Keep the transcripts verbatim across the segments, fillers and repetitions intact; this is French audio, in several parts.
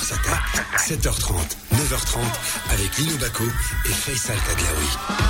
Mars Attack. sept heures trente, neuf heures trente avec Lino Bacco et Faisal Taglaoui.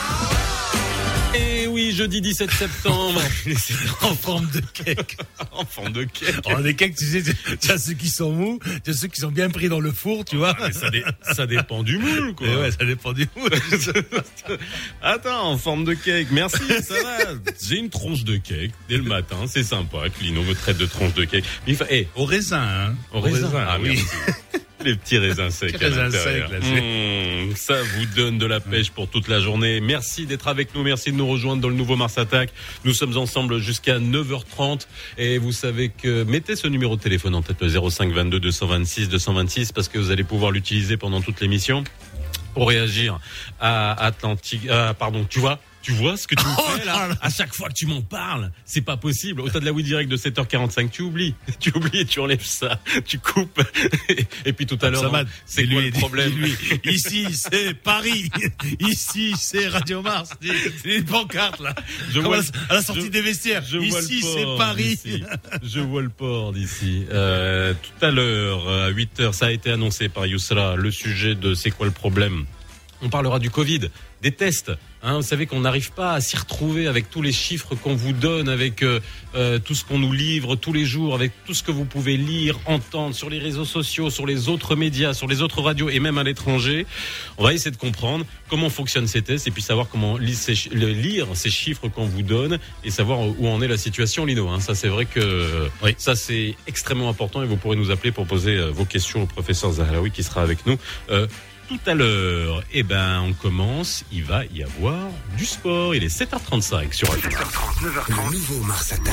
Et oui, jeudi dix-sept septembre. En forme de cake. En forme de cake. Alors, les cakes, tu sais, tu as ceux qui sont mous, tu as ceux qui sont bien pris dans le four, tu vois. Ah, ça, dé- ça dépend du moule, quoi. Et ouais, ça dépend du moule. Attends, en forme de cake. Merci, ça va. J'ai une tronche de cake dès le matin. C'est sympa. Clino me traite de tronche de cake. Mais il fa... hey, au raisin, hein. Au, au raisin. raisin. Ah oui. Les petits raisins secs. Petits raisins secs, là, mmh, ça vous donne de la pêche pour toute la journée. Merci d'être avec nous. Merci de nous rejoindre dans le nouveau Mars Attack. Nous sommes ensemble jusqu'à neuf heures trente. Et vous savez que, mettez ce numéro de téléphone en tête, le zéro cinq vingt-deux deux cent vingt-six deux cent vingt-six, parce que vous allez pouvoir l'utiliser pendant toute l'émission pour réagir à Atlantique, ah, pardon, tu vois? Tu vois ce que tu me fais là? À chaque fois que tu m'en parles, c'est pas possible. Au tas de la Wii Direct de sept heures quarante-cinq, tu oublies. Tu oublies et tu enlèves ça. Tu coupes. Et, et puis tout à l'heure, non, c'est quoi le problème? Lui. Ici, c'est Paris. Ici, c'est Radio Mars. C'est une pancarte là. Je vois, à la sortie je, des vestiaires. Je ici, c'est Paris. D'ici. Je vois le port d'ici. Euh, tout à l'heure, à huit heures, ça a été annoncé par Yousra, le sujet de c'est quoi le problème. On parlera du Covid, des tests. Hein, vous savez qu'on n'arrive pas à s'y retrouver avec tous les chiffres qu'on vous donne, avec euh, euh, tout ce qu'on nous livre tous les jours, avec tout ce que vous pouvez lire, entendre sur les réseaux sociaux, sur les autres médias, sur les autres radios et même à l'étranger. On va essayer de comprendre comment fonctionnent ces tests et puis savoir comment lire ces, lire ces chiffres qu'on vous donne et savoir où en est la situation, Lino. Hein. Ça, c'est vrai que oui. Ça, c'est extrêmement important et vous pourrez nous appeler pour poser euh, vos questions au professeur Zahlaoui qui sera avec nous. Euh, Tout à l'heure, eh ben, on commence, il va y avoir du sport. Il est sept heures trente-cinq sur sept heures trente, neuf heures trente, le nouveau Mars Attack.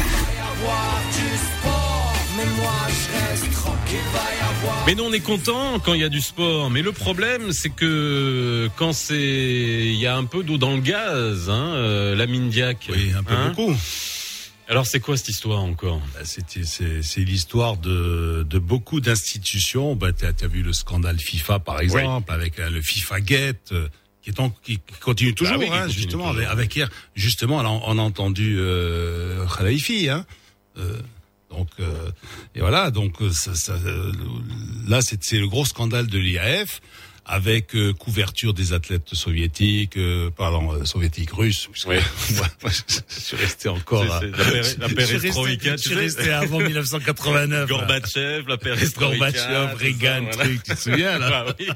Mais non, on est content quand il y a du sport. Mais le problème, c'est que quand c'est, il y a un peu d'eau dans le gaz, hein, euh, la mine Diac. Oui, un peu hein beaucoup. Alors c'est quoi cette histoire encore? Bah, c'est, c'est, c'est l'histoire de, de beaucoup d'institutions. Bah, t'as, t'as vu le scandale FIFA par exemple, oui. avec euh, le FIFA Gate, euh, qui, est en, qui continue toujours, bah oui, hein, continue justement. Toujours. Avec, avec hier, justement, là, on, on a entendu euh, Khalifi, hein. Euh, donc euh, et voilà, donc ça, ça, euh, là c'est, c'est le gros scandale de l'I A F. Avec euh, couverture des athlètes soviétiques, euh, pardon, euh, soviétiques russes. Oui. Moi, moi, je, je suis resté encore là. La perestroïka. Je suis resté avant dix-neuf cent quatre-vingt-neuf. Gorbatchev, la perestroïka. Gorbatchev, Reagan, voilà. Truc, tu te souviens là? Ah, oui.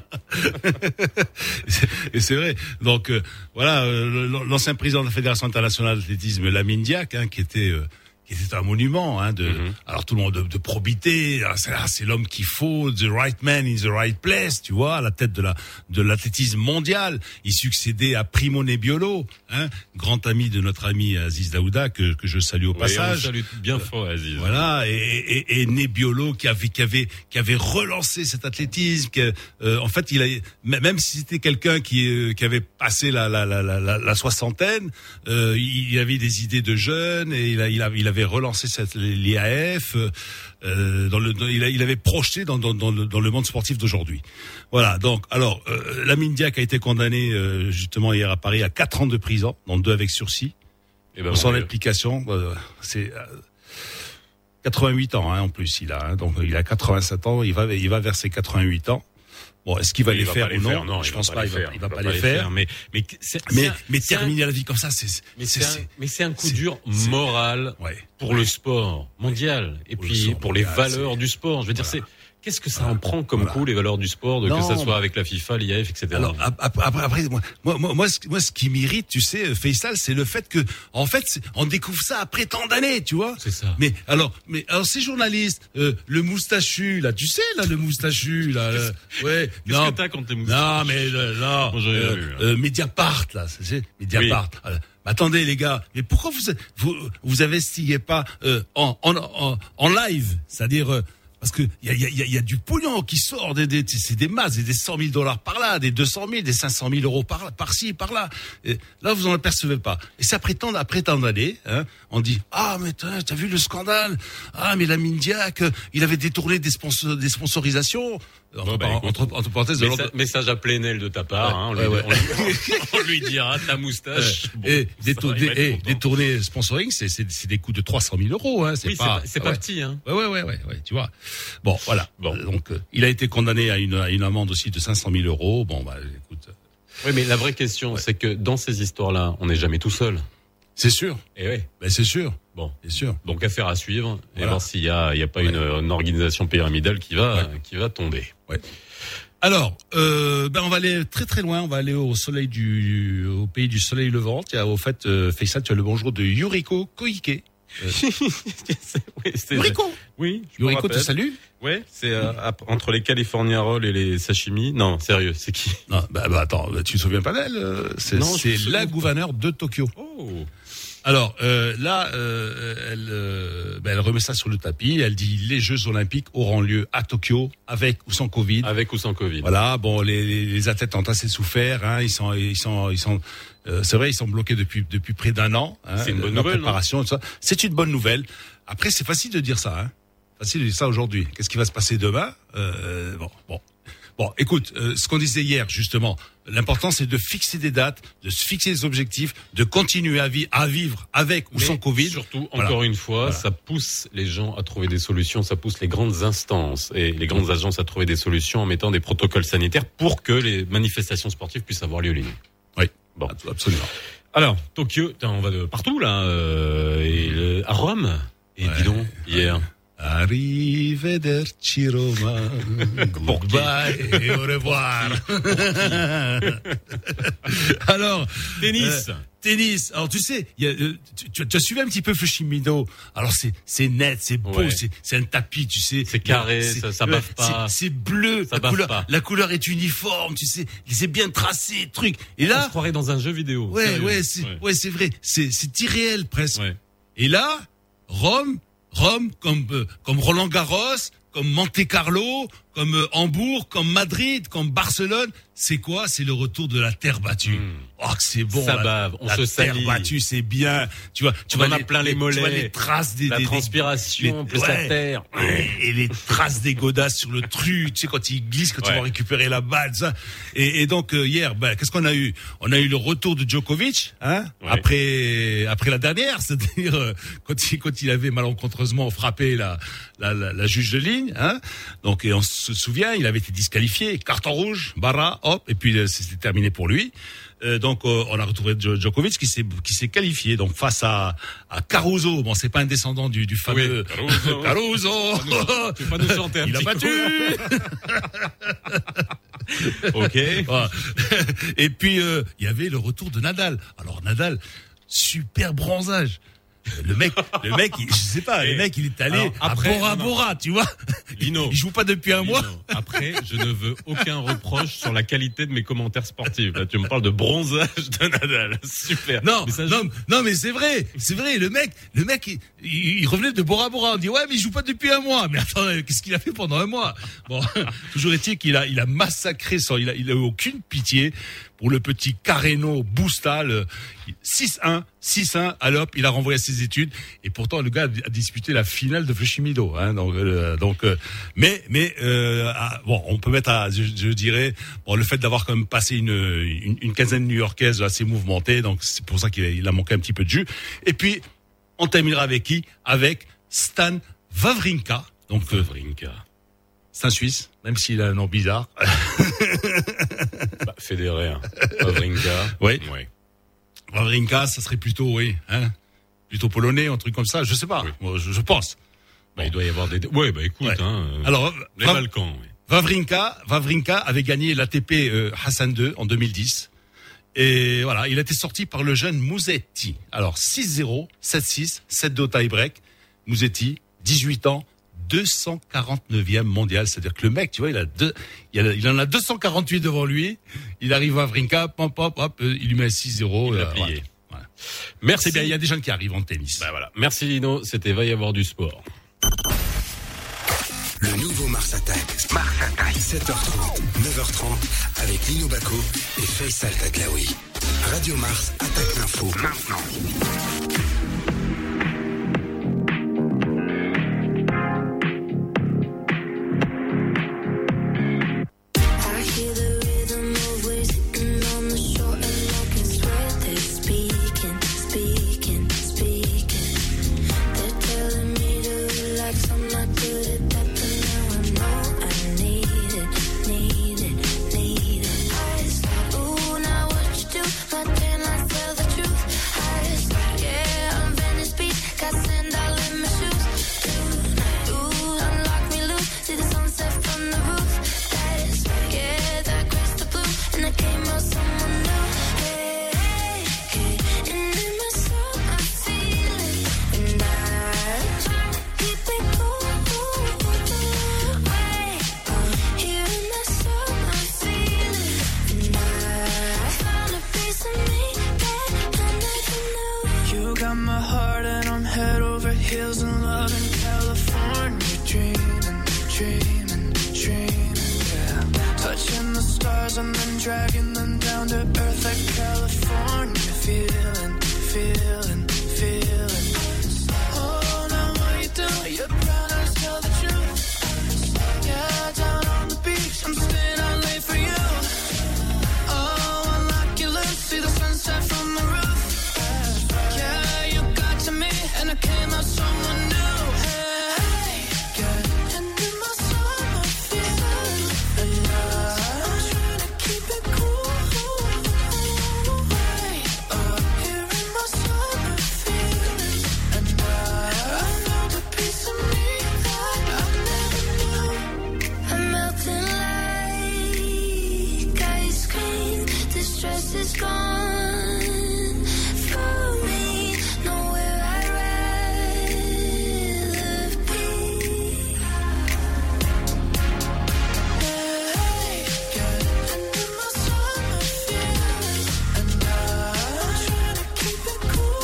Et c'est vrai. Donc euh, voilà, euh, l'ancien président de la Fédération internationale d'athlétisme, Lamine Diack, hein, qui était euh, c'était un monument, hein, de, mm-hmm. alors tout le monde de, de probité. C'est, c'est l'homme qu'il faut, the right man in the right place, tu vois, à la tête de la de l'athlétisme mondial. Il succédait à Primo Nebbiolo, hein, grand ami de notre ami Aziz Daouda que que je salue au oui, passage. On salue bien fort Aziz. Voilà, et, et, et Nebbiolo qui avait qui avait qui avait relancé cet athlétisme. Que, euh, en fait, il a même si c'était quelqu'un qui euh, qui avait passé la la la la, la soixantaine, euh, il avait des idées de jeune et il a il a il avait relancé cette l'I A F euh, dans le dans, il, a, il avait projeté dans dans dans le, dans le monde sportif d'aujourd'hui. Voilà, donc alors euh, Lamine Diack a été condamné euh, justement hier à Paris à quatre ans de prison, dont deux avec sursis. Et ben pour son implication, euh, c'est euh, quatre-vingt-huit ans hein, en plus il a hein, donc il a quatre-vingt-sept ans, il va il va vers ses quatre-vingt-huit ans. Bon, est-ce qu'il va, les, va faire les ou non, faire, non je il pense pas, pas il va, faire, il va, il va pas, pas les faire. faire. Mais, mais, c'est, mais, c'est mais c'est terminer un, la vie comme ça, c'est, mais c'est, c'est, c'est, un, mais c'est un coup c'est, dur c'est, moral ouais, pour ouais, le sport mondial et pour puis pour mondial, les valeurs c'est, du sport. Je veux dire, voilà. c'est, qu'est-ce que ça voilà. en prend comme voilà. coup, les valeurs du sport, de non, que ça soit avec la FIFA, l'I A F, et cetera. Alors, après, après, après moi, moi, moi, ce, moi, ce qui m'irrite, tu sais, Faisal, c'est le fait que, en fait, on découvre ça après tant d'années, tu vois. C'est ça. Mais, alors, mais, alors, ces journalistes, euh, le moustachu, là, tu sais, là, le moustachu, là, euh, ouais. Qu'est-ce non, que t'as contre les moustachus? Non, mais, euh, non, moi, euh, vu, euh, Mediapart, là, c'est, Mediapart. Oui. Euh, attendez, les gars, mais pourquoi vous, vous, vous investiguez pas, euh, en, en, en, en live? C'est-à-dire, euh, parce que il y a, y, a, y a du pognon qui sort, des, des, c'est des masses, des cent mille dollars par là, des deux cent mille, des cinq cent mille euros par, par-ci, par-là. Et là, vous en apercevez pas. Et ça prétend, après tant d'années, hein, on dit, ah, mais t'as, t'as vu le scandale? Ah, mais Lamine Diack, il avait détourné des, sponsor, des sponsorisations. Entre, oh bah, entre, entre, entre parenthèses de message, message à Plenel de ta part, ouais, hein, on, ouais, lui, ouais. on, lui, on lui dira ta moustache. Bon, et détourner, et détourner sponsoring, c'est, c'est, c'est des coûts de trois cent mille euros, hein. C'est oui, pas, c'est, c'est ah, pas ouais. petit, hein. Ouais, ouais, ouais, ouais, ouais, tu vois. Bon, voilà. Bon. Euh, Donc, euh, il a été condamné à une, à une amende aussi de cinq cent mille euros. Bon, bah, écoute. Oui, mais la vraie question, ouais. c'est que dans ces histoires-là, on n'est jamais tout seul. C'est sûr. Et oui. Ben, c'est sûr. Bon, c'est sûr. Donc affaire à suivre et Voilà. voir s'il y a, il y a pas ouais. une, une organisation pyramidale qui va, ouais. qui va tomber. Ouais. Alors, euh, ben on va aller très très loin. On va aller au soleil du, au pays du soleil levant. Tiens, au fait, euh, Faisal, tu as le bonjour de Yuriko Koike. Euh, oui, c'est Yuriko. Oui, je me Yuriko te rappelle. salue. Ouais, c'est euh, entre les California Rolls et les sashimi. Non, sérieux, c'est qui? Non, bah, bah attends, tu te souviens pas d'elle euh, C'est, Non, je c'est me souviens la pas. gouverneure de Tokyo. Oh. Alors euh, là, euh, elle, euh, ben, elle remet ça sur le tapis. Elle dit les Jeux Olympiques auront lieu à Tokyo, avec ou sans Covid. Avec ou sans Covid. Voilà. Bon, les, les, les athlètes ont assez souffert. Hein, ils sont, ils sont, ils sont. Euh, c'est vrai, ils sont bloqués depuis depuis près d'un an. Hein, C'est une bonne leur nouvelle, préparation, tout ça. C'est une bonne nouvelle. Après, c'est facile de dire ça. Hein. Facile de dire ça aujourd'hui. Qu'est-ce qui va se passer demain euh, Bon, bon. Bon, écoute, euh, ce qu'on disait hier, justement, l'important, c'est de fixer des dates, de se fixer des objectifs, de continuer à, vi- à vivre avec ou Mais sans Covid. Surtout, Voilà. encore une fois, Voilà. ça pousse les gens à trouver des solutions, ça pousse les grandes instances et les grandes agences à trouver des solutions en mettant des protocoles sanitaires pour que les manifestations sportives puissent avoir lieu. Oui, Bon. absolument. Alors, Tokyo, putain, on va de partout là, euh, et le- à Rome. Et Ouais, dis donc, hier. Arrivederci Roma. Goodbye et au revoir. Alors, Tennis. euh, tennis. Alors tu sais, il y a, euh, tu, tu, tu as suivi un petit peu Fushimido. Alors c'est c'est net, c'est beau, Ouais. c'est c'est un tapis, tu sais. C'est carré, C'est- ça- ça ouais, bave pas. C'est, c'est bleu, Ça la bave couleur, pas. la couleur est uniforme, tu sais. C'est bien tracé, truc. Et On là, se croirait dans un jeu vidéo. ouais, Sérieux. ouais, c'est Ouais. ouais, c'est vrai. C'est c'est irréel presque. Ouais. Et là, Rome, Rome comme euh, comme Roland Garros, comme Monte Carlo, comme euh, Hambourg, comme Madrid, comme Barcelone, c'est quoi? C'est le retour de la terre battue. Mm. Oh, que c'est bon. Ça la, bave, on la se terre salit. battue, c'est bien. Tu vois, tu On vois en a plein les mollets. Tu vois les traces des La des, des- transpiration, les- plus ouais. la terre. et les traces des godasses sur le truc, tu sais, quand ils glissent, quand Ouais. ils vont récupérer la balle, ça. Et, et donc, euh, hier, ben, qu'est-ce qu'on a eu? On a eu le retour de Djokovic, hein, Ouais. après, après la dernière, c'est-à-dire, euh, quand il, quand il avait malencontreusement frappé la, la, la, la juge de ligne, hein. Donc, et on se souvient, il avait été disqualifié, carton rouge, Barra, hop, et puis, euh, c'était terminé pour lui. Euh, donc euh, on a retrouvé Djo- Djokovic qui s'est qui s'est qualifié donc face à à Caruso. Bon, c'est pas un descendant du du fameux Oui, Caruso. Caruso. Tu vas nous chanter un Il a petit battu. Ok. Voilà. Et puis euh, il y avait le retour de Nadal. Alors Nadal, super bronzage. Le mec, le mec, il, je sais pas, Et le mec, il est allé alors, après, à Bora non, non. Bora, tu vois. Lino. Il joue pas depuis un Lino, mois. Après, je ne veux aucun reproche sur la qualité de mes commentaires sportifs. Là, tu me parles de bronzage de Nadal. Super. Non, Mais ça, non, non, mais c'est vrai, c'est vrai. Le mec, le mec, il, il- il revenait de Bora Bora. On dit ouais, mais il joue pas depuis un mois. Mais attends, qu'est-ce qu'il a fait pendant un mois? Bon, toujours est-il qu'il a, il a massacré son, il a, il a eu aucune pitié pour le petit Carreno Busta, le six un, six un. Alors, il a renvoyé à ses études. Et pourtant, le gars a disputé la finale de Fushimido. Hein, donc, euh, donc, euh, mais, mais, euh, ah, bon, on peut mettre à, je, je dirais, bon, le fait d'avoir quand même passé une, une, une quinzaine new-yorkaise assez mouvementée. Donc, c'est pour ça qu'il a, il a manqué un petit peu de jus. Et puis, on terminera avec qui? Avec Stan Wawrinka. Donc, euh, Wawrinka. c'est un Suisse, même s'il a un nom bizarre. Bah, Federer. Wawrinka. Oui. Ouais. Wawrinka, ça serait plutôt, oui, hein, plutôt polonais, un truc comme ça. Je sais pas. Oui. Moi, je, je pense. Bah, il doit y avoir des. Ouais, bah écoute, Ouais. hein. euh, Alors, les Wav- Balkans. Oui. Wawrinka, Wawrinka avait gagné l'A T P euh, Hassan deux en deux mille dix. Et voilà, il a été sorti par le jeune Musetti. Alors, six zéro, sept six, sept deux au tie-break. Musetti, dix-huit ans, deux cent quarante-neuvième mondial. C'est-à-dire que le mec, tu vois, il a deux, il, a- il en a deux cent quarante-huit devant lui. Il arrive à Wawrinka, pop, pop, hop, euh, il lui met six zéro. Il l'a euh, plié. voilà. Voilà. Merci. C'est bien, il y a des gens qui arrivent en tennis. Bah voilà. Merci Lino. C'était Va y avoir du sport. Le nouveau Mars Attack. Mars Attack. sept heures trente, neuf heures trente avec Lino Bacco et Faisal Taglaoui. Radio Mars attaque l'info maintenant. I hear the rhythm of waves hitting on the shore, and I can swear they're speaking, speaking, speaking. They're telling me to relax, I'm not good at that, but dreaming, dreaming, yeah. Touching the stars and then dragging them down to earth like California. Feeling, feeling, feeling. Oh, now what you do? Your brown eyes tell the truth. Yeah, down on the beach, I'm staying out late for you. Oh, unlock your lips, see the sunset from the roof. Yeah, you got to me, and I came out someone new. Is gone for me, nowhere I'd rather be. Hey, getting into my summer feelings, and I'm trying to keep it cool.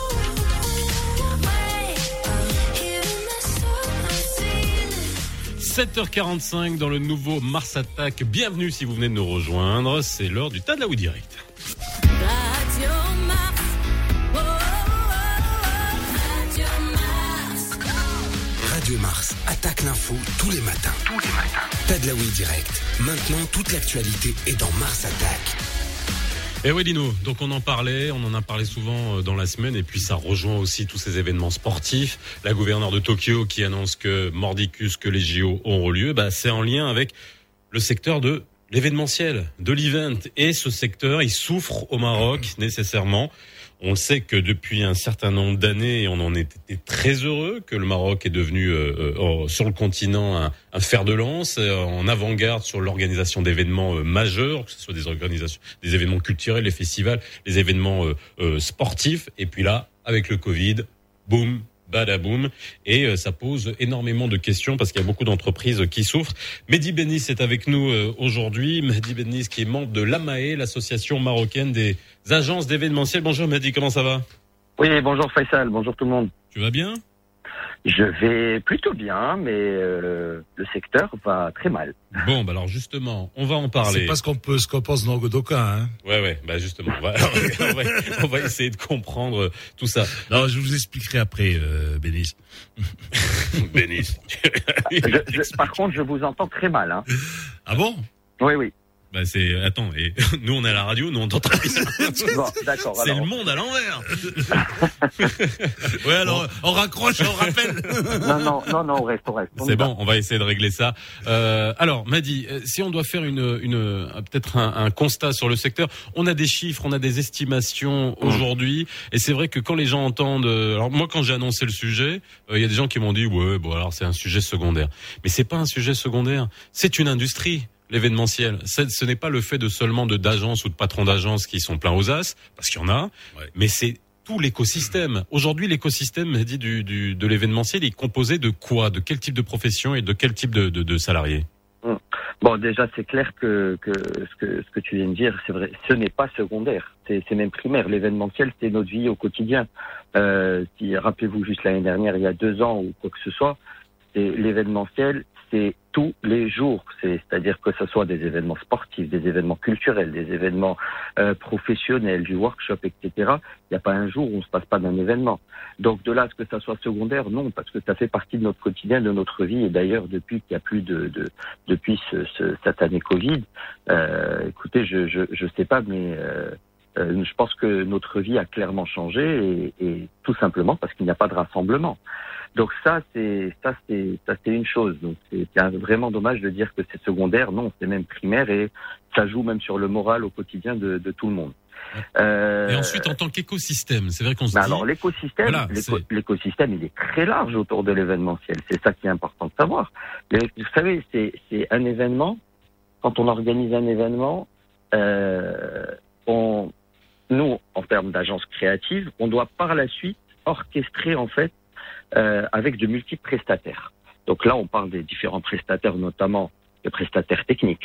Here in my summer feelings. sept heures quarante-cinq dans le nouveau Mars Attack. Bienvenue si vous venez de nous rejoindre. C'est l'heure du Tadlaoui Direct. Radio Mars. Oh, oh, oh, Radio Mars. Radio Mars attaque l'info tous les matins. Tous les matins. Tadlaoui Direct. Maintenant, toute l'actualité est dans Mars Attack. Et oui Lino, donc on en parlait, on en a parlé souvent dans la semaine et puis ça rejoint aussi tous ces événements sportifs. La gouverneure de Tokyo qui annonce que mordicus que les J O auront lieu, bah c'est en lien avec le secteur de l'événementiel, de l'event. Et ce secteur, il souffre au Maroc nécessairement. On le sait que depuis un certain nombre d'années, et on en était très heureux, que le Maroc est devenu euh, euh, sur le continent un, un fer de lance, euh, en avant-garde sur l'organisation d'événements euh, majeurs, que ce soit des organisations, des événements culturels, les festivals, les événements euh, euh, sportifs. Et puis là, avec le Covid, boum, badaboum, et euh, ça pose énormément de questions parce qu'il y a beaucoup d'entreprises qui souffrent. Mehdi Bennis est avec nous euh, aujourd'hui. Mehdi Bennis qui est membre de l'A M A E, l'association marocaine des agences d'événementiel. Bonjour Mehdi, comment ça va? Oui, bonjour Faisal, bonjour tout le monde. Tu vas bien? Je vais plutôt bien, mais euh, le secteur va très mal. Bon, bah alors justement, on va en parler. C'est pas ce qu'on peut, ce qu'on pense dans d'aucuns, hein. Ouais, ouais, bah justement, on va, on va, on va essayer de comprendre tout ça. Non, je vous expliquerai après, euh, Bénis. Bénis. Je, je, par contre, je vous entends très mal, hein. Ah bon? Oui, oui. Bah c'est, attends, et nous on est à la radio, nous on t'entend très bien. Bon, d'accord. C'est alors. le monde à l'envers. Ouais, alors, on raccroche, on rappelle. Non, non, non, non, on reste, on reste. On C'est y va. bon, on va essayer de régler ça. Euh, alors, Mehdi, si on doit faire une, une peut-être un, un constat sur le secteur, on a des chiffres, on a des estimations aujourd'hui, et c'est vrai que quand les gens entendent, alors moi quand j'ai annoncé le sujet, il euh, y a des gens qui m'ont dit ouais, bon alors c'est un sujet secondaire, mais c'est pas un sujet secondaire, c'est une industrie. L'événementiel, c'est, ce n'est pas le fait de seulement de d'agences ou de patrons d'agences qui sont pleins aux as, parce qu'il y en a, ouais. Mais c'est tout l'écosystème. Aujourd'hui, l'écosystème dit du, du de l'événementiel, il est composé de quoi? De quel type de profession et de quel type de, de, de salariés? Bon, déjà, c'est clair que, que ce que ce que tu viens de dire, c'est vrai, ce n'est pas secondaire, c'est, c'est même primaire. L'événementiel, c'est notre vie au quotidien. Euh, si, rappelez-vous, juste l'année dernière, il y a deux ans ou quoi que ce soit, c'est l'événementiel. C'est tous les jours, c'est, c'est-à-dire que ce soit des événements sportifs, des événements culturels, des événements euh, professionnels, du workshop, et cetera. Il n'y a pas un jour où on ne se passe pas d'un événement. Donc de là à ce que ça soit secondaire, non, parce que ça fait partie de notre quotidien, de notre vie. Et d'ailleurs, depuis qu'il n'y a plus de, de depuis ce, ce, cette année Covid, euh, écoutez, je, je je sais pas, mais euh, euh, je pense que notre vie a clairement changé, et, et tout simplement parce qu'il n'y a pas de rassemblement. Donc ça, c'est ça, c'est ça, c'est une chose. Donc c'est, c'est vraiment dommage de dire que c'est secondaire. Non, c'est même primaire, et ça joue même sur le moral au quotidien de, de tout le monde. Euh, et ensuite, en tant qu'écosystème, c'est vrai qu'on se bah dit. Alors l'écosystème, voilà, l'éco, c'est... l'écosystème, il est très large autour de l'événementiel. C'est ça qui est important de savoir. Mais, vous savez, c'est c'est un événement. Quand on organise un événement, euh, on, nous, en termes d'agence créative, on doit par la suite orchestrer en fait. Euh, avec de multiples prestataires. Donc là, on parle des différents prestataires, notamment les prestataires techniques,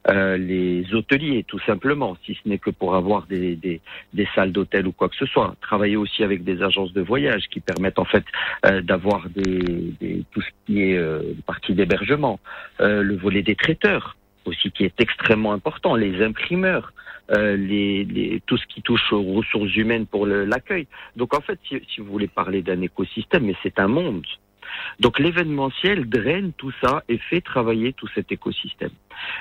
euh, les hôteliers, tout simplement, si ce n'est que pour avoir des, des, des salles d'hôtel ou quoi que ce soit. Travailler aussi avec des agences de voyage qui permettent en fait euh, d'avoir des, des, tout ce qui est euh, partie d'hébergement, euh, le volet des traiteurs aussi qui est extrêmement important, les imprimeurs, euh, les, les, tout ce qui touche aux ressources humaines pour le, l'accueil. Donc en fait, si, si vous voulez parler d'un écosystème, mais c'est un monde. Donc l'événementiel draine tout ça et fait travailler tout cet écosystème.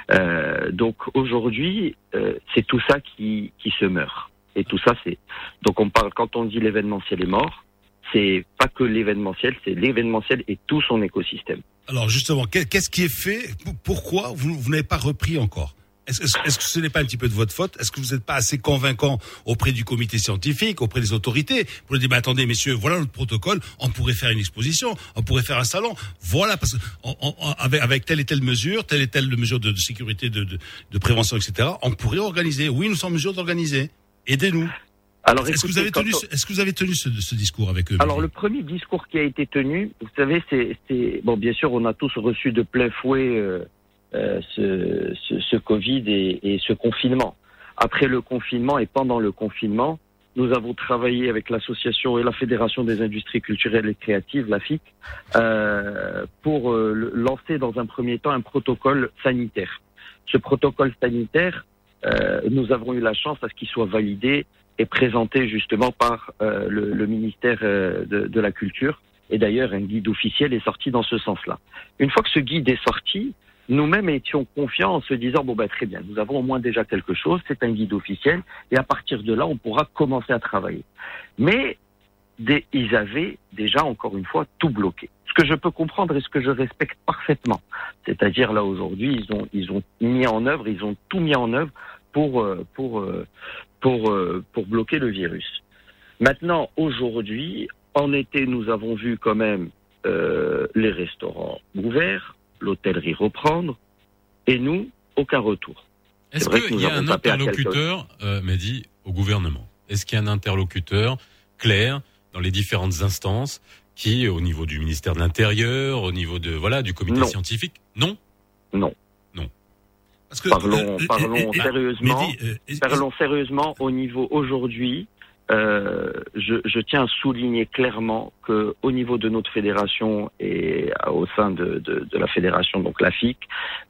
Euh, donc aujourd'hui, euh, c'est tout ça qui, qui se meurt. Et tout ça, c'est... Donc on parle, quand on dit l'événementiel est mort, c'est pas que l'événementiel, c'est l'événementiel et tout son écosystème. Alors justement, qu'est-ce qui est fait? Pourquoi vous, vous n'avez pas repris encore? Est-ce, est-ce, est-ce que ce n'est pas un petit peu de votre faute? Est-ce que vous n'êtes pas assez convaincant auprès du comité scientifique, auprès des autorités, pour leur dire, bah, attendez, messieurs, voilà notre protocole, on pourrait faire une exposition, on pourrait faire un salon, voilà, parce que on, on, avec, avec telle et telle mesure, telle et telle mesure de, de sécurité, de, de, de prévention, et cetera, on pourrait organiser. Oui, nous sommes en mesure d'organiser. Aidez-nous. Alors, est-ce, écoutez, que vous avez tenu, on... est-ce que vous avez tenu ce, ce discours avec eux? Alors, le premier discours qui a été tenu, vous savez, c'est, c'est bon, bien sûr, on a tous reçu de plein fouet euh, euh, ce, ce, ce Covid et, et ce confinement. Après le confinement et pendant le confinement, nous avons travaillé avec l'association et la Fédération des industries culturelles et créatives, la F I C, euh, pour euh, lancer dans un premier temps un protocole sanitaire. Ce protocole sanitaire, euh, nous avons eu la chance à ce qu'il soit validé et présenté justement par euh, le, le ministère euh, de, de la Culture. Et d'ailleurs, un guide officiel est sorti dans ce sens-là. Une fois que ce guide est sorti, nous-mêmes étions confiants en se disant, bon ben très bien, nous avons au moins déjà quelque chose, c'est un guide officiel, et à partir de là, on pourra commencer à travailler. Mais des, ils avaient déjà, encore une fois, tout bloqué. Ce que je peux comprendre et ce que je respecte parfaitement. C'est-à-dire, là, aujourd'hui, ils ont, ils ont mis en œuvre, ils ont tout mis en œuvre pour, pour, pour, pour bloquer le virus. Maintenant, aujourd'hui, en été, nous avons vu quand même euh, les restaurants ouverts, l'hôtellerie reprendre, et nous, aucun retour. Est-ce qu'il y a un interlocuteur, euh, Mehdi, au gouvernement? Est-ce qu'il y a un interlocuteur clair dans les différentes instances qui, au niveau du ministère de l'Intérieur, au niveau de voilà du comité non. scientifique? Non. Non. Non. Parce que, parlons, euh, parlons euh, euh, sérieusement. Mehdi, euh, parlons sérieusement au niveau aujourd'hui. Euh, je, je tiens à souligner clairement que au niveau de notre fédération et au sein de, de, de la fédération, donc la F I C,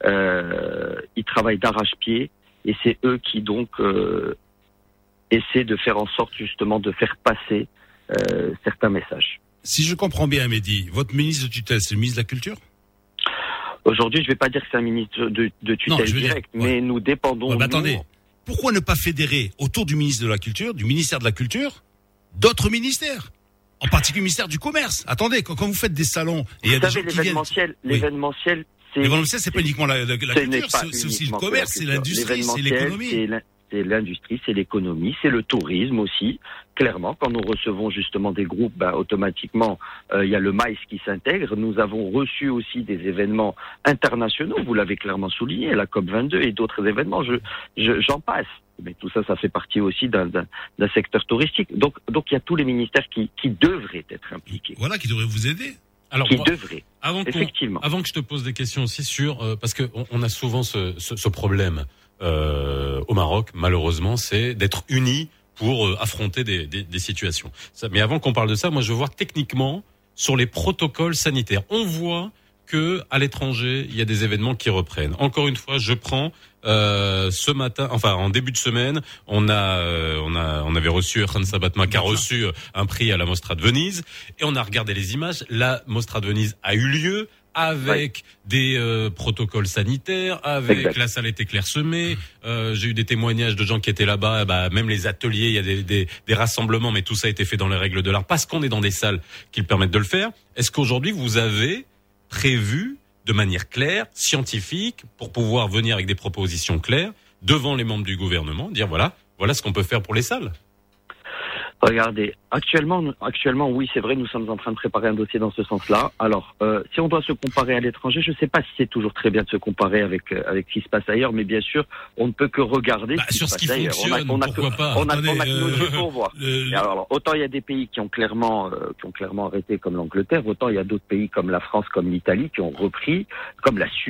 euh, ils travaillent d'arrache-pied et c'est eux qui donc euh, essaient de faire en sorte justement de faire passer euh, certains messages. Si je comprends bien, Mehdi, votre ministre de tutelle, c'est le ministre de la Culture? Aujourd'hui, je ne vais pas dire que c'est un ministre de, de tutelle non, direct, dire, ouais. mais nous dépendons... Ouais, bah, nous, attendez. Pourquoi ne pas fédérer autour du ministre de la Culture, du ministère de la Culture, d'autres ministères, en particulier le ministère du Commerce? Attendez, quand, quand vous faites des salons, et il y a des gens qui l'événementiel, viennent... l'événementiel, c'est... L'événementiel, c'est pas uniquement la, la, la culture, c'est, c'est aussi le commerce, c'est l'industrie, c'est l'économie. C'est, la, c'est l'industrie, c'est l'économie, c'est le tourisme aussi. Clairement, quand nous recevons justement des groupes, bah, automatiquement, il euh, y a le M A I S qui s'intègre. Nous avons reçu aussi des événements internationaux, vous l'avez clairement souligné, la COP vingt-deux et d'autres événements, je, je, j'en passe. Mais tout ça, ça fait partie aussi d'un, d'un, d'un secteur touristique. Donc, donc il y a tous les ministères qui, qui devraient être impliqués. Voilà, qui devraient vous aider. Alors, qui moi, devraient, avant effectivement. Avant que je te pose des questions aussi sur... Euh, parce qu'on on a souvent ce, ce, ce problème euh, au Maroc, malheureusement, c'est d'être unis pour euh, affronter des, des, des situations. Ça, mais avant qu'on parle de ça, moi je veux voir techniquement sur les protocoles sanitaires. On voit que à l'étranger, il y a des événements qui reprennent. Encore une fois, je prends euh, ce matin, enfin en début de semaine, on a, euh, on a, on avait reçu Khansa Batma qui a reçu un prix à la Mostra de Venise et on a regardé les images. La Mostra de Venise a eu lieu avec ouais. des euh, protocoles sanitaires, avec exact. La salle était clairsemée. Euh, j'ai eu des témoignages de gens qui étaient là-bas, bah, même les ateliers, il y a des, des, des rassemblements, mais tout ça a été fait dans les règles de l'art parce qu'on est dans des salles qui le permettent de le faire. Est-ce qu'aujourd'hui vous avez prévu de manière claire, scientifique, pour pouvoir venir avec des propositions claires devant les membres du gouvernement, dire voilà, voilà ce qu'on peut faire pour les salles? Regardez, actuellement, actuellement, oui, c'est vrai, nous sommes en train de préparer un dossier dans ce sens-là. Alors, euh, si on doit se comparer à l'étranger, je ne sais pas si c'est toujours très bien de se comparer avec euh, avec ce qui se passe ailleurs, mais bien sûr, on ne peut que regarder bah, ce qui sur se ce qui passe ailleurs. fonctionne, on a, on a pourquoi que, pas On a, Attendez, on a que nos euh, yeux pour voir. Le... Alors, alors, autant il y a des pays qui ont clairement euh, qui ont clairement arrêté, comme l'Angleterre, autant il y a d'autres pays comme la France, comme l'Italie, qui ont repris, comme la Suède.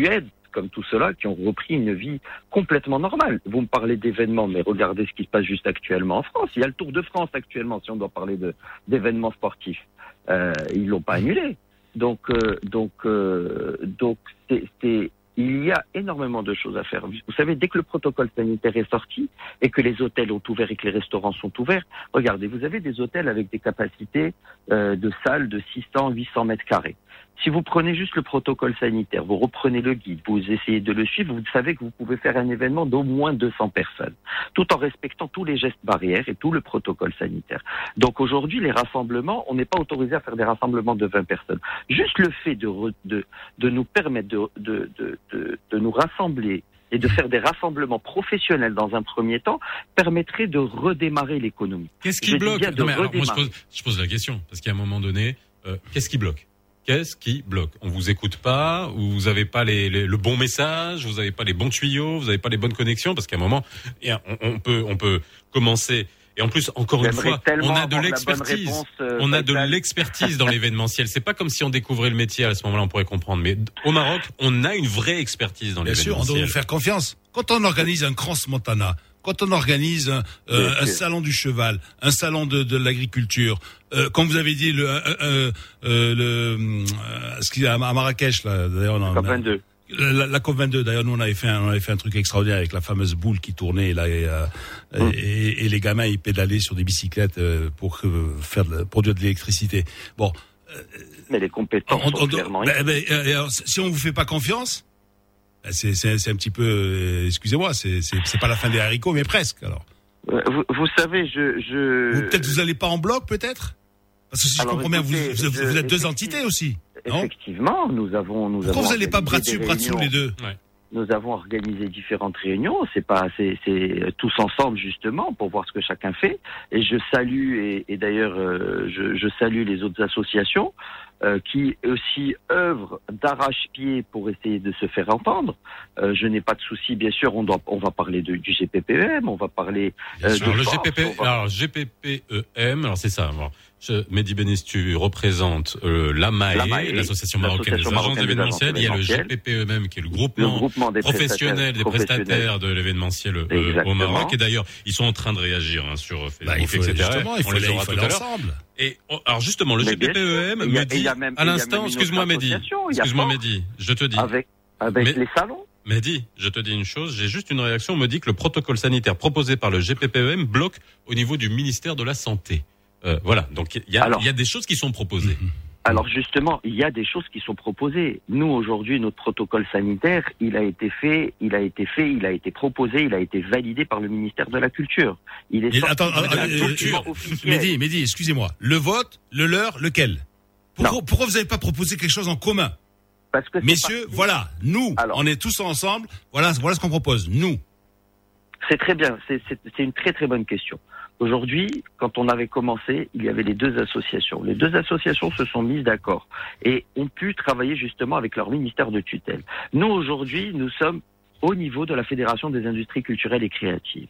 comme tout cela, qui ont repris une vie complètement normale. Vous me parlez d'événements, mais regardez ce qui se passe juste actuellement en France. Il y a le Tour de France actuellement, si on doit parler de, d'événements sportifs. Euh, ils l'ont pas annulé. Donc, euh, donc, euh, donc, c'est, c'est, il y a énormément de choses à faire. Vous savez, dès que le protocole sanitaire est sorti et que les hôtels ont ouvert et que les restaurants sont ouverts, regardez, vous avez des hôtels avec des capacités euh, de salles de six cents, huit cents mètres carrés. Si vous prenez juste le protocole sanitaire, vous reprenez le guide, vous essayez de le suivre, vous savez que vous pouvez faire un événement d'au moins deux cents personnes, tout en respectant tous les gestes barrières et tout le protocole sanitaire. Donc aujourd'hui, les rassemblements, on n'est pas autorisé à faire des rassemblements de vingt personnes. Juste le fait de, re, de, de nous permettre de, de, de, de, de nous rassembler et de faire des rassemblements professionnels dans un premier temps permettrait de redémarrer l'économie. Qu'est-ce qui Je bloque? dis bien de Non, mais alors, moi, je redémarrer. pose, je pose la question, parce qu'à un moment donné, euh, qu'est-ce qui bloque? Qu'est-ce qui bloque? On vous écoute pas, ou vous avez pas les, les, le bon message, vous avez pas les bons tuyaux, vous avez pas les bonnes connexions, parce qu'à un moment, on, on peut, on peut commencer. Et en plus, encore une J'aimerais fois, tellement on a de avoir la bonne l'expertise. réponse, euh, On a de Faisal. l'expertise dans l'événementiel. C'est pas comme si on découvrait le métier à ce moment-là, on pourrait comprendre. Mais au Maroc, on a une vraie expertise dans Bien sûr, on doit l'événementiel. vous faire confiance. Quand on organise un Crans Montana, quand on organise un, euh, Bien un sûr. salon du cheval, un salon de, de l'agriculture, euh, comme vous avez dit, le, euh, euh, euh, le, euh, ce qu'il y a à Marrakech, là, d'ailleurs, on en- COP vingt-deux. La, la COP vingt-deux, d'ailleurs, nous on avait fait un, on avait fait un truc extraordinaire avec la fameuse boule qui tournait là et, euh, Hum. et, et les gamins ils pédalaient sur des bicyclettes euh, pour euh, faire de, produire de l'électricité. Bon, Mais les compétences on, sont on- clairement ben, ben, euh, alors, si on vous fait pas confiance, ben, c'est, c'est, c'est un petit peu, euh, excusez-moi, c'est, c'est, c'est pas la fin des haricots, mais presque. Alors, Euh, Vous, vous savez, je... je... ou peut-être vous allez pas en bloc, peut-être, parce que si Alors, je comprends bien, vous, écoutez, vous, vous je- êtes deux effectivement- entités aussi. Non Effectivement, nous avons... Nous Pourquoi avons vous n'allez pas organisé bras dessus, des bras dessous réunions. les deux? Nous avons organisé différentes réunions, c'est pas, c'est, c'est tous ensemble justement pour voir ce que chacun fait. Et je salue et, et d'ailleurs euh, je, je salue les autres associations euh, qui aussi œuvrent d'arrache-pied pour essayer de se faire entendre. Euh, je n'ai pas de souci, bien sûr, on doit, on va parler de, du G P P E M, on va parler Bien euh, sûr. de Alors, le force, G P P, on va- alors G P P E M, alors c'est ça. Alors, je, Mehdi Benis, tu représentes euh, l'A M A E, l'A M A E, l'association marocaine des l'Association agents marocaine des d'événementiel. Il y a le agents G P P E même qui est le le groupement, groupement des professionnel des prestataires, prestataires de l'événementiel euh, au Exactement. Maroc. Et d'ailleurs, ils sont en train de réagir hein, sur Facebook, Bah, il faut, et cetera. justement, il faut On les aller, aura il faut tout aller à l'heure. ensemble. Et oh, alors justement, le Mais G P P E M bien sûr. Il y a- me il y dit a même- à il y a l'instant, même une excuse-moi autre Mehdi, association, il y a excuse-moi Force. Mehdi, je te dis. avec, avec Mais- les salons. Mehdi, je te dis une chose, j'ai juste une réaction, on me dit que le protocole sanitaire proposé par le G P P E M bloque au niveau du ministère de la Santé. Euh, voilà, donc il y a, Alors- il y a des choses qui sont proposées. Alors justement, il y a des choses qui sont proposées. Nous aujourd'hui, notre protocole sanitaire, il a été fait, il a été fait, il a été proposé, il a été validé par le ministère de la Culture. Il est Et sorti attends, de attends, la euh, culture euh, officielle. Mehdi, Mehdi, excusez-moi. Le vote, le leur, lequel? Pourquoi, pourquoi vous n'avez pas proposé quelque chose en commun? Parce que c'est Messieurs, parti- voilà, nous, Alors. on est tous ensemble. Voilà, voilà ce qu'on propose. Nous. C'est très bien, c'est c'est- c'est une très très bonne question. Aujourd'hui, quand on avait commencé, il y avait les deux associations. Les deux associations se sont mises d'accord et ont pu travailler justement avec leur ministère de tutelle. Nous, aujourd'hui, nous sommes au niveau de la Fédération des industries culturelles et créatives.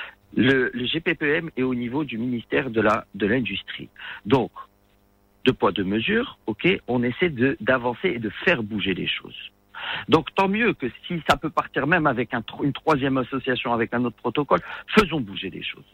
Le, le G P P M est au niveau du ministère de la de l'industrie. Donc, deux poids, deux mesures, ok, on essaie de d'avancer et de faire bouger les choses. Donc tant mieux que si ça peut partir même avec un, tro- une troisième association, avec un autre protocole, faisons bouger les choses.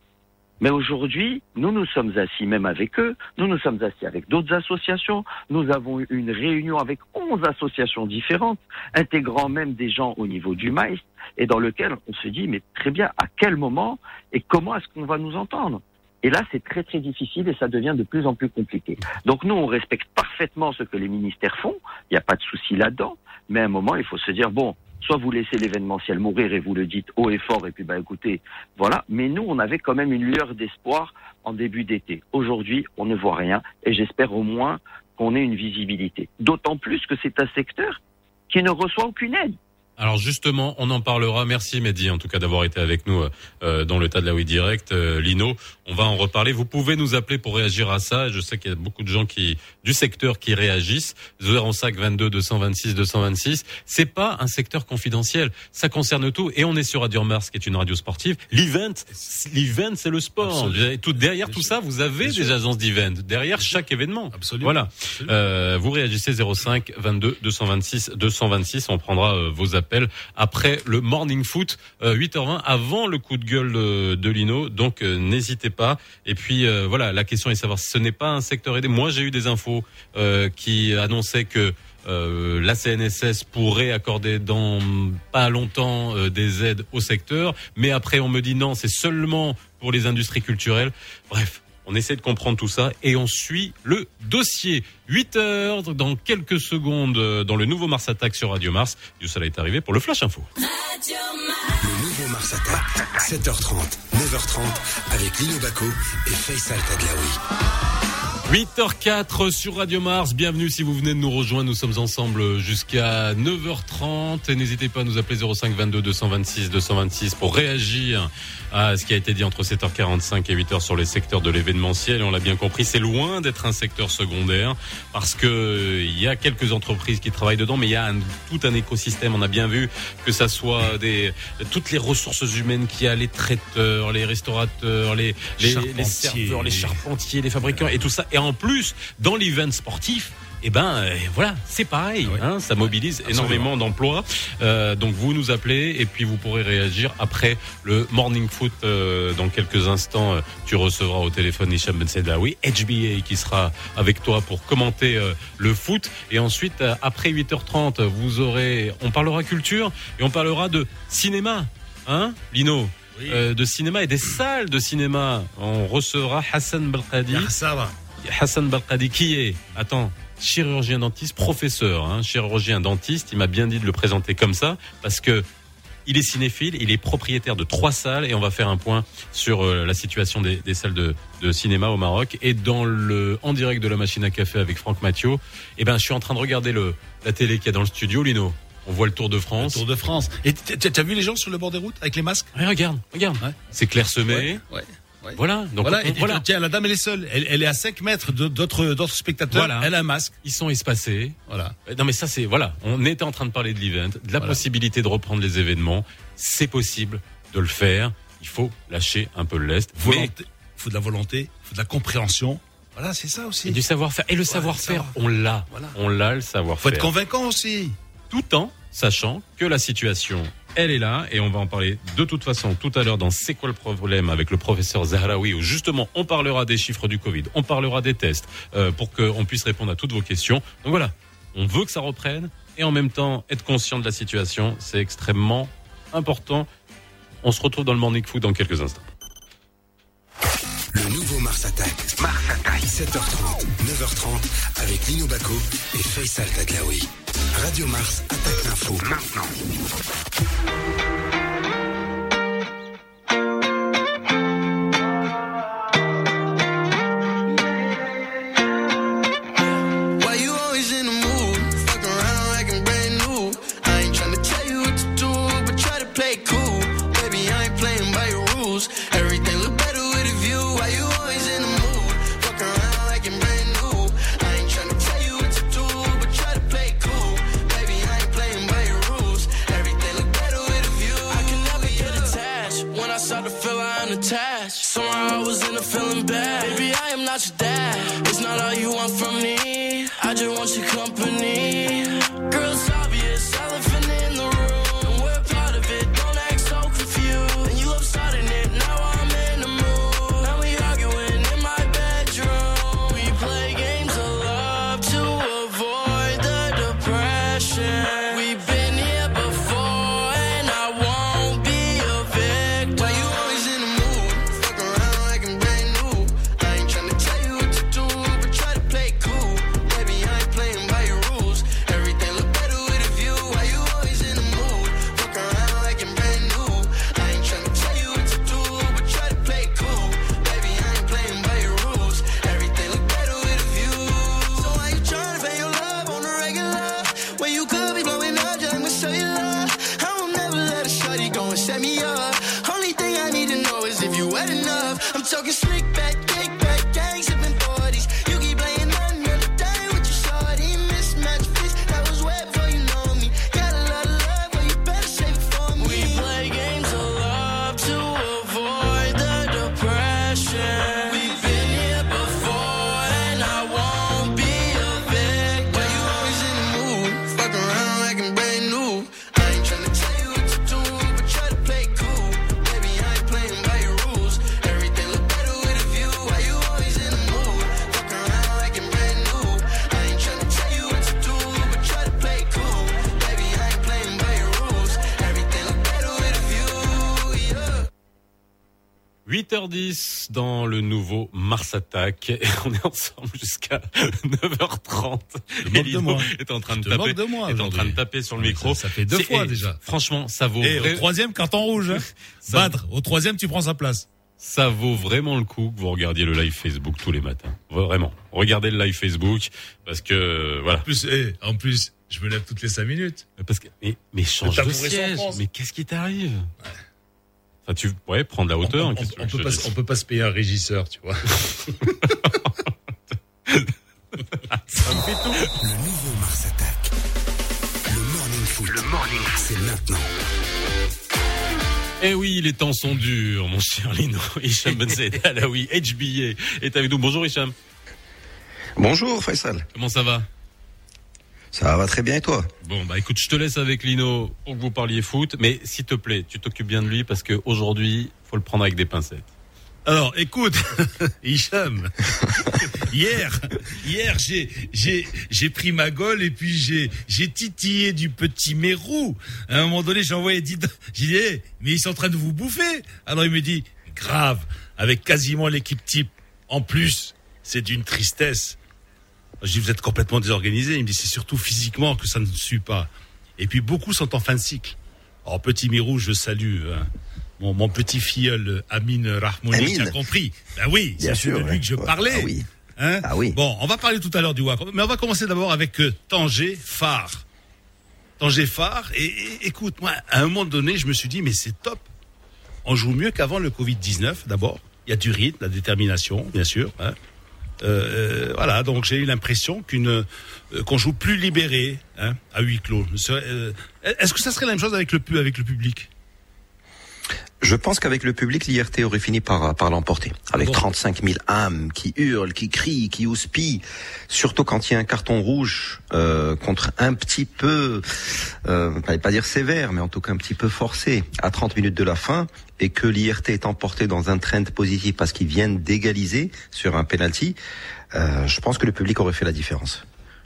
Mais aujourd'hui, nous nous sommes assis même avec eux, nous nous sommes assis avec d'autres associations, nous avons eu une réunion avec onze associations différentes, intégrant même des gens au niveau du M A I S, et dans lequel on se dit, mais très bien, à quel moment et comment est-ce qu'on va nous entendre ? Et là, c'est très très difficile et ça devient de plus en plus compliqué. Donc nous, on respecte parfaitement ce que les ministères font, il n'y a pas de souci là-dedans, mais à un moment, il faut se dire, bon, soit vous laissez l'événementiel mourir et vous le dites haut et fort, et puis bah écoutez, voilà. Mais nous, on avait quand même une lueur d'espoir en début d'été. Aujourd'hui, on ne voit rien, et j'espère au moins qu'on ait une visibilité. D'autant plus que c'est un secteur qui ne reçoit aucune aide. Alors justement, on en parlera. Merci Mehdi, en tout cas d'avoir été avec nous euh, dans le Tadlaoui Direct. Euh, Lino, on va en reparler. Vous pouvez nous appeler pour réagir à ça. Je sais qu'il y a beaucoup de gens qui du secteur qui réagissent. zéro cinq vingt-deux deux cent vingt-six deux cent vingt-six. C'est pas un secteur confidentiel. Ça concerne tout. Et on est sur Radio Mars, qui est une radio sportive. L'event, l'event, c'est le sport. Absolument. Tout derrière Bien tout sûr. Ça, vous avez Bien des sûr. agences d'event derrière Bien chaque sûr. événement. Absolument. Voilà. Absolument. Euh, vous réagissez zéro cinq vingt-deux deux cent vingt-six deux cent vingt-six. On prendra euh, vos appels après le Morning Foot, euh, huit heures vingt, avant le coup de gueule de, de Lino. Donc euh, n'hésitez pas. Et puis euh, voilà, la question est de savoir si ce n'est pas un secteur aidé. Moi, j'ai eu des infos euh, qui annonçaient que Euh, la C N S S pourrait accorder dans pas longtemps euh, des aides au secteur, mais après on me dit non, c'est seulement pour les industries culturelles. Bref, on essaie de comprendre tout ça et on suit le dossier. huit heures dans quelques secondes euh, dans le nouveau Mars Attack sur Radio Mars. Youssala est arrivé pour le Flash Info. Radio Mars. Le nouveau Mars Attack, sept heures trente, neuf heures trente avec Lino Bacco et Faisal Tadlaoui. huit heures quatre sur Radio Mars, bienvenue si vous venez de nous rejoindre, nous sommes ensemble jusqu'à neuf heures trente et n'hésitez pas à nous appeler zéro cinq vingt-deux deux cent vingt-six deux cent vingt-six pour réagir à ce qui a été dit entre sept heures quarante-cinq et huit heures sur les secteurs de l'événementiel. Et on l'a bien compris, c'est loin d'être un secteur secondaire parce que il y a quelques entreprises qui travaillent dedans, mais il y a un, tout un écosystème. On a bien vu que ça soit des toutes les ressources humaines qu'il y a, les traiteurs, les restaurateurs, les les, les serveurs, les charpentiers, les fabricants et tout ça. Et en plus, dans l'event sportif, eh ben euh, voilà, c'est pareil, oui. hein, ça mobilise Absolument. énormément d'emplois. Euh, donc vous nous appelez et puis vous pourrez réagir après le Morning Foot. Euh, dans quelques instants, euh, tu recevras au téléphone Hicham Ben Sedlaoui, H B A, qui sera avec toi pour commenter euh, le foot. Et ensuite, euh, après huit heures trente, vous aurez, on parlera culture et on parlera de cinéma, hein, Lino. Oui. Euh, de cinéma et des salles de cinéma. On recevra Hassan Belkadi. Hassan Belkadi qui est, attends, chirurgien dentiste, professeur, hein, chirurgien dentiste. Il m'a bien dit de le présenter comme ça parce que il est cinéphile, il est propriétaire de trois salles et on va faire un point sur euh, la situation des, des salles de, de cinéma au Maroc. Et dans le en direct de la machine à café avec Franck Mathieu, eh ben je suis en train de regarder le la télé qu'il y a dans le studio, Lino. On voit le Tour de France. Le Tour de France. Et t'as vu les gens sur le bord des routes avec les masques? Ouais, regarde, regarde. Ouais. C'est clairsemé. Ouais, ouais. Ouais. Voilà, donc voilà, on, et, voilà. Tiens, la dame elle est seule, elle, elle est à cinq mètres de, d'autres d'autres spectateurs, voilà. Elle a un masque. Ils sont espacés. Voilà. Non mais ça c'est voilà, on était en train de parler de l'event, de la voilà. possibilité de reprendre les événements, c'est possible de le faire, il faut lâcher un peu le lest. Il mais... faut de la volonté, il faut de la compréhension. Voilà, c'est ça aussi. Et du savoir-faire et le voilà, savoir-faire, savoir. on l'a. Voilà. On l'a le savoir-faire. Faut être convaincant aussi. Tout en sachant que la situation elle est là et on va en parler de toute façon tout à l'heure dans C'est quoi le problème avec le professeur Zahraoui où justement on parlera des chiffres du Covid, on parlera des tests euh, pour qu'on puisse répondre à toutes vos questions. Donc voilà, on veut que ça reprenne et en même temps être conscient de la situation, c'est extrêmement important. On se retrouve dans le Morning Food dans quelques instants. Le nouveau Mars Attack. Mars Attack. sept heures trente, neuf heures trente avec Lino Bacco et Faisal Tadlaoui. Radio Mars Attaque l'info maintenant. Somehow I was in a feeling bad. Baby, I am not your dad. It's not all you want from me. I just want your company. Girl, it's obvious, elephant in the room. We're part of it, don't act so confused. And you love starting it, now I'm in the mood. Now we arguing in my bedroom. We play games of love to avoid the depression. We've been here before and I won't be a victim. Why you always in the mood? Fuck around like I'm brand new. I ain't tryna tell you what to do, but try to play cool. Baby, I ain't playing by your rules. move. I ain't tryna tell you what to do, but try to play cool. Baby, I ain't playing by your rules. Everything look better with a view. Why you always in the mood? Fuck around like I'm brand new. I ain't tryna tell you what to do, but try to play cool. Baby, I ain't playing by your rules. Everything look better with a view, yeah. huit heures dix dans le nouveau Mars Attack. Et on est ensemble jusqu'à neuf heures trente. Je te moque de moi. est en train de Je te taper. moque de moi est en train aujourd'hui. de taper sur le Ah, micro. ça- ça fait deux C'est- fois et déjà. Franchement, ça vaut Et vrai- au troisième, carton rouge. Hein. Ça- Badr, au troisième, tu prends sa place. Ça vaut vraiment le coup que vous regardiez le live Facebook tous les matins. Vraiment. Regardez le live Facebook parce que voilà. En plus, eh, en plus, je me lève toutes les cinq minutes. Parce que mais, mais change t'as de bourré son siège. France. Mais qu'est-ce qui t'arrive? Enfin, tu pourrais prendre la hauteur. On, on- qu'est-ce que tu on veux que peut je pas, te dise on peut pas se payer un régisseur, tu vois. Ça me fait tout. Le nouveau Mars Attack. Le morning foot. Le morning foot. C'est maintenant. Eh oui, les temps sont durs, mon cher Lino. Hicham Ben Saïd Alaoui, H B A, est avec nous. Bonjour Hicham. Bonjour Faisal, Comment ça va? ça va très bien et toi? Bon, bah écoute, je te laisse avec Lino pour que vous parliez foot, mais s'il te plaît, tu t'occupes bien de lui parce qu'aujourd'hui, faut le prendre avec des pincettes. Alors, écoute, Hicham, hier, hier, j'ai, j'ai, j'ai pris ma gaule et puis j'ai, j'ai titillé du petit Mérou. À un moment donné, j'ai envoyé, dit, j'ai dit, hey, mais ils sont en train de vous bouffer. Alors il me dit, grave, avec quasiment l'équipe type. En plus, c'est d'une tristesse. Je dis, vous êtes complètement désorganisé. Il me dit, c'est surtout physiquement que ça ne suit pas. Et puis beaucoup sont en fin de cycle. Alors, petit Mirou, je salue hein, mon, mon petit filleul Amine Rahmouni, Amine. tu as compris. Ben oui, Bien c'est sûr, de lui ouais. que je Ouais. parlais. Ah oui. Hein Ah oui. Bon, on va parler tout à l'heure du W A C, mais on va commencer d'abord avec euh, Tanger Phare. Tanger Phare, et, et écoute, moi, à un moment donné, je me suis dit, mais c'est top. On joue mieux qu'avant le covid dix-neuf, d'abord. Il y a du rythme, de la détermination, bien sûr. Hein. Euh, euh, voilà, donc j'ai eu l'impression qu'une euh, qu'on joue plus libéré hein, à huis clos. Euh, Est-ce que ça serait la même chose avec le, pu- avec le public? Je pense qu'avec le public, l'I R T aurait fini par, par l'emporter. Avec Bon. trente-cinq mille âmes qui hurlent, qui crient, qui houspillent. Surtout quand il y a un carton rouge euh, contre un petit peu, euh, pas, pas dire sévère, mais en tout cas un petit peu forcé à trente minutes de la fin, et que l'I R T est emporté dans un trend positif parce qu'ils viennent d'égaliser sur un penalty. Euh, je pense que le public aurait fait la différence.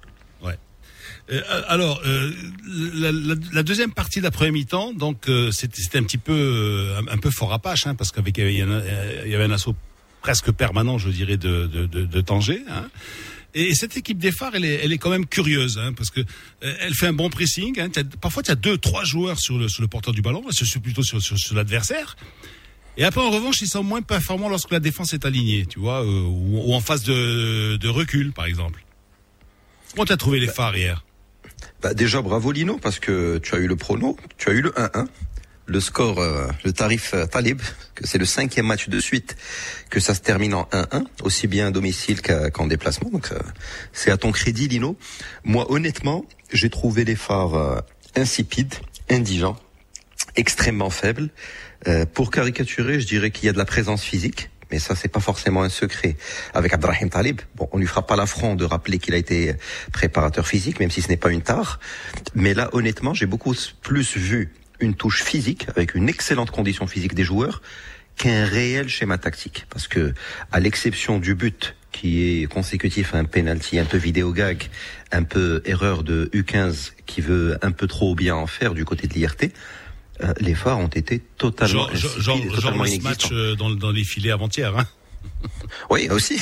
Euh, alors, euh, la, la, la deuxième partie de la première mi-temps, donc euh, c'était c'était un petit peu euh, un, un peu fort Apache, hein, parce qu'avec il y, en a- il y avait un assaut presque permanent, je dirais, de de, de, de Tanger. Hein. Et cette équipe des Phares, elle est, elle est quand même curieuse, hein, parce que euh, elle fait un bon pressing. Hein, t'as- parfois, tu as deux, trois joueurs sur le sur le porteur du ballon, c'est plutôt sur, sur, sur l'adversaire. Et après, en revanche, ils sont moins performants lorsque la défense est alignée, tu vois, euh, ou, ou en phase de, de recul, par exemple. Comment t'as trouvé les Phares hier? Bah déjà bravo Lino parce que tu as eu le prono, tu as eu le un un, le score, euh, le tarif euh, Talib, que c'est le cinquième match de suite que ça se termine en un un, aussi bien à domicile qu'à- qu'en déplacement. Donc euh, c'est à ton crédit Lino. Moi honnêtement, j'ai trouvé les Phares euh, insipides, indigents, extrêmement faibles. Euh, pour caricaturer, je dirais qu'il y a de la présence physique. Mais ça, c'est pas forcément un secret. Avec Abdrahim Talib, bon, on lui fera pas l'affront de rappeler qu'il a été préparateur physique, même si ce n'est pas une tare. Mais là, honnêtement, j'ai beaucoup plus vu une touche physique, avec une excellente condition physique des joueurs, qu'un réel schéma tactique. Parce que, à l'exception du but, qui est consécutif à un penalty un peu vidéo gag, un peu erreur de U quinze, qui veut un peu trop bien en faire du côté de l'I R T, Euh, les Phares ont été totalement Genre, genre, insipides genre, et genre totalement le inexistants. match euh, dans, dans les filets avant-hier. Hein. Oui, aussi.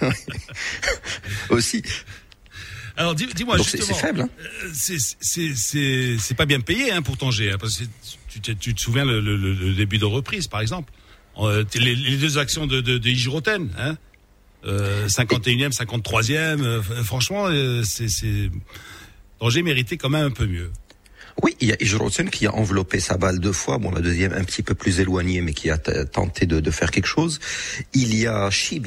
aussi. Alors, dis, dis-moi Donc c'est, justement, c'est faible. Hein. euh, c'est, c'est, c'est, c'est pas bien payé hein, pour Tanger, hein, parce que tu, te- tu te souviens le, le, le début de reprise, par exemple. Euh, les, les deux actions de, de, de Hijiroten, hein, euh, cinquante et unième, cinquante-troisième, euh, franchement, euh, c'est, c'est... Tanger méritait quand même un peu mieux. Oui, il y a Ijrosen qui a enveloppé sa balle deux fois. Bon, la deuxième un petit peu plus éloignée, mais qui a t- tenté de, de faire quelque chose. Il y a Chibi,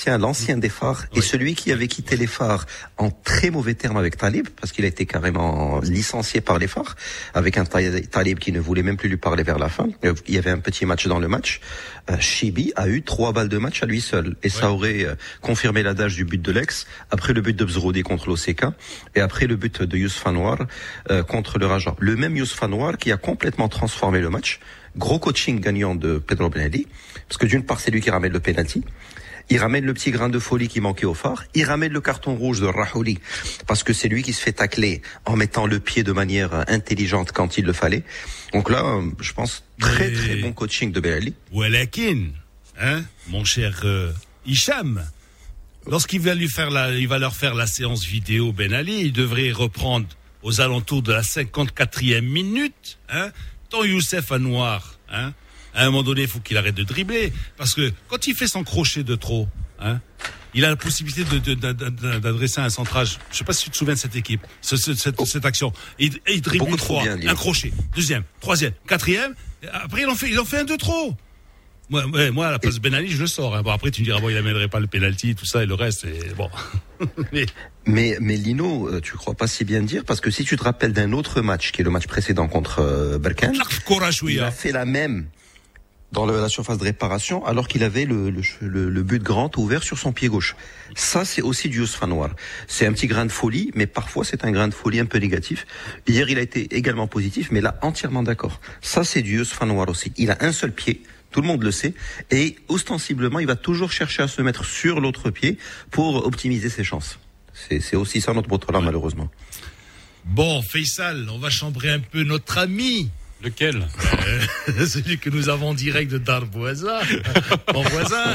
Tiens, l'ancien des phares Oui. et celui qui avait quitté les phares en très mauvais termes avec Talib, parce qu'il a été carrément licencié par les phares, avec un Talib qui ne voulait même plus lui parler vers la fin. Il y avait un petit match dans le match. Euh, Chibi a eu trois balles de match à lui seul. Et ça aurait euh, confirmé l'adage du but de l'ex, après le but de Bzroudi contre l'O C K, et après le but de Youssouf Anwar euh, contre le Raja. Le même Youssouf Anwar qui a complètement transformé le match. Gros coaching gagnant de Pedro Ben Ali, parce que d'une part c'est lui qui ramène le penalty. Il ramène le petit grain de folie qui manquait au phare. Il ramène le carton rouge de Rahouli parce que c'est lui qui se fait tacler en mettant le pied de manière intelligente quand il le fallait. Donc là, je pense très Mais... très bon coaching de Ben Ali. Walakin, hein, mon cher euh, Hicham, lorsqu'il va lui faire la, il va leur faire la séance vidéo Ben Ali, il devrait reprendre aux alentours de la cinquante-quatrième minute, hein, ton Youssef Anwar, hein. À un moment donné, il faut qu'il arrête de dribbler. Parce que quand il fait son crochet de trop, hein, il a la possibilité de, de, de, de, d'adresser un centrage. Je ne sais pas si tu te souviens de cette équipe, ce, ce, cette, oh. cette action. Et, et il dribble une fois, un crochet, deuxième, troisième, quatrième. Après, il en fait, il en fait un de trop. Moi, ouais, moi, à la place de Ben Ali, je le sors. Hein. Bon, après, tu me diras, bon, il n'amènerait pas le penalty, tout ça, et le reste, et bon. mais... mais, mais Lino, tu crois pas si bien dire, parce que si tu te rappelles d'un autre match, qui est le match précédent contre euh, Berkane, il a fait la même dans le, la surface de réparation, alors qu'il avait le, le, le, le but grand ouvert sur son pied gauche. Ça, c'est aussi du Youssouf Anwar. C'est un petit grain de folie, mais parfois c'est un grain de folie un peu négatif. Hier, il a été également positif, mais là, entièrement d'accord. Ça, c'est du Youssouf Anwar aussi. Il a un seul pied, tout le monde le sait, et ostensiblement, il va toujours chercher à se mettre sur l'autre pied pour optimiser ses chances. C'est, c'est aussi ça notre botola, ouais. Malheureusement. Bon, Faisal, on va chambrer un peu notre ami. Lequel? euh, Celui que nous avons en direct de Darboisa, mon voisin.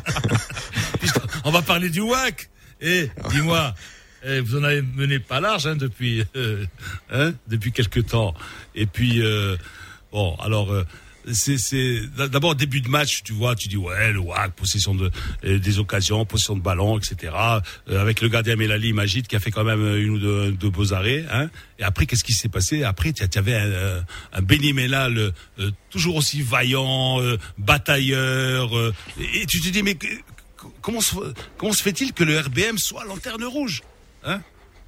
On va parler du W A C. Et dis-moi, eh, vous en avez mené pas large hein, depuis, euh, hein, depuis quelque temps. Et puis, euh, bon, alors... Euh, C'est, c'est d'abord début de match, tu vois, tu dis ouais le W A C, possession de euh, des occasions, possession de ballon, et cetera. Euh, avec le gardien Melali Majid qui a fait quand même une ou deux, deux beaux arrêts. Hein. Et après, qu'est-ce qui s'est passé? Après, tu avais un, un Benny Mellal euh, toujours aussi vaillant, euh, batailleur. Euh, et tu te dis mais comment se, comment se fait-il que le R B M soit lanterne rouge, hein?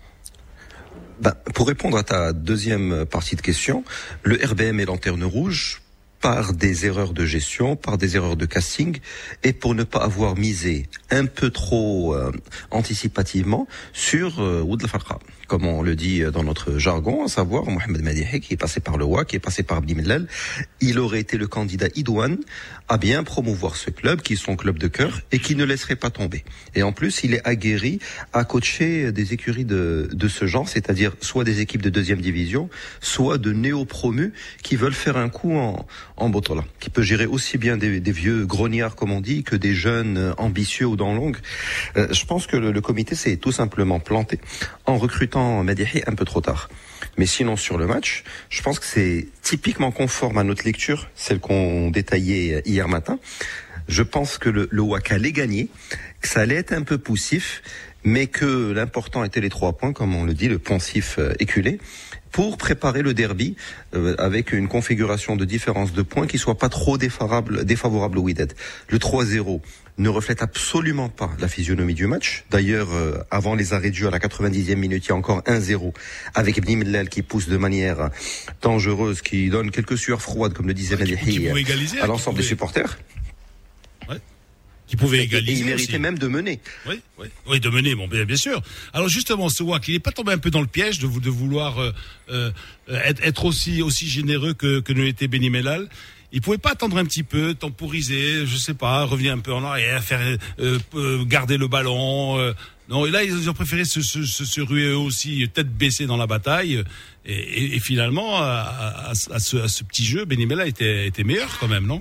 Ben, pour répondre à ta deuxième partie de question, le R B M est lanterne rouge par des erreurs de gestion, par des erreurs de casting, et pour ne pas avoir misé un peu trop euh, anticipativement sur euh, Wood Al-Farqa, comme on le dit dans notre jargon, à savoir Mohamed Madihi, qui est passé par le W A C, qui est passé par Bni Mellal. Il aurait été le candidat idoine à bien promouvoir ce club, qui est son club de cœur, et qui ne laisserait pas tomber. Et en plus, il est aguerri à coacher des écuries de, de ce genre, c'est-à-dire soit des équipes de deuxième division, soit de néo-promus qui veulent faire un coup en en Botola, qui peut gérer aussi bien des, des vieux grognards, comme on dit, que des jeunes ambitieux ou dents longues. Euh, je pense que le, le comité s'est tout simplement planté en recrutant Madihi un peu trop tard. Mais sinon, sur le match, je pense que c'est typiquement conforme à notre lecture, celle qu'on détaillait hier matin. Je pense que le, le W A C allait gagner, que ça allait être un peu poussif, mais que l'important était les trois points, comme on le dit, le poncif euh, éculé, pour préparer le derby euh, avec une configuration de différence de points qui soit pas trop défavorable, défavorable au Wydad. Le trois zéro ne reflète absolument pas la physionomie du match. D'ailleurs, euh, avant les arrêts de jeu à la quatre-vingt-dixième minute, il y a encore un zéro avec Bni Mellal qui pousse de manière dangereuse, qui donne quelques sueurs froides, comme le disait ouais, Madihi, à l'ensemble pouvait... des supporters. Ouais. Qui pouvait égaliser. Et il méritait aussi. même de mener. Oui, oui, oui, de mener, bon, bien, bien sûr. Alors justement, ce W A C, il n'est pas tombé un peu dans le piège de, de vouloir euh, euh, être, être aussi, aussi généreux que, que ne l'était Bni Mellal. Il pouvait pas attendre un petit peu, temporiser, je sais pas, revenir un peu en arrière, faire euh, euh, garder le ballon. Euh, non, et là ils ont préféré se, se, se, se ruer eux aussi, tête baissée dans la bataille. Et, et, et finalement, à, à, à, ce, à ce petit jeu, Bni Mellal était, était meilleur quand même, non?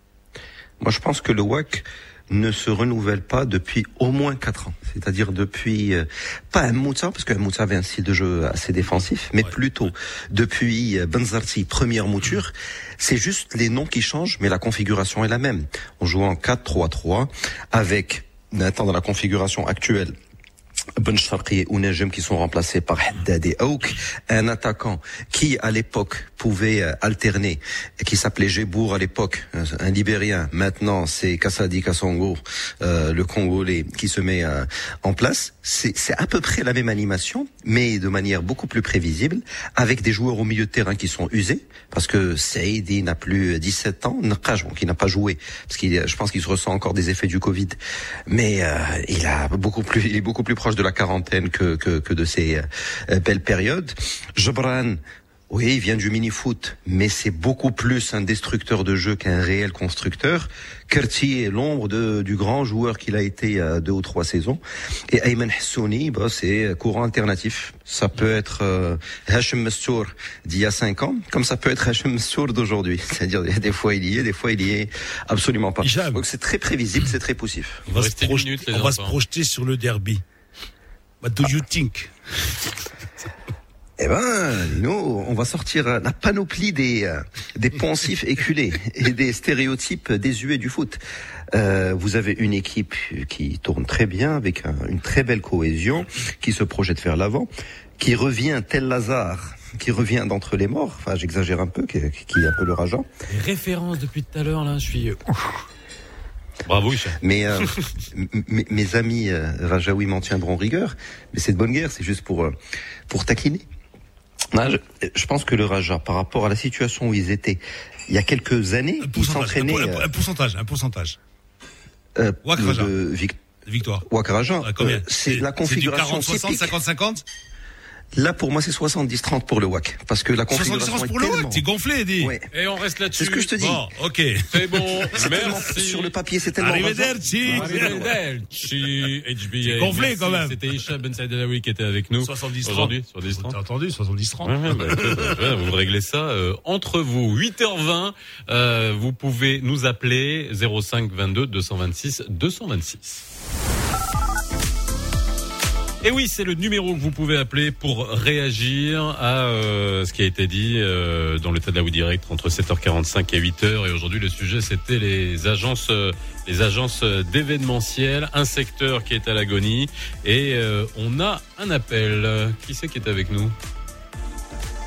Moi, je pense que le W A C ne se renouvelle pas depuis au moins quatre ans. C'est-à-dire depuis, euh, pas un Moussa, parce qu'un Moussa avait un style de jeu assez défensif, mais ouais, plutôt ouais. depuis euh, Benzarti, première mouture. C'est juste les noms qui changent, mais la configuration est la même. On joue en quatre trois trois, avec, maintenant dans la configuration actuelle, Ben Sharqi ou Najem qui sont remplacés par Haddad et Aouk, un attaquant qui à l'époque pouvait alterner, qui s'appelait Jebour à l'époque, un Libérien, maintenant c'est Kassadi Kassongo, euh, le Congolais qui se met euh, en place. C'est, c'est à peu près la même animation, mais de manière beaucoup plus prévisible, avec des joueurs au milieu de terrain qui sont usés, parce que Saïd il n'a plus dix-sept ans, Nqaj, bon, qui n'a pas joué, parce qu'il, je pense qu'il se ressent encore des effets du Covid, mais euh, il a beaucoup plus, il est beaucoup plus proche de la quarantaine que que, que de ces euh, belles périodes. Jebran, oui, il vient du mini-foot, mais c'est beaucoup plus un destructeur de jeu qu'un réel constructeur. Kerti est l'ombre de, du grand joueur qu'il a été il y a deux ou trois saisons. Et Ayman Hassouni, bah, c'est courant alternatif. Ça peut être euh, Hachem Messour d'il y a cinq ans, comme ça peut être Hachem Messour d'aujourd'hui. C'est-à-dire, des fois il y est, des fois il y est absolument pas. Hicham. Donc c'est très prévisible, c'est très poussif. On va, se, Restez projeter, minutes, les on va se enfants. projeter sur le derby. What do you think? Eh ben, Lino, on va sortir la panoplie des euh, des poncifs éculés et des stéréotypes désuets du foot. Euh, vous avez une équipe qui tourne très bien, avec un, une très belle cohésion, qui se projette vers l'avant, qui revient tel Lazare, qui revient d'entre les morts. Enfin, j'exagère un peu, qui, qui est un peu le Raja. Référence depuis tout à l'heure, là, je suis. Bravo, Hicham. Mais euh, m- m- mes amis euh, Rajaoui m'en tiendront rigueur. Mais c'est de bonne guerre, c'est juste pour euh, pour taquiner. Non, je, je pense que le Raja, par rapport à la situation où ils étaient il y a quelques années, Un ils pourcentage, un, s'entraînaient. pour- un pourcentage, un pourcentage. Euh, Wak de- Raja. de Vic- Victoire. Wak Raja, À combien? euh, c'est la configuration C'est du quarante soixante, typique. cinquante cinquante? Là, pour moi, c'est soixante-dix trente pour le W A C. Parce que la soixante-dix configuration pour est le tellement... Wack, t'es gonflé, dis. Ouais. Et on reste là-dessus. C'est ce que je te dis. Bon, ok. C'est bon. C'est tellement- Merci. sur le papier, c'est tellement... Arrivederci. Arrivederci. H B A. C'est gonflé, Merci. quand même. C'était Hicham Ben Saïd Alaoui qui était avec nous. soixante-dix trente. Aujourd'hui, soixante-dix T'as trente. entendu, soixante-dix trente. Ouais, ouais, bah, écoute, euh, vous réglez ça euh, entre vous. huit heures vingt, euh, vous pouvez nous appeler zéro cinq vingt-deux deux cent vingt-six deux cent vingt-six. Et oui, c'est le numéro que vous pouvez appeler pour réagir à euh, ce qui a été dit euh, dans le Tadlaoui Direct entre sept heures quarante-cinq et huit heures. Et aujourd'hui, le sujet, c'était les agences, euh, les agences d'événementiel, un secteur qui est à l'agonie. Et euh, on a un appel. Qui c'est qui est avec nous ? Allô ?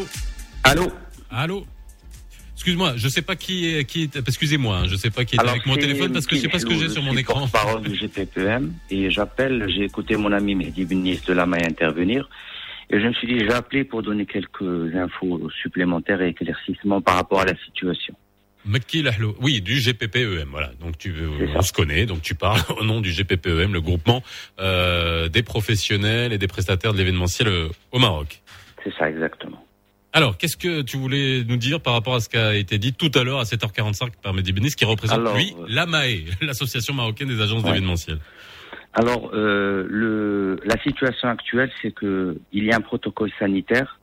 Allô. Allô ? Excuse-moi, je sais pas qui est, qui est, excusez-moi, hein, je sais pas qui est Alors, avec mon c'est téléphone parce que je sais pas ce que j'ai je sur mon suis écran. porte-parole du G P P M et j'appelle, j'ai écouté mon ami Mehdi Benis de la Maille intervenir et je me suis dit, j'ai appelé pour donner quelques infos supplémentaires et éclaircissements par rapport à la situation. Mekki Lahlo, oui, du G P P E M, voilà. Donc tu, C'est on ça. se connaît, donc tu parles au nom du G P P E M, le groupement euh, des professionnels et des prestataires de l'événementiel euh, au Maroc. C'est ça, exactement. Alors, qu'est-ce que tu voulais nous dire par rapport à ce qui a été dit tout à l'heure à sept heures quarante-cinq par Mehdi Benis, qui représente Alors, lui euh, l'A M A E, l'association marocaine des agences Ouais. d'événementiel. Alors, euh, le, la situation actuelle, c'est que il y a un protocole sanitaire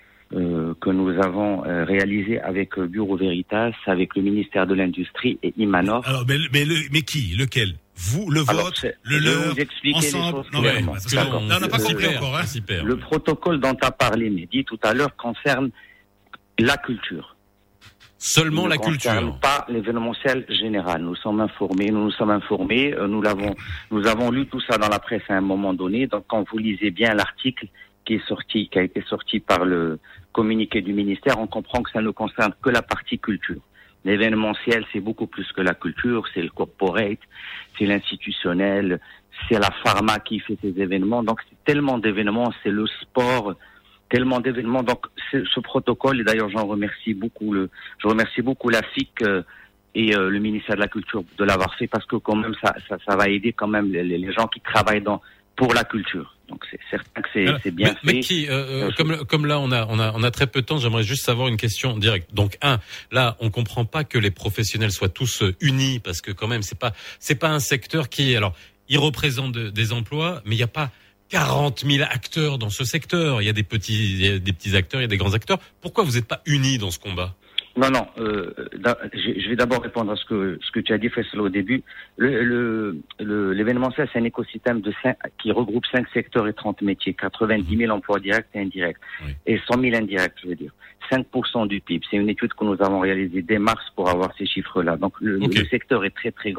euh, que nous avons euh, réalisé avec euh, Bureau Veritas, avec le ministère de l'Industrie et Imanor. Alors, mais, mais, le, mais qui? Lequel? Vous, le Alors, vôtre, c'est- le je vais leur, vous expliquer les ensemble? choses Non, mais, clairement. parce que D'accord. là, on n'a pas Euh, compris Super, encore, hein. super. Le protocole dont a parlé Mehdi tout à l'heure concerne la culture. Seulement Il la ne concerne culture. pas l'événementiel général. Nous sommes informés, nous nous sommes informés, euh, nous l'avons, nous avons lu tout ça dans la presse à un moment donné. Donc, quand vous lisez bien l'article qui est sorti, qui a été sorti par le communiqué du ministère, on comprend que ça ne concerne que la partie culture. L'événementiel, c'est beaucoup plus que la culture, c'est le corporate, c'est l'institutionnel, c'est la pharma qui fait ces événements. Donc, c'est tellement d'événements, c'est le sport, tellement d'événements. Donc, c'est- ce protocole, et d'ailleurs, j'en remercie beaucoup le, je remercie beaucoup la F I C euh, et euh, le ministère de la Culture de l'avoir fait parce que quand même, ça, ça, ça va aider quand même les, les gens qui travaillent dans, pour la culture. Donc, c'est certain que c'est, Alors, c'est bien mais, fait. mais qui, euh, euh, Euh, comme, comme là, on a, on a, on a très peu de temps. J'aimerais juste savoir une question directe. Donc, un, là, on comprend pas que les professionnels soient tous euh, unis parce que quand même, c'est pas, c'est pas un secteur qui, alors, il représente de- des emplois, mais il n'y a pas quarante mille acteurs dans ce secteur. Il y a des petits, il y a des petits acteurs, il y a des grands acteurs. Pourquoi vous n'êtes pas unis dans ce combat? Non, non. Euh, da- je je vais d'abord répondre à ce que ce que tu as dit, Faisal, au début. Le, le, le- l'événementiel, c'est un écosystème de cinq, qui regroupe cinq secteurs et trente métiers, quatre-vingt-dix mille emplois directs et indirects, Oui. et cent mille indirects, je veux dire. cinq pour cent du P I B. C'est une étude que nous avons réalisée dès mars pour avoir ces chiffres-là. Donc, le, Ok. le secteur est très, très grand.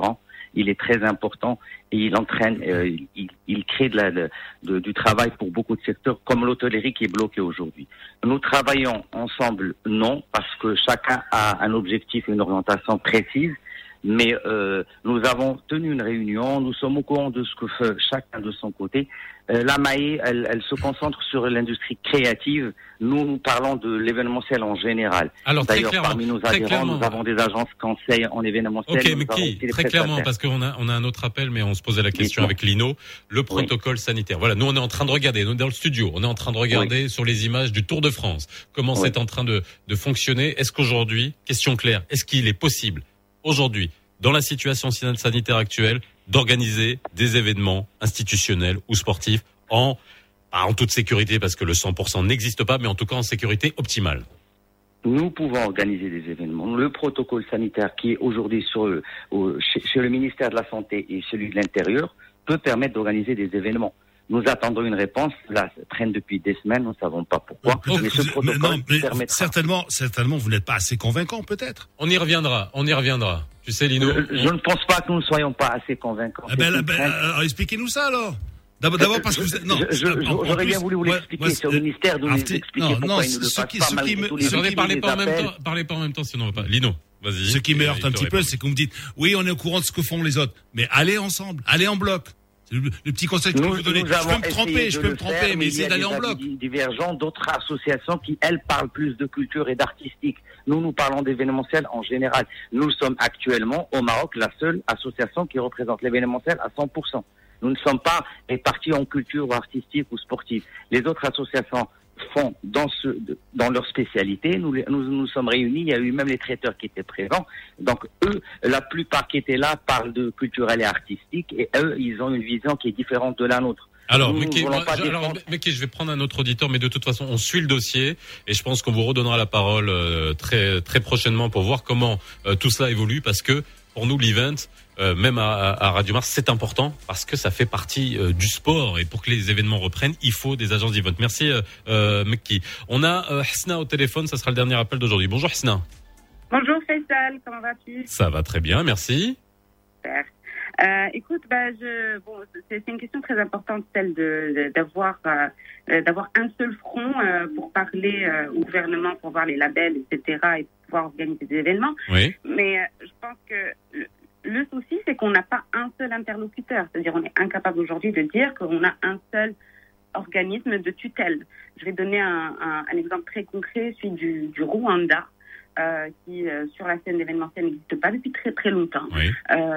il est très important et il entraîne, euh, il, il crée de la, de, de, du travail pour beaucoup de secteurs, comme l'hôtellerie qui est bloquée aujourd'hui. Nous travaillons ensemble, non, parce que chacun a un objectif, une orientation précise. Mais euh, nous avons tenu une réunion, nous sommes au courant de ce que fait chacun de son côté. Euh, la M A E, elle, elle se concentre sur l'industrie créative. Nous, nous parlons de l'événementiel en général. Alors, très D'ailleurs, clairement, parmi nos très adhérents, clairement. nous avons des agences conseils en événementiel. Ok, nous mais avons qui aussi des Très clairement, prestataires. parce qu'on a, on a un autre appel, mais on se posait la question Dites-moi. avec Lino. Le protocole sanitaire. Voilà, nous, on est en train de regarder, nous, dans le studio, on est en train de regarder sur les images du Tour de France, comment Oui. c'est en train de, de fonctionner. Est-ce qu'aujourd'hui, question claire, est-ce qu'il est possible, aujourd'hui, dans la situation sanitaire actuelle, d'organiser des événements institutionnels ou sportifs en, pas en toute sécurité, parce que le cent pour cent n'existe pas, mais en tout cas en sécurité optimale? Nous pouvons organiser des événements. Le protocole sanitaire qui est aujourd'hui sur le, au, chez, chez le ministère de la Santé et celui de l'Intérieur peut permettre d'organiser des événements. Nous attendons une réponse. Là, ça traîne depuis des semaines. Nous ne savons pas pourquoi. Peut-être mais que ce vous- protocole mais non, mais permettra. certainement, certainement, vous n'êtes pas assez convaincant, peut-être. On y reviendra, on y reviendra. Tu sais, Lino, Je, je ne pense pas que nous ne soyons pas assez convaincants. Ah ben, C'est là, une ben, crainte. alors, expliquez-nous ça alors. D'abord, d'abord parce que vous êtes, non. Je- je- en- en J'aurais plus, bien voulu vous ouais, l'expliquer. ouais, C'est au euh, ministère de nous Arti- expliquer non, pourquoi non, ils ne le ce passent qui- pas ce qui malgré me- tous les ce qui- attendez, parlez les pas en même appels. temps, parlez pas en même temps, sinon on va pas. Lino, vas-y. Ce qui me Euh, heurte il un te petit peu, répond. c'est que vous me dites, oui, on est au courant de ce que font les autres, mais allez ensemble, allez en bloc. C'est le, le petit conseil que je peux Nous, vous donner. nous Je peux avons me essayé tromper, de je peux le me tromper, faire, mais il y essayez a d'aller des en bloc. avis divergents d'autres associations qui, elles, parlent plus de culture et d'artistique. Nous, nous parlons d'événementiel en général. Nous sommes actuellement, au Maroc, la seule association qui représente l'événementiel à cent pour cent. Nous ne sommes pas répartis en culture ou artistique ou sportive. Les autres associations font dans ce dans leur spécialité. Nous, les- nous nous sommes réunis. Il y a eu même les traiteurs qui étaient présents. Donc eux, la plupart qui étaient là parlent de culturel et artistique, et eux, ils ont une vision qui est différente de la nôtre. Alors, Nous, Mickey, nous voulons moi, pas je, alors, défendre- Mickey, je vais prendre un autre auditeur, mais de toute façon, on suit le dossier et je pense qu'on vous redonnera la parole euh, très très prochainement pour voir comment euh, tout cela évolue, parce que pour nous, l'event, euh, même à, à Radio Mars, c'est important parce que ça fait partie euh, du sport, et pour que les événements reprennent, il faut des agences d'event. Merci, euh, euh, Mickey. On a euh, Hasna au téléphone, ça sera le dernier appel d'aujourd'hui. Bonjour Hasna. Bonjour Faisal, comment vas-tu? Ça va très bien, merci. Super. Euh, écoute, bah, je, bon, c'est c'est une question très importante, celle de, de- d'avoir euh, d'avoir un seul front euh, pour parler euh, au gouvernement, pour voir les labels, et cetera, et pouvoir organiser des événements. Oui. Mais euh, je pense que le, le souci, c'est qu'on n'a pas un seul interlocuteur. C'est-à-dire, on est incapable aujourd'hui de dire qu'on a un seul organisme de tutelle. Je vais donner un, un, un exemple très concret, celui du, du Rwanda. Euh, qui, euh, sur la scène d'événementiel, n'existe pas depuis très très longtemps. Oui.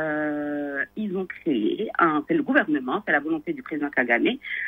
Euh, ils ont créé, un, c'est le gouvernement, c'est la volonté du président Kagame,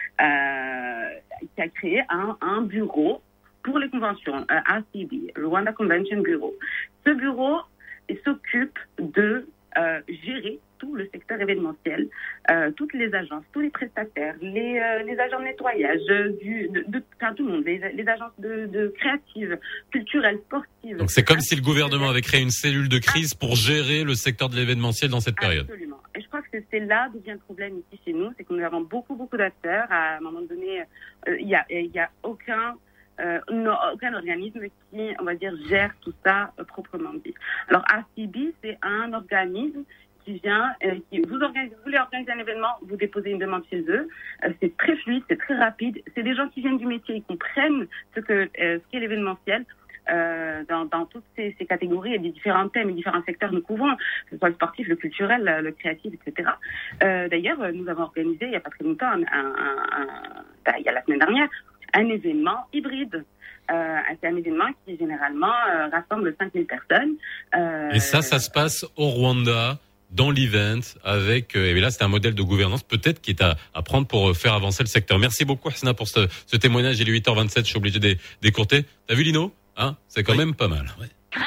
euh, qui a créé un, un bureau pour les conventions, euh, R C B, Rwanda Convention Bureau. Ce bureau il s'occupe de euh, gérer tout le secteur événementiel, euh, toutes les agences, tous les prestataires, les, euh, les agents de nettoyage, euh, du, de, de, enfin, tout le monde, les, les agences de, de créatives, culturelles, sportives. Donc c'est comme si le gouvernement avait créé une cellule de crise pour gérer le secteur de l'événementiel dans cette période. Absolument. Et je crois que c'est là d'où vient le problème ici chez nous, c'est que nous avons beaucoup, beaucoup d'acteurs. À un moment donné, euh, il y a, il y a aucun, euh, non, aucun organisme qui, on va dire, gère tout ça euh, proprement dit. Alors, R C B, c'est un organisme qui vient, euh, qui vous organisez, vous voulez organiser un événement, vous déposez une demande chez eux. Euh, c'est très fluide, c'est très rapide. C'est des gens qui viennent du métier, ils comprennent ce que, euh, ce qu'est l'événementiel. Euh, dans, dans toutes ces, ces catégories et des différents thèmes et différents secteurs nous couvrons, que ce soit le sportif, le culturel, le, le créatif, et cetera. Euh, d'ailleurs, nous avons organisé il n'y a pas très longtemps, un, un, un, un, il y a la semaine dernière, un événement hybride. Euh, c'est un événement qui généralement euh, rassemble cinq mille personnes. Euh, Et ça, ça se passe au Rwanda, dans l'event, avec, euh, et là, c'est un modèle de gouvernance peut-être qui est à, à prendre pour euh, faire avancer le secteur. Merci beaucoup, Hasna, pour ce, ce témoignage. Il est huit heures vingt-sept, je suis obligé d'é- d'écourter. T'as vu, Lino? Hein? C'est quand Oui. même pas mal. Ouais.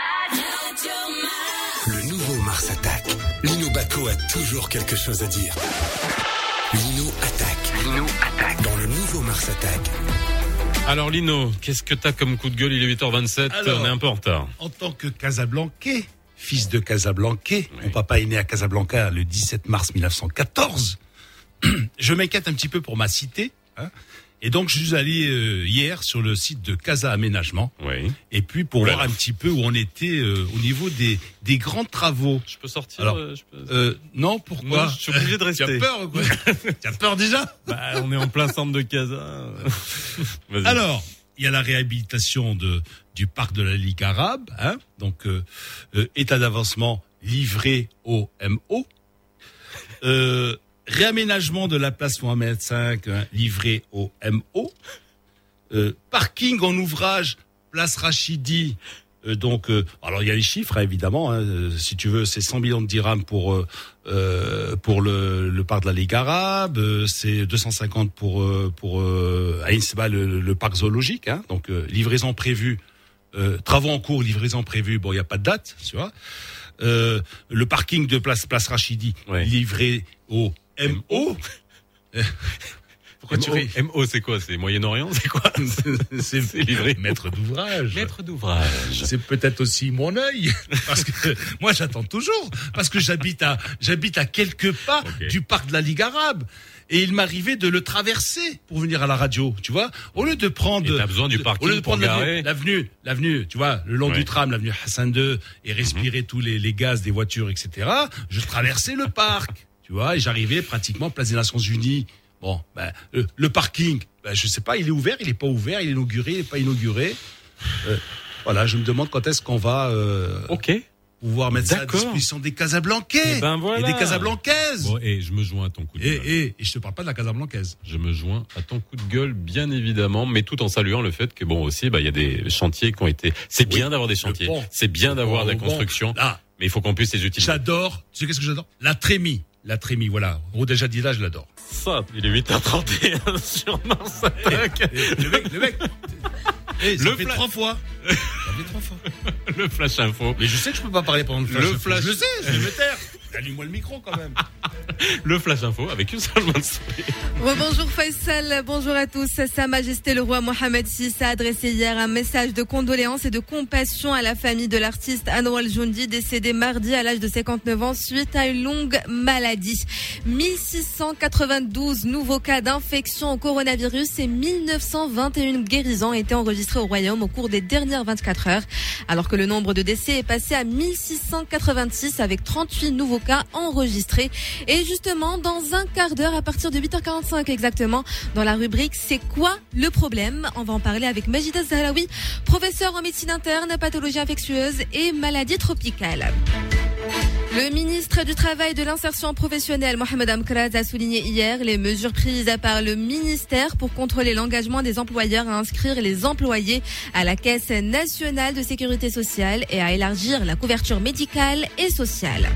Le nouveau Mars attaque. Lino Bacco a toujours quelque chose à dire. Lino attaque. Lino attaque. Dans le nouveau Mars attaque. Alors, Lino, qu'est-ce que t'as comme coup de gueule? Il est huit heures vingt-sept, Alors, on est un peu en retard. En tant que Casablancais, fils de Casablancais, mon papa est né à Casablanca le dix-sept mars mille neuf cent quatorze, je m'inquiète un petit peu pour ma cité, hein, Et donc, je suis allé euh, hier sur le site de Casa Aménagement. Oui. Et puis, pour Oula. voir un petit peu où on était euh, au niveau des, des grands travaux. Je peux sortir Alors, euh, je peux... Euh, non, pourquoi? Non, je suis obligé de rester. Tu as peur, quoi? Tu as peur déjà? Bah, on est en plein centre de Casa. Vas-y. Alors, il y a la réhabilitation de du parc de la Ligue arabe, hein, donc euh, euh, état d'avancement livré au M O. Euh, réaménagement de la place Mohamed cinq, hein, livré au M O. Euh, parking en ouvrage, place Rachidi. Euh, donc, euh, alors il y a les chiffres hein, évidemment. Hein, euh, si tu veux, c'est cent millions de dirhams pour euh, euh, pour le, le parc de la Ligue arabe. Euh, c'est deux cent cinquante pour euh, pour euh, Ain Seba, le, le parc zoologique. Hein, donc euh, livraison prévue, euh, travaux en cours, livraison prévue. Bon, il y a pas de date, tu vois. Euh, le parking de place place Rachidi, Ouais. livré au M O. Pourquoi tu ris? M O, c'est quoi? C'est Moyen-Orient? C'est quoi? C'est C'est livré. maître d'ouvrage. Maître d'ouvrage. C'est peut-être aussi mon œil, parce que moi j'attends toujours, parce que j'habite à j'habite à quelques pas Ok. du parc de la Ligue arabe, et il m'arrivait de le traverser pour venir à la radio, tu vois, au lieu de prendre Et t'as besoin du de- parking au lieu de pour prendre l'avenue, garer. l'avenue, l'avenue, tu vois, le long Ouais. du tram, l'avenue Hassan deux, et respirer Mhm. tous les, les gaz des voitures, et cetera. Je traversais le parc, tu vois, et j'arrivais pratiquement place des Nations Unies. Bon, ben, le, le parking, ben, je sais pas, il est ouvert, il est pas ouvert, il est inauguré, il est pas inauguré. Euh, voilà, je me demande quand est-ce qu'on va euh, Ok. pouvoir mettre ça à D'accord. disposition des Casablancais Eh ben voilà. et des Casablancaises. Bon, et je me joins à ton coup de et, gueule. et, et je te parle pas de la Casablancaise. Je me joins à ton coup de gueule, bien évidemment, mais tout en saluant le fait que bon aussi, bah il y a des chantiers qui ont été. C'est Oui, bien d'avoir des chantiers, pont. c'est bien Le d'avoir pont, de la le pont. construction, Là, mais il faut qu'on puisse les utiliser. j'adore. Tu sais qu'est-ce que j'adore? La trémie. La trémie, voilà. Route déjà dit là, je l'adore. Ça, il est huit heures trente et un sur Mars Attack. Et le mec, le mec. Eh, ça Le fait fla- trois fois. Ça fait trois fois. Le flash info. Mais je sais que je peux pas parler pendant le flash. Le info. flash- Je le sais, je vais me taire. Allume-moi le micro quand même. Le flash info avec une seule Mansouri. Rebonjour Faisal, bonjour à tous. Sa Majesté le roi Mohamed six a adressé hier un message de condoléances et de compassion à la famille de l'artiste Anwar Joundi, décédé mardi à l'âge de cinquante-neuf ans suite à une longue maladie. mille six cent quatre-vingt-douze nouveaux cas d'infection au coronavirus et mille neuf cent vingt et un guérisons ont été enregistrés au royaume au cours des dernières vingt-quatre heures, alors que le nombre de décès est passé à mille six cent quatre-vingt-six avec trente-huit nouveaux cas enregistrés. Et justement, dans un quart d'heure, à partir de huit heures quarante-cinq exactement, dans la rubrique C'est quoi le problème? On va en parler avec Majida Zahraoui, professeur en médecine interne, pathologie infectieuse et maladies tropicales. Le ministre du Travail et de l'Insertion professionnelle, Mohamed Amkraz, a souligné hier les mesures prises par le ministère pour contrôler l'engagement des employeurs à inscrire les employés à la Caisse nationale de sécurité sociale et à élargir la couverture médicale et sociale.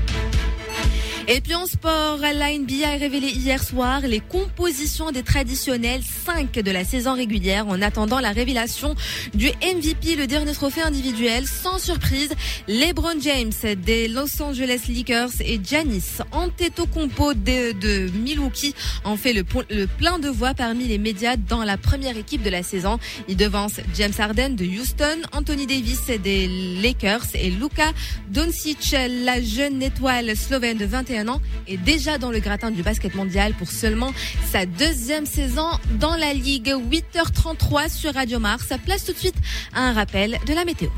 Et puis en sport, la N B A a révélé hier soir les compositions des traditionnels cinq de la saison régulière en attendant la révélation du M V P, le dernier trophée individuel. Sans surprise, LeBron James des Los Angeles Lakers et Giannis Antetokounmpo de, de Milwaukee ont fait le, le plein de voix parmi les médias dans la première équipe de la saison. Ils devancent James Harden de Houston, Anthony Davis des Lakers et Luka Doncic, la jeune étoile slovène de vingt et un ans, est déjà dans le gratin du basket mondial pour seulement sa deuxième saison dans la Ligue. huit heures trente-trois sur Radio Mars. Place tout de suite à un rappel de la météo.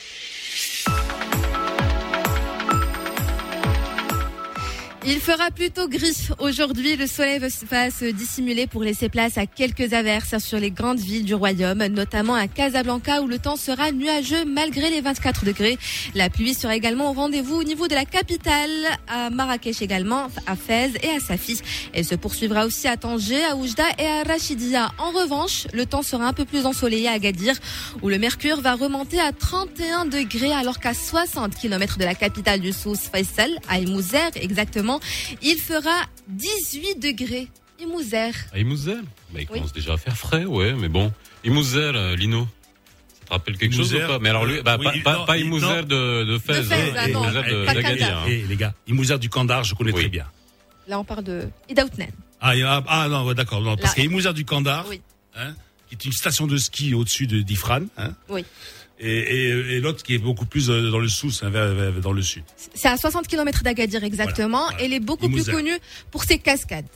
Il fera plutôt gris aujourd'hui. Le soleil va se dissimuler pour laisser place à quelques averses sur les grandes villes du royaume, notamment à Casablanca où le temps sera nuageux malgré les vingt-quatre degrés. La pluie sera également au rendez-vous au niveau de la capitale, à Marrakech également, à Fès et à Safi. Elle se poursuivra aussi à Tanger, à Oujda et à Rachidia. En revanche, le temps sera un peu plus ensoleillé à Agadir où le mercure va remonter à trente et un degrés alors qu'à soixante kilomètres de la capitale du Souss, Faisal, à Imouzer exactement, il fera dix-huit degrés. Imouzer. À Imouzer bah, il Oui. commence déjà à faire frais, ouais, mais bon. Imouzer, euh, Lino, ça te rappelle quelque chose Imouzer, ou pas? Mais alors lui, bah, oui, pas, pas, non, pas il- Imouzer non. de, de Fès, De Fès, hein, ah non, Imouzer de pas d'Agadir. Kandar. Hein. Eh les gars, Imouzer du Kandar, je connais Oui. très bien. Là, on parle de Idaoutnen. Ah, il y a- ah non, ouais, d'accord, non, parce Là. qu'il y a Imouzer du Kandar, Oui. hein, qui est une station de ski au-dessus de d'Ifrane, hein, Oui. et, et, et l'autre qui est beaucoup plus euh, dans le Souss, hein, vers- vers- dans le sud. C'est à soixante kilomètres d'Agadir exactement. Voilà, voilà. Elle est beaucoup Imouzer. plus connue pour ses cascades.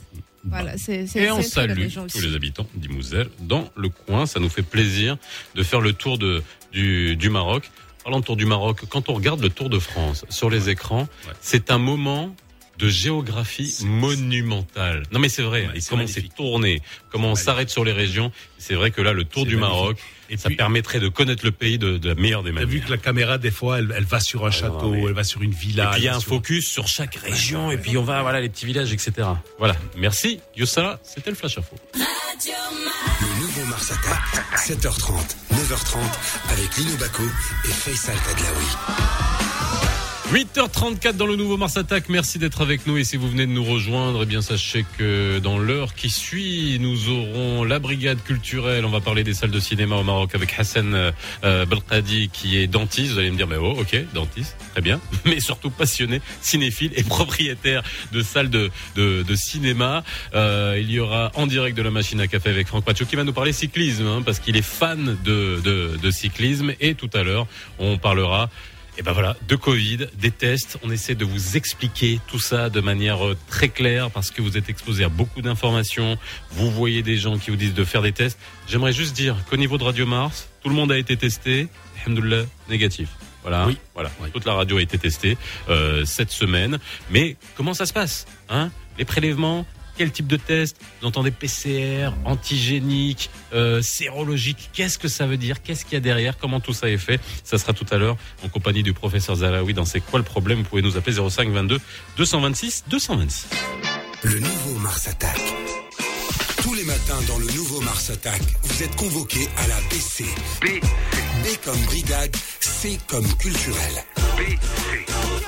Voilà, c'est, c'est, Et c'est on une très belle salue région tous aussi. les habitants d'Imousel dans le coin. Ça nous fait plaisir de faire le tour de, du, du Maroc. Parlant de tour du Maroc, quand on regarde le Tour de France sur les écrans, ouais. c'est un moment de géographie c'est, monumentale. Non mais c'est vrai, ouais, et c'est comment magnifique. c'est tourné, comment on magnifique. s'arrête sur les régions. C'est vrai que là, le Tour c'est du magnifique. Maroc, et ça puis, permettrait de connaître le pays de, de la meilleure des manières. Vu que la caméra, des fois, elle, elle va sur un ah, château, non, elle va sur une villa. Et puis il y a un sur... focus sur chaque région, ouais, et puis on va, voilà, les petits villages, et cetera. Voilà. Merci, Youssala, c'était le Flash Info. Le nouveau Mars Attack, sept heures trente, neuf heures trente, avec Lino Bacco et Faisal Tadlaoui. huit heures trente-quatre dans le nouveau Mars Attack. Merci d'être avec nous. Et si vous venez de nous rejoindre, eh bien, sachez que dans l'heure qui suit, nous aurons la brigade culturelle. On va parler des salles de cinéma au Maroc avec Hassan euh, Belkadi, qui est dentiste. Vous allez me dire, mais oh, ok, dentiste, très bien. Mais surtout passionné, cinéphile et propriétaire de salles de, de, de cinéma. Euh, il y aura en direct de la machine à café avec Franck Pacho qui va nous parler cyclisme, hein, parce qu'il est fan de, de, de cyclisme. Et tout à l'heure, on parlera et ben voilà, de Covid, des tests. On essaie de vous expliquer tout ça de manière très claire parce que vous êtes exposé à beaucoup d'informations. Vous voyez des gens qui vous disent de faire des tests. J'aimerais juste dire qu'au niveau de Radio Mars, tout le monde a été testé. Alhamdoulilah, négatif. Voilà, oui. voilà. Oui. Toute la radio a été testée euh, cette semaine. Mais comment ça se passe, hein ? Les prélèvements, quel type de test ? Vous entendez P C R, antigénique, euh, sérologique. Qu'est-ce que ça veut dire ? Qu'est-ce qu'il y a derrière ? Comment tout ça est fait ? Ça sera tout à l'heure en compagnie du professeur Zalaoui dans C'est quoi le problème ? Vous pouvez nous appeler zéro cinq vingt-deux deux cent vingt-six deux cent vingt-six. Le nouveau Mars Attack. Tous les matins dans le nouveau Mars Attack, vous êtes convoqués à la B C. B C. B comme brigade, C comme culturel. B C.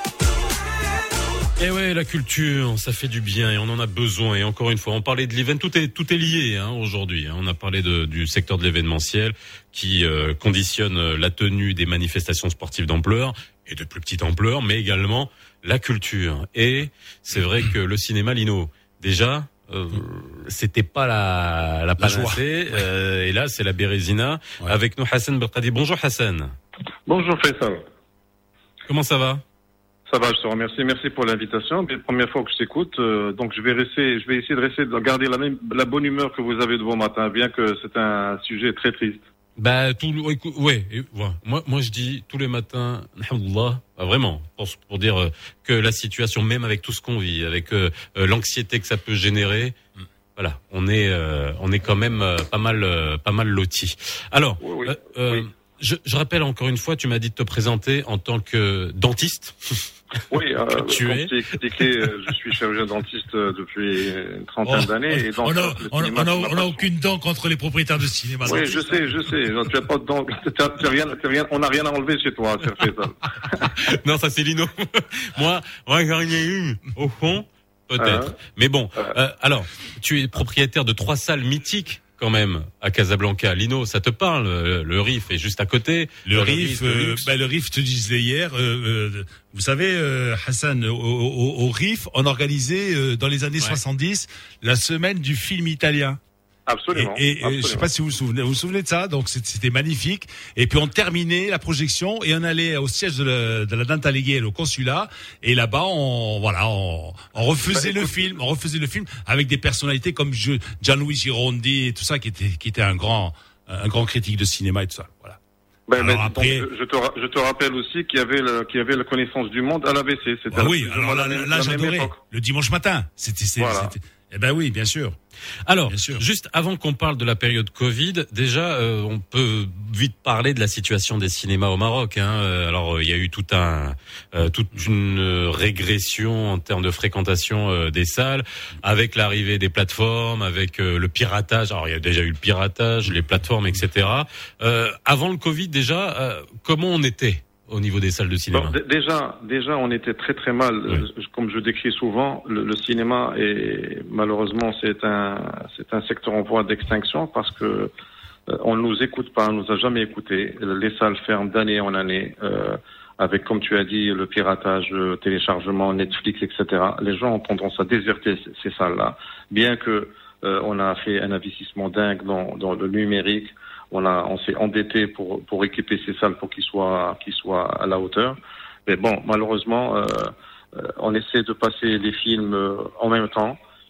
Eh ouais, la culture, ça fait du bien et on en a besoin. Et encore une fois, on parlait de l'event, tout est tout est lié hein, aujourd'hui. Hein. On a parlé de, du secteur de l'événementiel qui euh, conditionne la tenue des manifestations sportives d'ampleur et de plus petite ampleur, mais également la culture. Et c'est vrai que le cinéma, Lino, déjà, euh, c'était pas la la panacée. Euh, et là, c'est la Bérésina. Ouais. Avec nous, Hassan Belkadi. Bonjour Hassan. Bonjour Faisal. Comment ça va ? Ça va, je te remercie. Merci pour l'invitation. C'est la première fois que je t'écoute, euh, donc je vais rester, je vais essayer de rester, de garder la même, la bonne humeur que vous avez de vos matins, bien que c'est un sujet très triste. Bah, tout, écoute, ouais, ouais. Moi, moi, je dis tous les matins, alhamdoulilah, bah, vraiment, pour, pour dire euh, que la situation, même avec tout ce qu'on vit, avec euh, l'anxiété que ça peut générer, mm. voilà, on est, euh, on est quand même euh, pas mal, euh, pas mal lotis. Alors, oui, oui, euh, euh, oui. Je, je rappelle encore une fois, tu m'as dit de te présenter en tant que dentiste. Oui, euh, comme je t'ai expliqué, je suis chirurgien dentiste depuis une trentaine oh, d'années. Et on n'a on a, on a aucune dent contre les propriétaires de cinéma. Oui, je sais, je sais. Tu as pas de dent. Tu as, tu as rien, tu as rien, on n'a rien à enlever chez toi, c'est fait. Non, ça c'est Lino. moi, moi j'en ai une au fond, peut-être. Ah, Mais bon, ah, euh, alors, tu es propriétaire de trois salles mythiques. Quand même, à Casablanca. Lino, ça te parle? Le, le R I F est juste à côté. Le, le R I F, euh, bah, le R I F, te disais hier, euh, euh, vous savez, euh, Hassan, au, au, au R I F, on organisait euh, dans les années ouais. soixante-dix la semaine du film italien. Absolument. Et, et absolument. je sais pas si vous vous souvenez, vous vous souvenez de ça. Donc c'était magnifique. Et puis on terminait la projection et on allait au siège de la, de la Dante Alighieri, au consulat. Et là-bas, on voilà, on, on refaisait bah, le film, on refaisait le film avec des personnalités comme Gianluigi Rondi et tout ça, qui était qui était un grand un grand critique de cinéma et tout ça. Voilà. Ben, alors après, donc, je, te, je te rappelle aussi qu'il y avait le, qu'il y avait la connaissance du monde à l'A B C. C'était ah oui, alors là, là, là j'adorais. Le dimanche matin, c'était, c'était, voilà. c'était eh ben oui, bien sûr. Alors, bien sûr. Juste avant qu'on parle de la période Covid, déjà, euh, on peut vite parler de la situation des cinémas au Maroc. Hein. Alors, il euh, y a eu tout un, euh, toute une euh, régression en termes de fréquentation euh, des salles, avec l'arrivée des plateformes, avec euh, le piratage. Alors, il y a déjà eu le piratage, les plateformes, et cetera. Euh, avant le Covid, déjà, euh, comment on était au niveau des salles de cinéma? Bon, d- déjà, déjà, on était très très mal. Oui. Comme je décris souvent, le, le cinéma est malheureusement c'est un c'est un secteur en voie d'extinction parce que euh, on ne nous écoute pas, on nous a jamais écouté. Les salles ferment d'année en année, euh, avec comme tu as dit le piratage, le téléchargement, Netflix, et cetera. Les gens ont tendance à déserter ces, ces salles-là, bien que euh, on a fait un investissement dingue dans, dans le numérique. On a, on s'est endetté pour pour équiper ces salles pour qu'ils soient qu'ils soient à la hauteur. Mais bon, malheureusement, euh, euh, on essaie de passer les films euh, en même temps.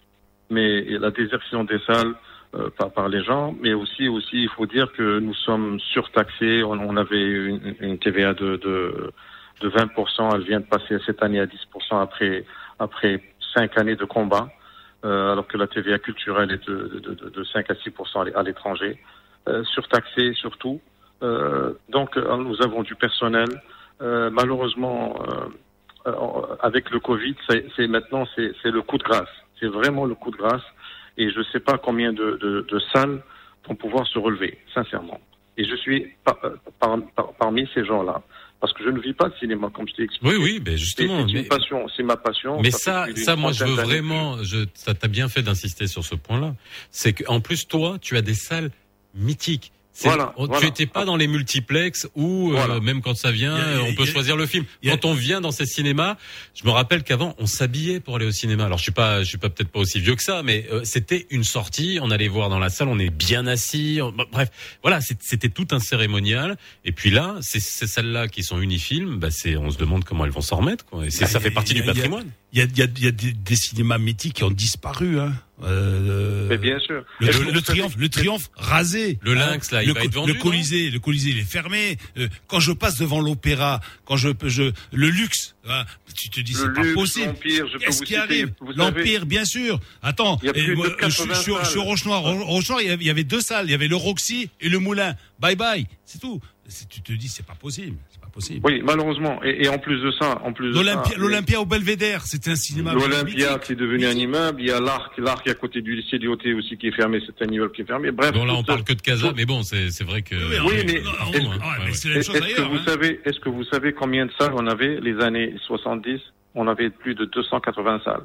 mais la désertion des salles euh, par, par les gens, mais aussi, aussi, il faut dire que nous sommes surtaxés. On, on avait une, une T V A de, de, de vingt pour cent. Elle vient de passer cette année à dix pour cent après, après cinq années de combat, euh, alors que la T V A culturelle est de, de, de, de cinq à six pour cent à l'étranger. Euh, surtaxés surtout. Euh, donc, euh, nous avons du personnel. Euh, malheureusement, euh, euh, avec le Covid, c'est, c'est maintenant c'est, c'est le coup de grâce. C'est vraiment le coup de grâce. Et je ne sais pas combien de, de, de salles vont pouvoir se relever, sincèrement. Et je suis par, par, par, parmi ces gens-là. Parce que je ne vis pas de cinéma, comme je t'ai expliqué. Oui, oui, ben justement. C'est, c'est mais... une passion, c'est ma passion. Mais ça, ça, ça, moi, je veux vraiment, je, ça t'a bien fait d'insister sur ce point-là. C'est qu'en plus, toi, tu as des salles mythiques. C'est, voilà, on, voilà. Tu étais pas dans les multiplexes où voilà. euh, même quand ça vient, y a, y a, on peut y a, choisir le film. Y a, quand on vient dans ces cinémas, je me rappelle qu'avant on s'habillait pour aller au cinéma. Alors je suis pas, je suis pas peut-être pas aussi vieux que ça, mais euh, c'était une sortie. On allait voir dans la salle, on est bien assis. On, bref, voilà, c'était tout un cérémonial. Et puis là, c'est ces salles-là qui sont unifilms, bah c'est, on se demande comment elles vont s'en remettre. Quoi. Et c'est, ça fait partie du patrimoine. Il y a, il y a, il y a des, des cinémas mythiques qui ont disparu, hein. Euh, Mais bien sûr. Le, le, le triomphe, le triomphe rasé. Le Lynx, là, il le, va être vendu. Le Colisée, le Colisée, il est fermé. Euh, quand je passe devant l'opéra, quand je, je, le luxe, hein, tu te dis, c'est pas luxe, possible. L'Empire, je peux Qu'est-ce vous qui citer, arrive? vous L'Empire, savez, bien sûr. Attends, il y a plus et, moi, de quatre-vingts je, je, je, je suis au Rochenoir. Au Rochenoir, il y avait, il y avait deux salles. Il y avait le Roxy et le Moulin. Bye bye. C'est tout. C'est, tu te dis, c'est pas possible. C'est pas possible. Oui, malheureusement. Et, et en plus de ça, en plus L'Olympia, de ça, l'Olympia au Belvédère, c'était un cinéma. L'Olympia, c'est devenu un immeuble. Il y a l'Arc, l'Arc à côté du lycée du Hôtel aussi qui est fermé. C'est un immeuble qui est fermé. Bref. Bon, là, on parle que de Casa, mais bon, c'est, c'est vrai que. Oui, oui mais, non, est-ce, non, hein. ah, ouais, mais ouais. c'est la même chose est-ce d'ailleurs. que vous hein. savez, est-ce que vous savez combien de salles on avait les années soixante-dix? On avait plus de deux cent quatre-vingts salles.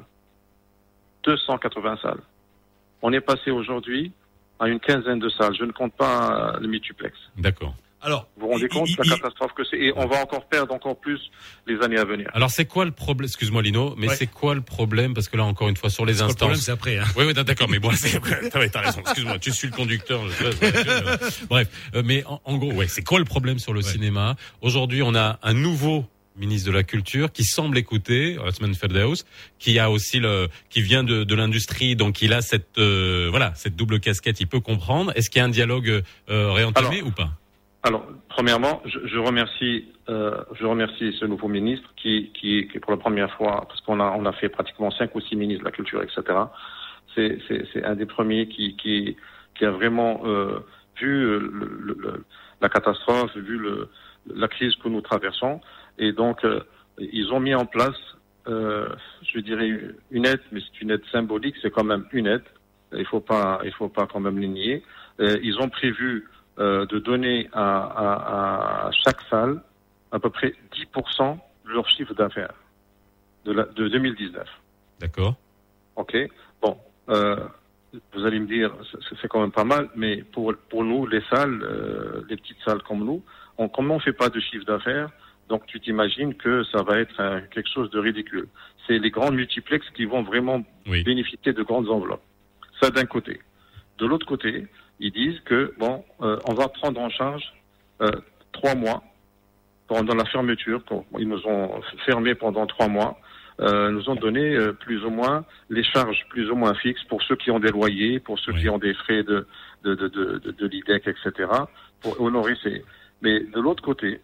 deux cent quatre-vingts salles. On est passé aujourd'hui à une quinzaine de salles. Je ne compte pas le multiplex. D'accord. Alors, vous vous rendez compte de la catastrophe que c'est, et on va encore perdre encore plus les années à venir. Alors c'est quoi le problème? Excuse-moi Lino, mais ouais. c'est quoi le problème? Parce que là encore une fois sur les c'est instances. Le problème c'est après. Hein. Oui, oui, d'accord, mais bon, c'est après. T'as, t'as raison. Excuse-moi, tu suis le conducteur. Je... Bref, euh, mais en, en gros, ouais, c'est quoi le problème sur le ouais. cinéma? Aujourd'hui, on a un nouveau ministre de la Culture qui semble écouter, Othman Ferdaous, qui a aussi le, qui vient de, de l'industrie, donc il a cette, euh, voilà, cette double casquette. Il peut comprendre. Est-ce qu'il y a un dialogue euh, réentamé ou pas? Alors, premièrement, je, je remercie, euh, je remercie ce nouveau ministre qui, qui, qui pour la première fois, parce qu'on a, on a fait pratiquement cinq ou six ministres de la culture, et cetera. C'est, c'est, c'est un des premiers qui, qui, qui a vraiment euh, vu le, le, le, la catastrophe, vu le, la crise que nous traversons, et donc euh, ils ont mis en place, euh, je dirais une aide, mais c'est une aide symbolique, c'est quand même une aide. Il faut pas, il faut pas quand même les nier. Euh, ils ont prévu Euh, de donner à, à, à chaque salle à peu près dix pour cent de leur chiffre d'affaires de, la, de deux mille dix-neuf. D'accord. Ok. Bon, euh, vous allez me dire, c'est, c'est quand même pas mal, mais pour, pour nous, les salles, euh, les petites salles comme nous, on, comme on ne fait pas de chiffre d'affaires, donc tu t'imagines que ça va être un, quelque chose de ridicule. C'est les grandes multiplexes qui vont vraiment oui. bénéficier de grandes enveloppes. Ça d'un côté. De l'autre côté, ils disent que bon, euh, on va prendre en charge euh, trois mois pendant la fermeture. Ils nous ont fermés pendant trois mois. Euh, nous ont donné euh, plus ou moins les charges plus ou moins fixes pour ceux qui ont des loyers, pour ceux oui. qui ont des frais de de de de, de, de l'I D E C, et cetera. Pour honorer ces. Mais de l'autre côté,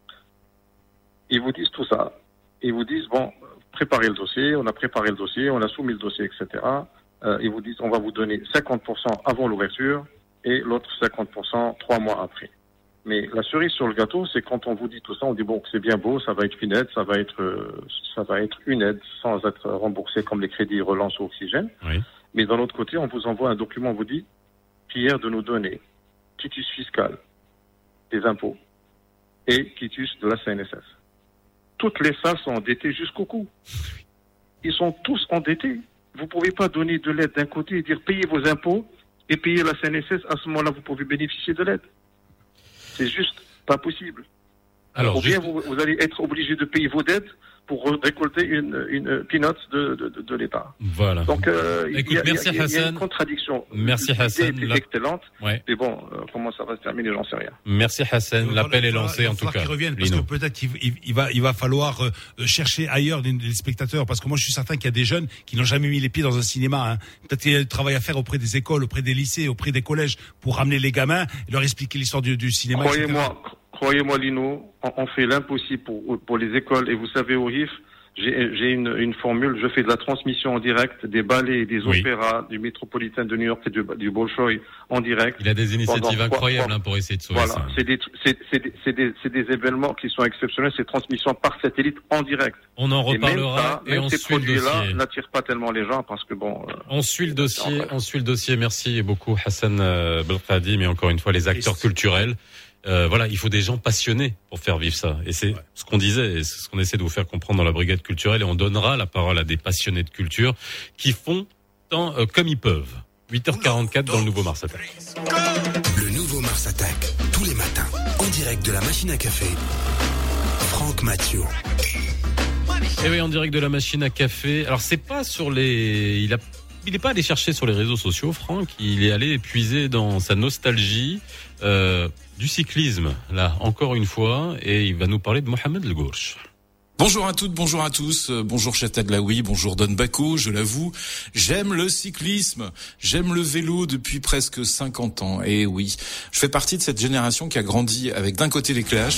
ils vous disent tout ça. Ils vous disent bon, préparez le dossier. On a préparé le dossier, on a soumis le dossier, et cetera. Euh, ils vous disent on va vous donner cinquante pour cent avant l'ouverture et l'autre cinquante pour cent trois mois après. Mais la cerise sur le gâteau, c'est quand on vous dit tout ça, on dit bon, c'est bien beau, ça va être une aide, ça va être, euh, ça va être une aide sans être remboursé comme les crédits relance ou oxygène. Oui. Mais d'un autre côté, on vous envoie un document, on vous dit fier de nous donner quitus fiscal des impôts et quitus de la C N S S. Toutes les salles sont endettées jusqu'au cou. Ils sont tous endettés. Vous pouvez pas donner de l'aide d'un côté et dire payez vos impôts et payer la C N S S, à ce moment-là, vous pouvez bénéficier de l'aide. C'est juste pas possible. Alors, ou bien juste- vous, vous allez être obligé de payer vos dettes pour récolter une, une peanuts de, de, de, de l'État. Voilà. Donc, euh, il Écoute, y, a- merci, il y a- il y a Hassan. une contradiction. Merci, L'idée Hassan. était La- excellente, Ouais. mais bon, euh, comment ça va se terminer, j'en sais rien. Merci Hassan, l'appel est lancé Il va en tout falloir cas. qu'ils reviennent, parce Lino. que peut-être qu'il il, il va, il va falloir euh, chercher ailleurs les, les spectateurs, parce que moi je suis certain qu'il y a des jeunes qui n'ont jamais mis les pieds dans un cinéma. Hein. Peut-être qu'il y a du travail à faire auprès des écoles, auprès des lycées, auprès des collèges, pour ramener les gamins et leur expliquer l'histoire du, du cinéma. et cetera. Croyez-moi, croyez-moi, Lino, on, on fait l'impossible pour, pour les écoles. Et vous savez, au R I F, j'ai j'ai une, une formule, je fais de la transmission en direct des ballets, des Oui. opéras, du Métropolitain de New York et du, du Bolshoi en direct. Il a des initiatives Pendant trois- incroyables trois- hein, pour essayer de sauver Voilà, ça. c'est des, tr- c'est, c'est des, c'est des, c'est des événements qui sont exceptionnels, c'est transmission par satellite en direct. On en Et même reparlera ça, et, même on ces suit le produits-là dossier. n'attirent pas tellement les gens parce que bon. euh, On suit le dossier, Enfin, on suit le dossier. Merci beaucoup Hassan euh, Belkadi, mais encore une fois les acteurs culturels. Euh, voilà, il faut des gens passionnés pour faire vivre ça. Et c'est ce qu'on disait, et c'est ce qu'on essaie de vous faire comprendre dans la brigade culturelle. Et on donnera la parole à des passionnés de culture qui font tant euh, comme ils peuvent. huit heures quarante-quatre dans le nouveau Mars Attack. Le nouveau Mars Attack, tous les matins, en direct de la machine à café. Franck Mathieu. Et oui, en direct de la machine à café. Alors c'est pas sur les, il a, il est pas allé chercher sur les réseaux sociaux, Franck. Il est allé puiser dans sa nostalgie euh, du cyclisme, là encore une fois, et il va nous parler de Mohamed El Gourch. Bonjour à toutes, bonjour à tous, euh, bonjour Chataglaoui, bonjour Don Baco, je l'avoue, j'aime le cyclisme, j'aime le vélo depuis presque cinquante ans, et oui, je fais partie de cette génération qui a grandi avec d'un côté les Clash,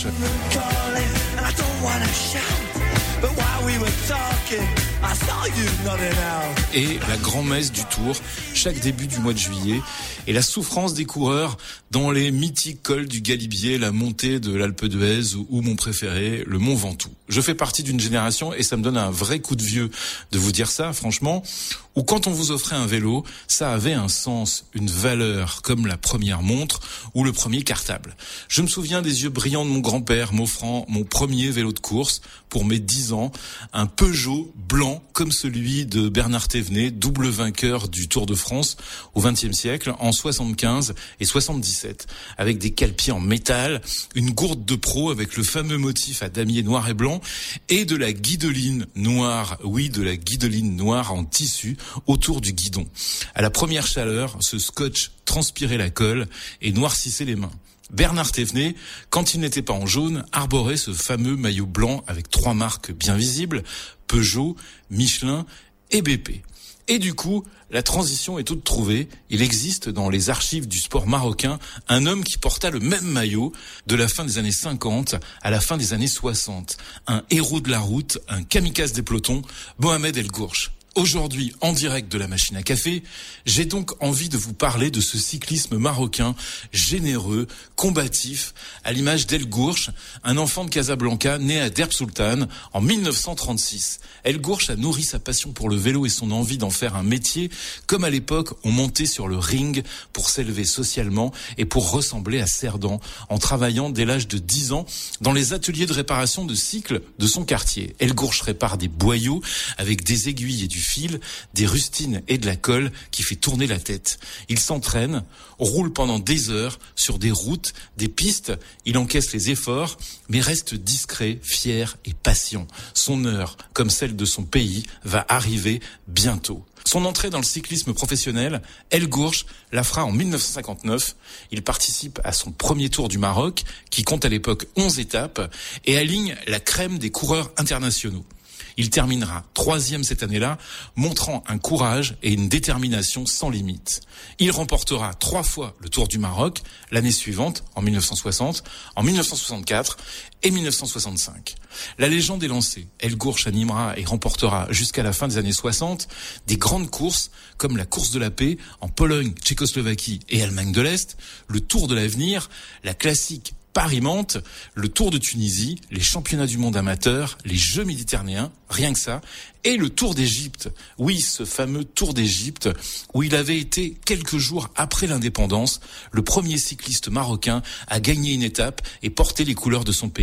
et la grand-messe du Tour, chaque début du mois de juillet, et la souffrance des coureurs dans les mythiques cols du Galibier, la montée de l'Alpe d'Huez ou, ou mon préféré, le Mont Ventoux. Je fais partie d'une génération, et ça me donne un vrai coup de vieux de vous dire ça, franchement, où quand on vous offrait un vélo, ça avait un sens, une valeur, comme la première montre ou le premier cartable. Je me souviens des yeux brillants de mon grand-père m'offrant mon premier vélo de course pour mes dix ans, un Peugeot blanc comme celui de Bernard Thévenet, double vainqueur du Tour de France au vingtième siècle, en soixante-quinze et soixante-dix-sept, avec des cale-pieds en métal, une gourde de pro avec le fameux motif à damier noir et blanc, et de la guidoline noire, oui, de la guidoline noire en tissu autour du guidon. À la première chaleur, ce scotch transpirait la colle et noircissait les mains. Bernard Thévenet, quand il n'était pas en jaune, arborait ce fameux maillot blanc avec trois marques bien visibles, Peugeot, Michelin et B P. Et du coup, la transition est toute trouvée. Il existe dans les archives du sport marocain un homme qui porta le même maillot de la fin des années cinquante à la fin des années soixante. Un héros de la route, un kamikaze des pelotons, Mohamed El Gourch. Aujourd'hui, en direct de la machine à café, j'ai donc envie de vous parler de ce cyclisme marocain généreux, combatif, à l'image d'El Gourch, un enfant de Casablanca né à Derb Sultan en mille neuf cent trente-six. El Gourch a nourri sa passion pour le vélo et son envie d'en faire un métier, comme à l'époque on montait sur le ring pour s'élever socialement et pour ressembler à Cerdan, en travaillant dès l'âge de dix ans dans les ateliers de réparation de cycles de son quartier. El Gourch répare des boyaux avec des aiguilles et du fil, des rustines et de la colle qui fait tourner la tête. Il s'entraîne, roule pendant des heures sur des routes, des pistes, il encaisse les efforts, mais reste discret, fier et patient. Son heure, comme celle de son pays, va arriver bientôt. Son entrée dans le cyclisme professionnel, El Gourch la fera en mille neuf cent cinquante-neuf. Il participe à son premier Tour du Maroc, qui compte à l'époque onze étapes, et aligne la crème des coureurs internationaux. Il terminera troisième cette année-là, montrant un courage et une détermination sans limite. Il remportera trois fois le Tour du Maroc, l'année suivante, en mille neuf cent soixante, en mille neuf cent soixante-quatre et mille neuf cent soixante-cinq. La légende est lancée. El Gourch animera et remportera jusqu'à la fin des années soixante des grandes courses comme la course de la paix en Pologne, Tchécoslovaquie et Allemagne de l'Est, le Tour de l'avenir, la classique Paris-Mantes, le Tour de Tunisie, les championnats du monde amateurs, les Jeux méditerranéens, rien que ça, et le Tour d'Égypte. Oui, ce fameux Tour d'Égypte où il avait été, quelques jours après l'indépendance, le premier cycliste marocain à gagner une étape et porter les couleurs de son pays.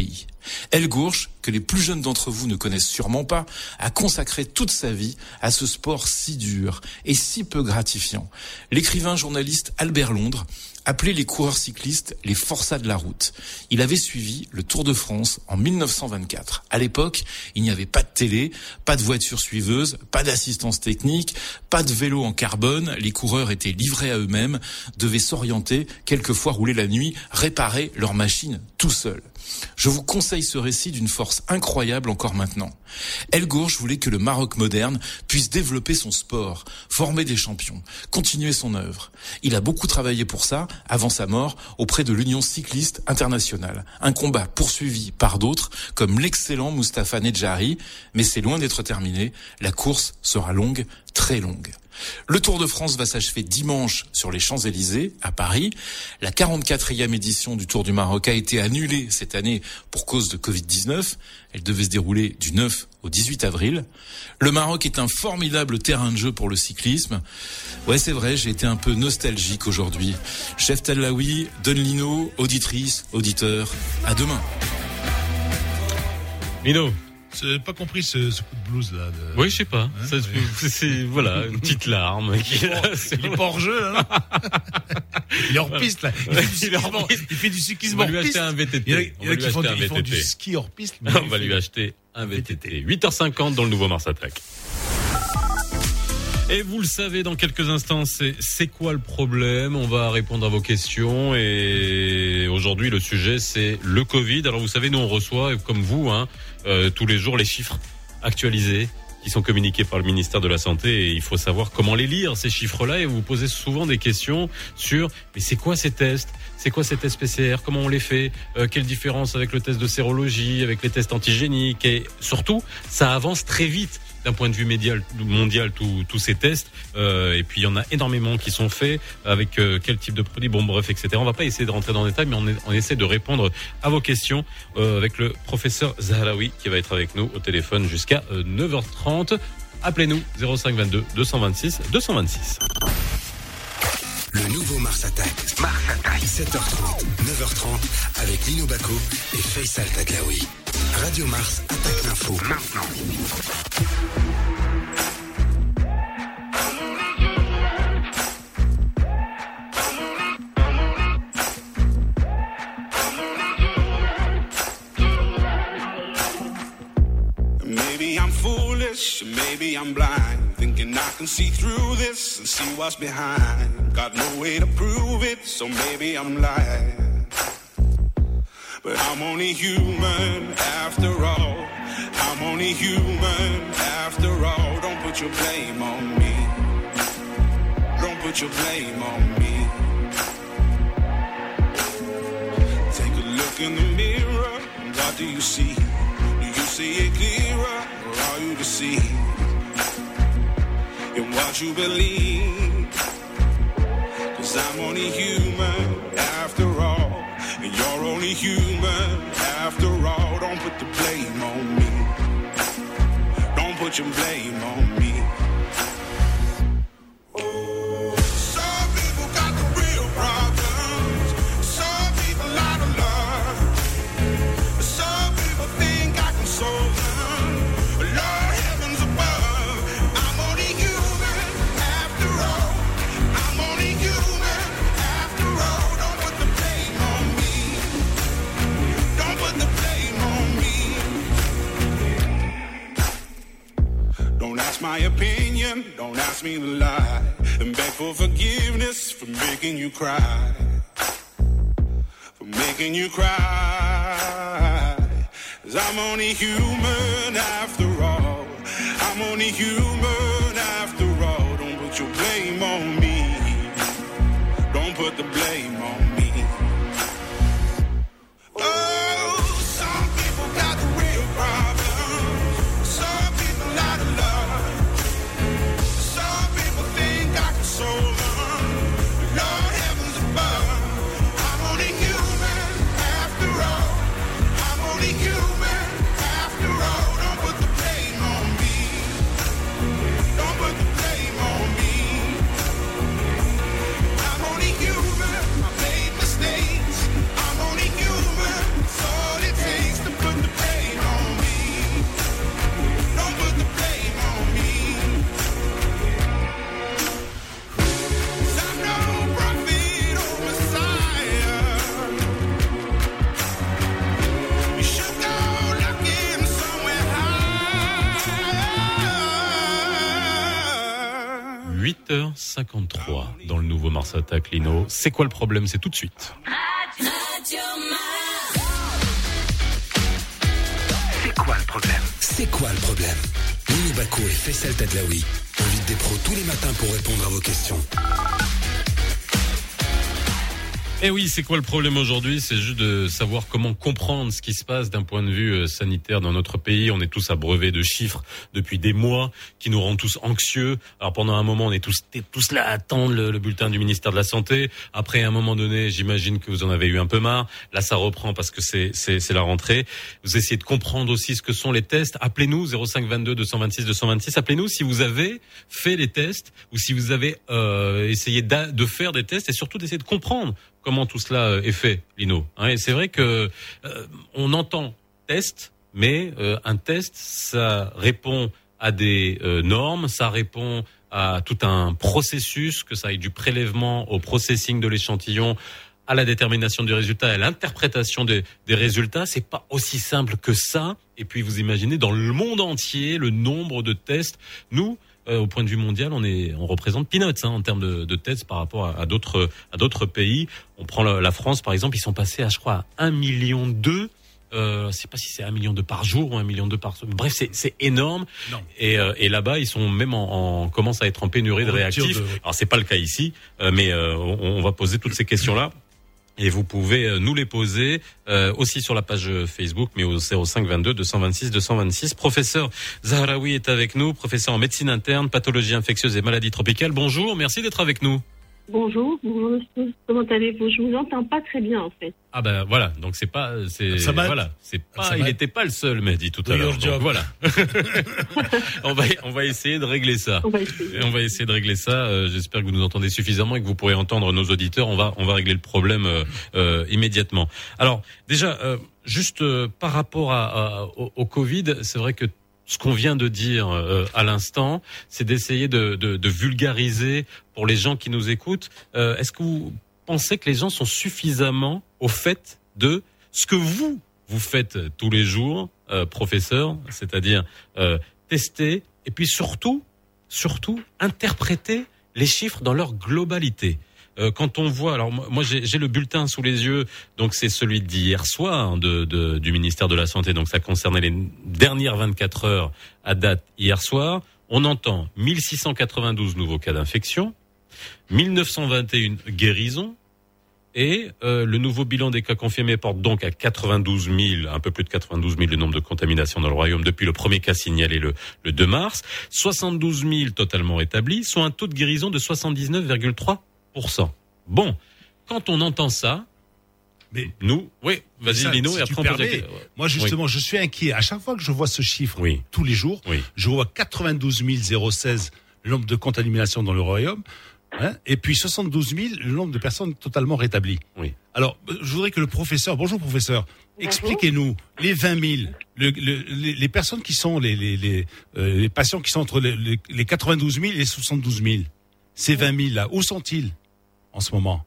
El Gourch, que les plus jeunes d'entre vous ne connaissent sûrement pas, a consacré toute sa vie à ce sport si dur et si peu gratifiant. L'écrivain journaliste Albert Londres appelait les coureurs cyclistes les forçats de la route. Il avait suivi le Tour de France en mille neuf cent vingt-quatre. À l'époque, il n'y avait pas de télé, pas de voiture suiveuse, pas d'assistance technique, pas de vélo en carbone. Les coureurs étaient livrés à eux-mêmes, devaient s'orienter, quelquefois rouler la nuit, réparer leur machine tout seuls. Je vous conseille ce récit d'une force incroyable encore maintenant. El Gourch voulait que le Maroc moderne puisse développer son sport, former des champions, continuer son œuvre. Il a beaucoup travaillé pour ça, avant sa mort, auprès de l'Union cycliste internationale. Un combat poursuivi par d'autres, comme l'excellent Mustapha Nedjari, mais c'est loin d'être terminé. La course sera longue, très longue. Le Tour de France va s'achever dimanche sur les Champs-Élysées, à Paris. La quarante-quatrième édition du Tour du Maroc a été annulée cette année pour cause de covid dix-neuf. Elle devait se dérouler du neuf au dix-huit avril. Le Maroc est un formidable terrain de jeu pour le cyclisme. Ouais, c'est vrai, j'ai été un peu nostalgique aujourd'hui. Chef Telaoui, Don Lino, auditrice, auditeur, à demain. Lino. J'ai pas compris ce, ce coup de blues là. De... Oui, je sais pas. Hein, ça, oui. c'est, c'est voilà une petite larme. Qui... Il, est pas, il est pas hors jeu là. Il est hors piste là. Il fait du cyclisme, il fait du cyclisme hors piste. On va lui acheter un V T T. Il y en a, il y en a qui font, un ils font du ski hors piste. On va lui acheter un V T T. huit heures cinquante dans le nouveau Mars Attack. Et vous le savez, dans quelques instants, c'est, c'est quoi le problème ? On va répondre à vos questions. Et aujourd'hui, le sujet, c'est le Covid. Alors, vous savez, nous, on reçoit, comme vous, hein, euh, tous les jours, les chiffres actualisés qui sont communiqués par le ministère de la Santé. Et il faut savoir comment les lire, ces chiffres-là. Et vous vous posez souvent des questions sur, mais c'est quoi ces tests ? C'est quoi ces tests P C R ? Comment on les fait ? euh, Quelle différence avec le test de sérologie, avec les tests antigéniques ? Et surtout, ça avance très vite. D'un point de vue médial, mondial, tous ces tests. Euh, et puis, il y en a énormément qui sont faits avec euh, quel type de produit, bon, bref, et cetera. On va pas essayer de rentrer dans le détail, mais on, est, on essaie de répondre à vos questions euh, avec le professeur Zahraoui qui va être avec nous au téléphone jusqu'à euh, neuf heures trente. Appelez-nous zéro cinq vingt-deux deux cent vingt-six deux cent vingt-six. Le nouveau Mars Attack. Mars Attack. sept heures trente, neuf heures trente avec Lino Bacco et Faisal Tadlaoui. Radio Mars attaque l'info maintenant. Maybe I'm foolish, maybe I'm blind, thinking I can see through this and see what's behind. Got no way to prove it, so maybe I'm lying. But I'm only human after all. I'm only human after all. Don't put your blame on me. Don't put your blame on me. Take a look in the mirror. What do you see? Do you see it clearer, or are you deceived in what you believe? 'Cause I'm only human after all. And you're only human after all. Don't put the blame on me. Don't put your blame on me. Some people got the real problems. Some people out of love. Some people think I can solve them. Lord heavens above, I'm only human after all. I'm only human after all. Don't put the blame on me. Don't put the blame on me. Don't ask my opinion, don't ask me to lie, and beg for forgiveness for making you cry, for making you cry. 'Cause I'm only human after all. I'm only human after all. Don't put your blame on me. Don't put the blame on me. Oh, some people got the real problems. Some people out of love. Some people think I can solve them. Lord heavens above, I'm only human after all. I'm only human after all. Don't put the blame on me. Don't put the blame on me. I'm only human, my baby. huit heures cinquante-trois dans le nouveau Mars Attack, Lino. C'est quoi le problème? C'est tout de suite. C'est quoi le problème? C'est quoi le problème? Lino Bako et Faisal Tadlaoui invitent des pros tous les matins pour répondre à vos questions. Eh oui, c'est quoi le problème aujourd'hui? C'est juste de savoir comment comprendre ce qui se passe d'un point de vue sanitaire dans notre pays. On est tous abreuvés de chiffres depuis des mois qui nous rendent tous anxieux. Alors pendant un moment, on est tous, tous là à attendre le, le bulletin du ministère de la Santé. Après, à un moment donné, j'imagine que vous en avez eu un peu marre. Là, ça reprend parce que c'est, c'est, c'est la rentrée. Vous essayez de comprendre aussi ce que sont les tests. Appelez-nous zéro cinq vingt-deux deux cent vingt-six deux cent vingt-six. Appelez-nous si vous avez fait les tests ou si vous avez euh, essayé de faire des tests et surtout d'essayer de comprendre comment tout cela est fait, Lino. Hein, et c'est vrai que euh, on entend test, mais euh, un test, ça répond à des euh, normes, ça répond à tout un processus, que ça aille du prélèvement au processing de l'échantillon, à la détermination du résultat, à l'interprétation des, des résultats. C'est pas aussi simple que ça. Et puis vous imaginez dans le monde entier le nombre de tests. Nous, Euh, au point de vue mondial, on est, on représente peanuts hein, en termes de, de tests par rapport à, à d'autres, à d'autres pays. On prend la, la France par exemple, ils sont passés à, je crois, à un million deux. Euh, je sais pas si c'est un million deux par jour ou un million deux par semaine. Bref, c'est, c'est énorme. Non. Et, euh, et là-bas, ils sont même en, en commencent à être en pénurie de réactifs. De... Alors c'est pas le cas ici, euh, mais euh, on, on va poser toutes ces questions-là. Et vous pouvez nous les poser euh, aussi sur la page Facebook, mais au zéro cinq vingt-deux deux cent vingt-six deux cent vingt-six. Professeur Zahraoui est avec nous, professeur en médecine interne, pathologie infectieuse et maladies tropicales. Bonjour, merci d'être avec nous. Bonjour, bonjour monsieur. Comment allez-vous? Je vous entends pas très bien en fait. Ah ben voilà, donc c'est pas, c'est voilà, c'est pas, il n'était pas le seul, Mehdi tout à l'heure. Donc, voilà. on va, on va essayer de régler ça. On va essayer. On va essayer de régler ça. Euh, j'espère que vous nous entendez suffisamment et que vous pourrez entendre nos auditeurs. On va, on va régler le problème euh, euh, immédiatement. Alors déjà, euh, juste euh, par rapport à, à au, au Covid, c'est vrai que ce qu'on vient de dire euh, à l'instant, c'est d'essayer de, de, de vulgariser pour les gens qui nous écoutent. Euh, est-ce que vous pensez que les gens sont suffisamment au fait de ce que vous, vous faites tous les jours, euh, professeur, c'est-à-dire euh, tester et puis surtout, surtout interpréter les chiffres dans leur globalité. Euh, quand on voit, alors moi j'ai, j'ai le bulletin sous les yeux, donc c'est celui d'hier soir de, de, du ministère de la Santé, donc ça concernait les dernières vingt-quatre heures à date hier soir. On entend mille six cent quatre-vingt-douze nouveaux cas d'infection, mille neuf cent vingt et un guérisons, et euh, le nouveau bilan des cas confirmés porte donc à quatre-vingt-douze mille, un peu plus de quatre-vingt-douze mille le nombre de contaminations dans le royaume depuis le premier cas signalé le, le deux mars, soixante-douze mille totalement rétablis, soit un taux de guérison de soixante-dix-neuf virgule trois pour cent. Bon, quand on entend ça, mais nous, oui, vas-y ça, Lino, si et après on permets, peut moi justement, oui. je suis inquiet. À chaque fois que je vois ce chiffre, oui. tous les jours, oui. je vois quatre-vingt-douze mille seize le nombre de contaminations dans le royaume, hein, et puis soixante-douze mille le nombre de personnes totalement rétablies. Oui. Alors, je voudrais que le professeur, bonjour professeur, bonjour. Expliquez-nous les vingt mille, le, le, les, les personnes qui sont les les les, euh, les patients qui sont entre les, les, les quatre-vingt-douze mille et les soixante-douze mille. Ces vingt mille là, où sont-ils en ce moment?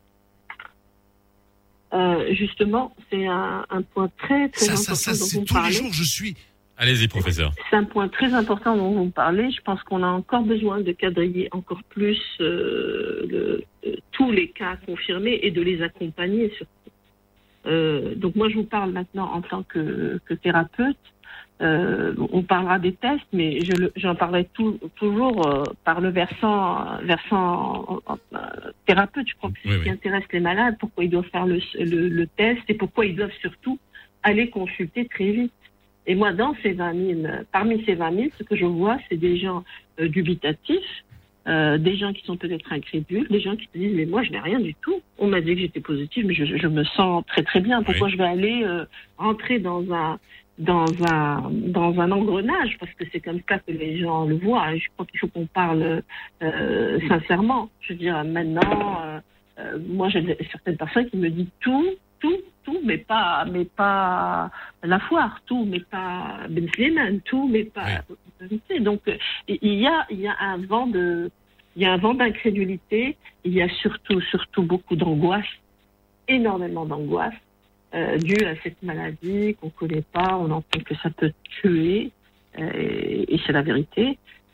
Euh, justement, c'est un, un point très très ça, important ça, ça, dont c'est vous tous parlez. les jours, je suis. Allez-y, professeur. C'est un point très important dont vous parlez. Je pense qu'on a encore besoin de quadriller encore plus euh, le, euh, tous les cas confirmés et de les accompagner surtout. Euh, donc moi, je vous parle maintenant en tant que, que thérapeute. Euh, on parlera des tests, mais je le, j'en parlerai tout, toujours euh, par le versant, versant euh, thérapeute. Je crois que c'est oui, ce qui oui. intéresse les malades, pourquoi ils doivent faire le, le, le test et pourquoi ils doivent surtout aller consulter très vite. Et moi, dans ces vingt mille, parmi ces vingt mille, ce que je vois, c'est des gens euh, dubitatifs, euh, des gens qui sont peut-être incrédules, des gens qui se disent « mais moi, je n'ai rien du tout. On m'a dit que j'étais positive, mais je, je me sens très très bien. Pourquoi oui. je vais aller euh, rentrer dans un... dans un dans un engrenage, parce que c'est comme ça que les gens le voient. Je crois qu'il faut qu'on parle euh, sincèrement. Je veux dire, maintenant, euh, euh, moi j'ai certaines personnes qui me disent tout, tout, tout, mais pas mais pas la foire, tout, mais pas Ben Slimane, tout, mais pas. Oui. Donc il y a il y a un vent de il y a un vent d'incrédulité. Il y a surtout surtout beaucoup d'angoisse, énormément d'angoisse. Euh, dû à cette maladie qu'on ne connaît pas, on entend que ça peut tuer, euh, et, et c'est la vérité.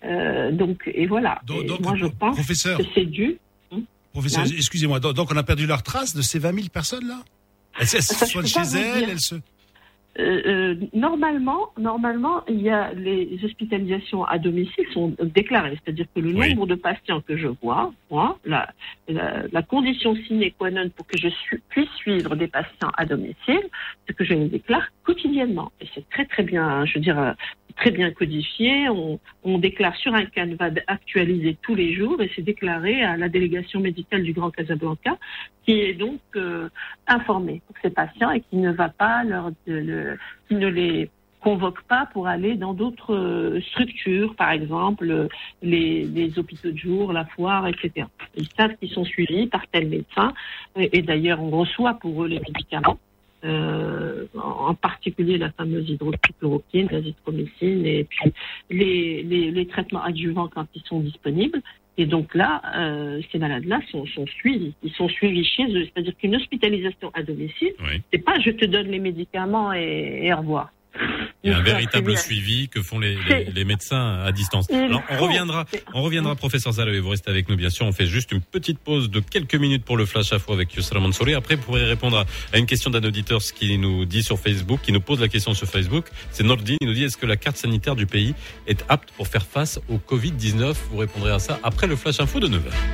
Euh, donc, et voilà. Donc, Et donc, moi, je pense professeur, que c'est dû. Hum, professeur, hein. excusez-moi. Donc, donc on a perdu leur trace de ces vingt mille personnes là. Elles, elles se Ça, je soignent peux chez pas vous elles, dire. elles se. Euh, euh, normalement, normalement, il y a les hospitalisations à domicile sont déclarées, c'est-à-dire que le Oui. nombre de patients que je vois, moi, la, la, la condition sine qua non pour que je suis, puisse suivre des patients à domicile, c'est que je les déclare quotidiennement. Et c'est très très bien, je veux dire, euh, très bien codifié. On, on déclare sur un canevas actualisé tous les jours et c'est déclaré à la délégation médicale du Grand Casablanca, qui est donc euh, informée pour ces patients et qui ne va pas leur, de, le, qui ne les convoque pas pour aller dans d'autres euh, structures, par exemple euh, les, les hôpitaux de jour, la foire, et cetera. Ils savent qu'ils sont suivis par tel médecin et, et d'ailleurs on reçoit pour eux les médicaments. Euh, en particulier la fameuse hydroxychloroquine, l'azithromycine et puis les, les, les traitements adjuvants quand ils sont disponibles. Et donc là, euh, ces malades-là sont, sont suivis. Ils sont suivis chez eux. C'est-à-dire qu'une hospitalisation à domicile, Oui. c'est pas je te donne les médicaments et, et au revoir. Il y a un Il faut véritable suivi. suivi que font les, les, C'est- les médecins à distance. Il Alors, on faut. reviendra, C'est- on reviendra, professeur Zalaoui, vous restez avec nous, bien sûr. On fait juste une petite pause de quelques minutes pour le flash info avec Yousra Mansouri. Après, vous pourrez répondre à, à une question d'un auditeur, ce qui nous dit sur Facebook, qui nous pose la question sur Facebook. C'est Nordine, il nous dit, est-ce que la carte sanitaire du pays est apte pour faire face au covid dix-neuf? Vous répondrez à ça après le flash info de neuf heures.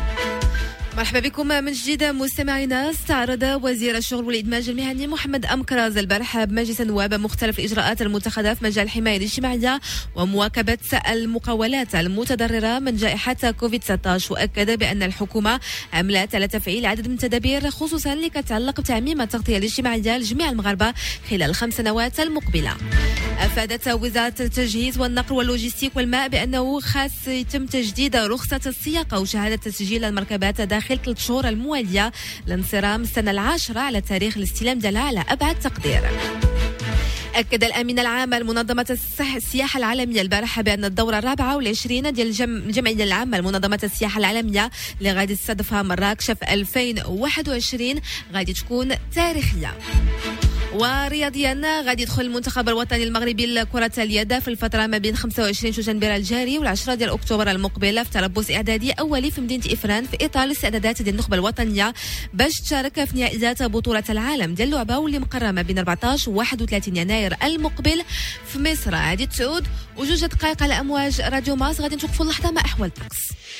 مرحبا بكم من جديد مستمعينا. استعرض وزير الشغل والإدماج المهني محمد أمكراز البارحة بمجلس النواب مختلف الإجراءات المتخذة في مجال الحماية الاجتماعية ومواكبة المقاولات المتضررة من جائحة كوفيد تسعة عشر، وأكد بأن الحكومة عملت على تفعيل عدد من التدابير خصوصا اللي كتعلق بتعميم التغطية الاجتماعية لجميع المغاربة خلال الخمس سنوات المقبلة. أفادت وزارة التجهيز والنقل واللوجستيك والماء بأنه خاص يتم تجديد رخصة السياقة وشهادة تسجيل المركبات داخل ثلاث شهور الموالية لانصرام السنة العاشرة على تاريخ الاستلام ديالها على أبعد تقدير. أكد الأمين العام لمنظمة السح- السياحة العالمية البارحة بأن الدورة الرابعة والعشرين ديال الجم- الجمعية العامة لمنظمة السياحة العالمية اللي غادي تستضيفها مراكش في ألفين وواحد وعشرين غادي تكون تاريخية. ورياضيا غادي يدخل المنتخب الوطني المغربي لكرة اليد في الفترة ما بين خمسة وعشرين شجنبر الجاري والعشرة ديال أكتوبر المقبل في تربص إعدادي أولي في مدينة إفران في إطار الاستعدادات ديال النخبة الوطنية باش تشارك في نهائيات بطولة العالم ديال اللعبة واللي مقررة ما بين أربعطاش و واحد وثلاثين يناير المقبل في مصر. عادي تسعود وجوج دقائق على أمواج راديو ماس. غادي نشوفوا اللحظة مع أحوال الطقس.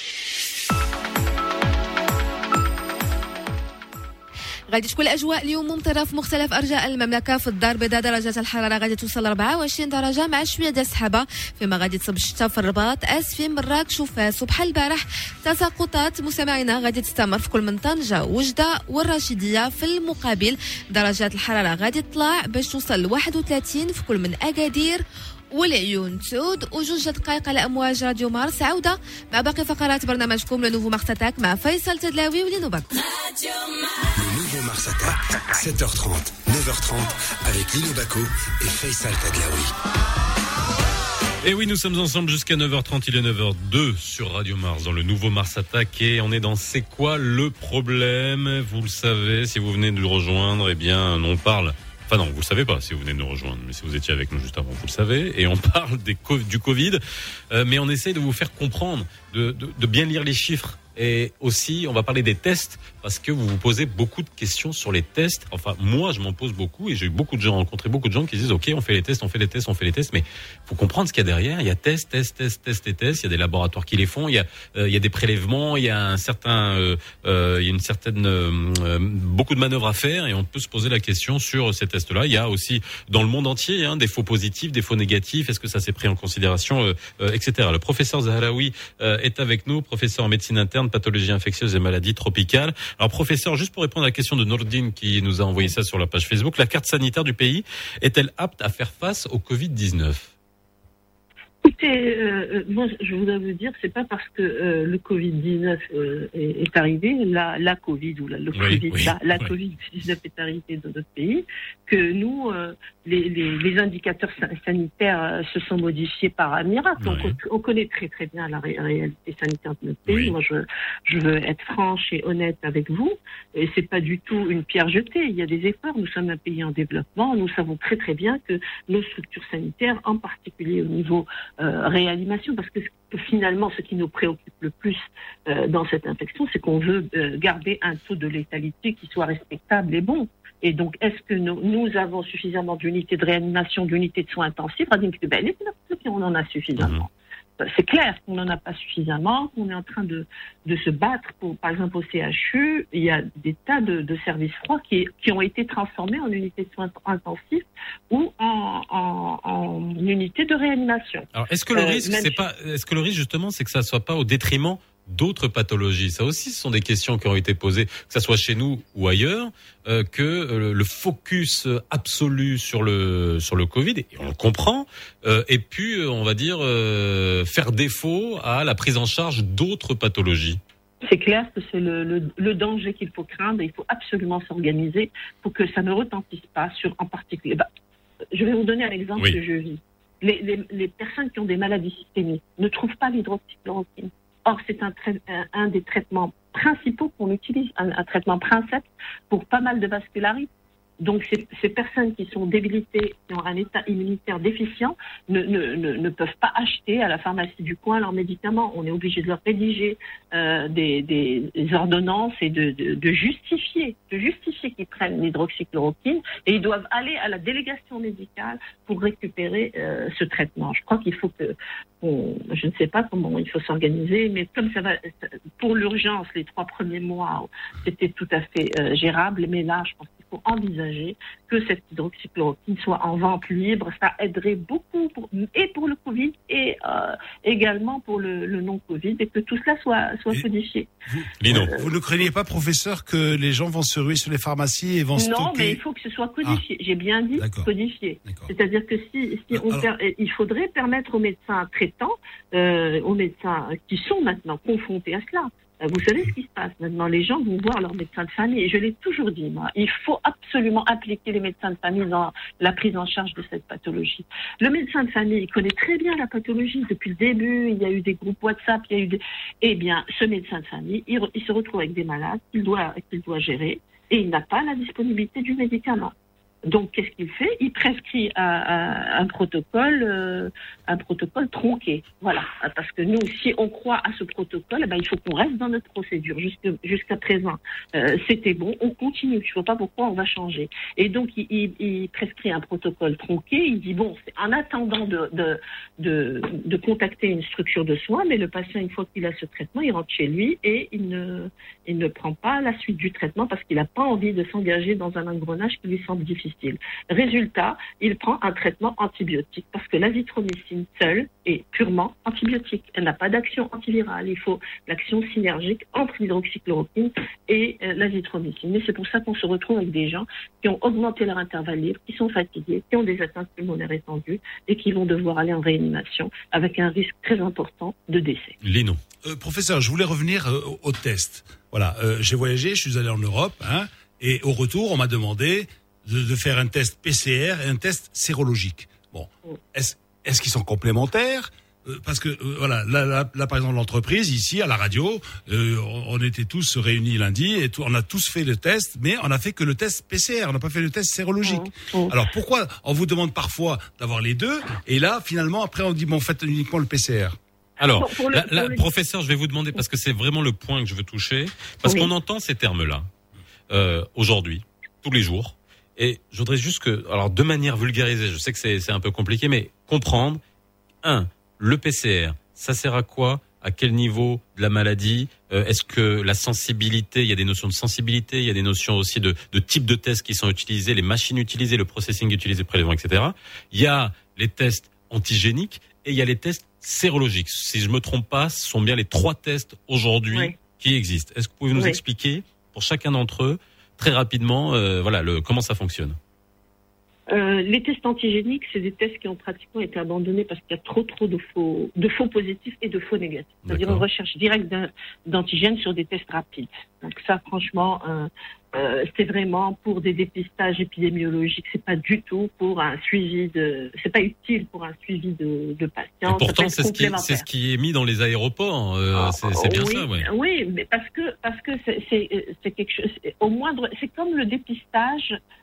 غادي تكون الاجواء اليوم ممطره في مختلف ارجاء المملكه. في الدار البيضاء درجات الحراره غادي توصل أربعة وعشرين درجه مع شويه ديال السحابه، فيما غادي تصب الشتاء في الرباط، اسفين، مراكش وفاس. وبحال البارح تساقطات مستمعينا غادي تستمر في كل من طنجه وجده والرشيديه. في المقابل درجات الحراره غادي تطلع باش توصل ل واحد وثلاثين في كل من اكادير والعيون. تعود وجوج دقائق على امواج راديو مارس. عوده مع باقي فقرات برنامجكم لو نوفو مارس اتاك مع فيصل تدلاوي ولينو باكو. Le nouveau Mars Attack, sept heures trente, neuf heures trente, avec Lino Baco et Faisal Tadlaoui. Et oui, nous sommes ensemble jusqu'à neuf heures trente, il est neuf heures deux sur Radio Mars, dans le nouveau Mars Attack, et on est dans C'est quoi le problème? Vous le savez, si vous venez de nous rejoindre, eh bien, on parle... Enfin non, vous le savez pas si vous venez de nous rejoindre, mais si vous étiez avec nous juste avant, vous le savez, et on parle des co- du Covid, euh, mais on essaie de vous faire comprendre, de, de, de bien lire les chiffres. Et aussi, on va parler des tests, parce que vous vous posez beaucoup de questions sur les tests. Enfin, moi, je m'en pose beaucoup, et j'ai eu beaucoup de gens, rencontré beaucoup de gens qui disent, OK, on fait les tests, on fait les tests, on fait les tests, mais faut comprendre ce qu'il y a derrière. Il y a tests, tests, tests, tests et tests. Il y a des laboratoires qui les font. Il y a, euh, il y a des prélèvements. Il y a un certain, euh, euh, il y a une certaine, euh, euh, beaucoup de manœuvres à faire, et on peut se poser la question sur ces tests-là. Il y a aussi, dans le monde entier, hein, des faux positifs, des faux négatifs. Est-ce que ça s'est pris en considération, euh, euh, et cetera. Le professeur Zahraoui euh, est avec nous, professeur en médecine interne, pathologie infectieuse et maladies tropicales. Alors, professeur, juste pour répondre à la question de Nordine qui nous a envoyé ça sur la page Facebook, la carte sanitaire du pays est-elle apte à faire face au covid dix-neuf? Écoutez, euh, moi, je voudrais vous dire, c'est pas parce que euh, le covid dix-neuf euh, est, est arrivé, la, la Covid ou la, le Oui, Covid, oui, la, la oui. covid dix-neuf est arrivée dans notre pays, que nous, euh, les, les, les indicateurs sa- sanitaires euh, se sont modifiés par un miracle. Oui. On, on connaît très très bien la ré- réalité sanitaire de notre pays. Oui. Moi, je, je veux être franche et honnête avec vous, et c'est pas du tout une pierre jetée. Il y a des efforts. Nous sommes un pays en développement. Nous savons très très bien que nos structures sanitaires, en particulier au niveau euh, réanimation, parce que, que finalement, ce qui nous préoccupe le plus euh, dans cette infection, c'est qu'on veut euh, garder un taux de létalité qui soit respectable et bon. Et donc, est-ce que nous, nous avons suffisamment d'unités de réanimation, d'unités de soins intensifs? On en a suffisamment. C'est clair qu'on n'en a pas suffisamment, qu'on est en train de, de se battre. Pour, par exemple, au C H U, il y a des tas de, de services froids qui, qui ont été transformés en unités de soins intensifs ou en, en, en unités de réanimation. Alors, est-ce que le Euh, risque, même c'est si- pas, est-ce que le risque justement, c'est que ça soit pas au détriment d'autres pathologies? Ça aussi, ce sont des questions qui ont été posées, que ça soit chez nous ou ailleurs, euh, que euh, le focus absolu sur le sur le Covid, et on le comprend, euh, et puis euh, on va dire euh, faire défaut à la prise en charge d'autres pathologies. C'est clair que c'est le, le, le danger qu'il faut craindre et il faut absolument s'organiser pour que ça ne retentisse pas sur en particulier. Bah, je vais vous donner un exemple Oui. que je vis. Les, les, les personnes qui ont des maladies systémiques ne trouvent pas l'hydroxychloroquine. Or, c'est un, trai- un, un des traitements principaux qu'on utilise, un, un traitement princeps pour pas mal de vascularites. Donc, ces, ces personnes qui sont débilitées, qui ont un état immunitaire déficient, ne, ne, ne, ne peuvent pas acheter à la pharmacie du coin leurs médicaments. On est obligé de leur rédiger euh, des, des, des ordonnances et de, de, de justifier, de justifier qu'ils prennent l'hydroxychloroquine, et ils doivent aller à la délégation médicale pour récupérer euh, ce traitement. Je crois qu'il faut que, on, je ne sais pas comment il faut s'organiser, mais comme ça va, pour l'urgence, les trois premiers mois, c'était tout à fait euh, gérable, mais là, je pense qu'il faut envisager que cette hydroxychloroquine soit en vente libre. Ça aiderait beaucoup pour, et pour le Covid et euh, également pour le, le non-Covid, et que tout cela soit, soit codifié. Lino. Euh, Vous ne craignez pas, professeur, que les gens vont se ruer sur les pharmacies et vont Non, stocker mais il faut que ce soit codifié. J'ai bien dit D'accord. codifié. C'est-à-dire que si, si on Alors- per- il faudrait permettre aux médecins traitants, euh, aux médecins qui sont maintenant confrontés à cela. Euh, Vous savez ce qui se passe maintenant. Les gens vont voir leur médecin de famille. Et je l'ai toujours dit, moi, il faut absolument impliquer les médecins de famille dans la prise en charge de cette pathologie. Le médecin de famille, il connaît très bien la pathologie depuis le début. Il y a eu des groupes WhatsApp, il y a eu des... Eh bien, ce médecin de famille, il, re- il se retrouve avec des malades qu'il doit, qu'il doit gérer, et il n'a pas la disponibilité du médicament. Donc, qu'est-ce qu'il fait? Il prescrit un, un, un protocole, euh, un protocole tronqué. Voilà. Parce que nous, si on croit à ce protocole, eh ben, il faut qu'on reste dans notre procédure. Jusque, jusqu'à présent, euh, c'était bon. On continue. Je ne vois pas pourquoi on va changer. Et donc, il, il, il prescrit un protocole tronqué. Il dit bon, c'est en attendant de, de, de, de contacter une structure de soins, mais le patient, une fois qu'il a ce traitement, il rentre chez lui et il ne, il ne prend pas la suite du traitement parce qu'il n'a pas envie de s'engager dans un engrenage qui lui semble difficile. Résultat, il prend un traitement antibiotique parce que l'azithromycine seule est purement antibiotique. Elle n'a pas d'action antivirale. Il faut l'action synergique entre l'hydroxychloroquine et euh, l'azithromycine. Mais c'est pour ça qu'on se retrouve avec des gens qui ont augmenté leur intervalle libre, qui sont fatigués, qui ont des atteintes pulmonaires étendues et qui vont devoir aller en réanimation avec un risque très important de décès. Lino. Euh, professeur, je voulais revenir euh, au test. Voilà, euh, j'ai voyagé, je suis allé en Europe, hein, et au retour, on m'a demandé de, de faire un test P C R et un test sérologique. Bon, est-ce est-ce qu'ils sont complémentaires? Euh, Parce que euh, voilà, là, là, là, par exemple, l'entreprise ici à la radio, euh, on, on était tous réunis lundi et tout, on a tous fait le test, mais on a fait que le test P C R, on n'a pas fait le test sérologique. Alors pourquoi on vous demande parfois d'avoir les deux et là finalement après on dit bon faites uniquement le P C R? Alors, Pour- pour le- là, là, pour le- professeur, je vais vous demander, parce que c'est vraiment le point que je veux toucher, parce Oui. qu'on entend ces termes-là euh, aujourd'hui, tous les jours, et je voudrais juste que, alors de manière vulgarisée, je sais que c'est c'est un peu compliqué, mais comprendre, un, le P C R, ça sert à quoi? À quel niveau de la maladie? euh, Est-ce que la sensibilité, il y a des notions de sensibilité, il y a des notions aussi de, de type de tests qui sont utilisés, les machines utilisées, le processing utilisé, prélèvement, et cetera. Il y a les tests antigéniques et il y a les tests sérologiques. Si je me trompe pas, ce sont bien les trois tests aujourd'hui Oui. qui existent. Est-ce que vous pouvez nous Oui. expliquer, pour chacun d'entre eux, très rapidement, euh, voilà, le, comment ça fonctionne? Euh, les tests antigéniques, c'est des tests qui ont pratiquement été abandonnés parce qu'il y a trop trop de faux, de faux positifs et de faux négatifs. C'est-à-dire une recherche directe d'un- d'antigènes sur des tests rapides. Donc ça, franchement, euh, euh, c'est vraiment pour des dépistages épidémiologiques. C'est pas du tout pour un suivi de. C'est pas utile pour un suivi de, de patients. Et Ça peut pourtant, être c'est ce, qui, complémentaire. c'est ce qui est mis dans les aéroports. euh, c'est c'est bien oui, ça, ouais. Oui, mais parce que parce que c'est c'est c'est quelque chose. c'est- Au moindre, c'est comme le dépistage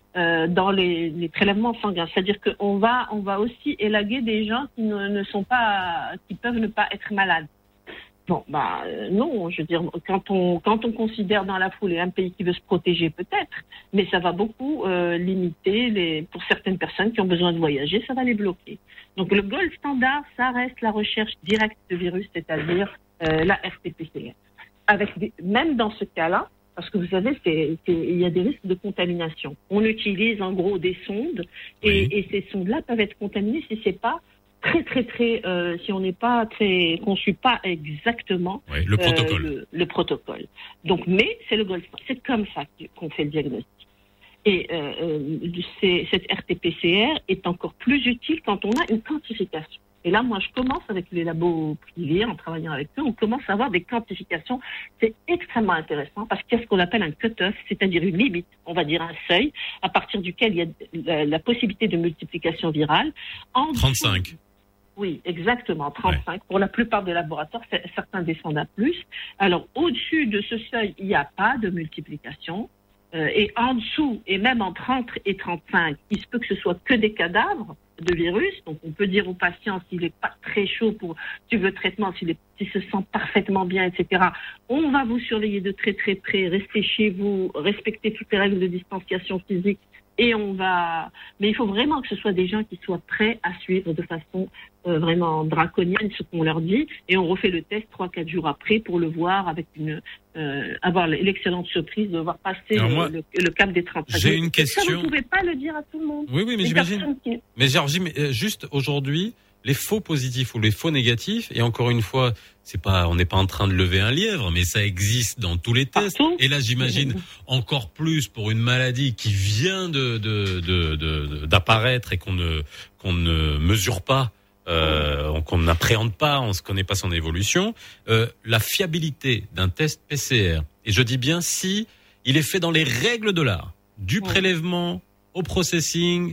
euh, dans les, les prélèvements sanguins. C'est-à-dire qu'on va, on va aussi élaguer des gens qui ne, ne sont pas, qui peuvent ne pas être malades. Bon, bah euh, non, je veux dire, quand on quand on considère dans la foulée un pays qui veut se protéger, peut-être, mais ça va beaucoup euh, limiter les pour certaines personnes qui ont besoin de voyager, ça va les bloquer. Donc le gold standard, ça reste la recherche directe de virus, c'est-à-dire euh, la R T P C R. Avec des, même dans ce cas-là, parce que vous savez, c'est, c'est, il y a des risques de contamination. On utilise en gros des sondes et, Oui. et ces sondes-là peuvent être contaminées si c'est pas très très très euh, si on n'est pas très qu'on suit pas exactement Oui, le protocole. euh, le, le protocole. Donc, mais c'est le gold standard. C'est comme ça qu'on fait le diagnostic. Et euh, euh, c'est, cette R T P C R est encore plus utile quand on a une quantification. Et là, moi, je commence avec les labos privés, en travaillant avec eux, on commence à avoir des quantifications. C'est extrêmement intéressant parce qu'il y a ce qu'on appelle un cut-off, c'est-à-dire une limite, on va dire un seuil, à partir duquel il y a la, la possibilité de multiplication virale. En trente-cinq. dessous, oui, exactement, trente-cinq. Ouais. Pour la plupart des laboratoires, certains descendent à plus. Alors, au-dessus de ce seuil, il n'y a pas de multiplication. Euh, et en dessous, et même entre trente et trente-cinq, il se peut que ce soit que des cadavres de virus. Donc, on peut dire au patient, s'il n'est pas très chaud pour suivre le traitement, s'il, est, s'il se sent parfaitement bien, et cetera, on va vous surveiller de très très près, restez chez vous, respectez toutes les règles de distanciation physique. Et on va, mais il faut vraiment que ce soit des gens qui soient prêts à suivre de façon euh, vraiment draconienne ce qu'on leur dit. Et on refait le test trois, quatre jours après pour le voir avec une, euh, avoir l'excellente surprise de voir passer le, moi, le, le cap des trente. J'ai une question. Ça, vous ne pouvez pas le dire à tout le monde. Oui, oui, mais Les j'imagine. qui... Mais Georgie, mais juste aujourd'hui, les faux positifs ou les faux négatifs, et encore une fois, c'est pas, on n'est pas en train de lever un lièvre, mais ça existe dans tous les tests. Partout. Et là, j'imagine encore plus pour une maladie qui vient de, de, de, de d'apparaître et qu'on ne, qu'on ne mesure pas, euh, qu'on n'appréhende pas, on ne connaît pas son évolution. Euh, la fiabilité d'un test P C R, et je dis bien si il est fait dans les règles de l'art, du prélèvement au processing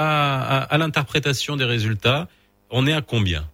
à, à, à l'interprétation des résultats. On est à combien?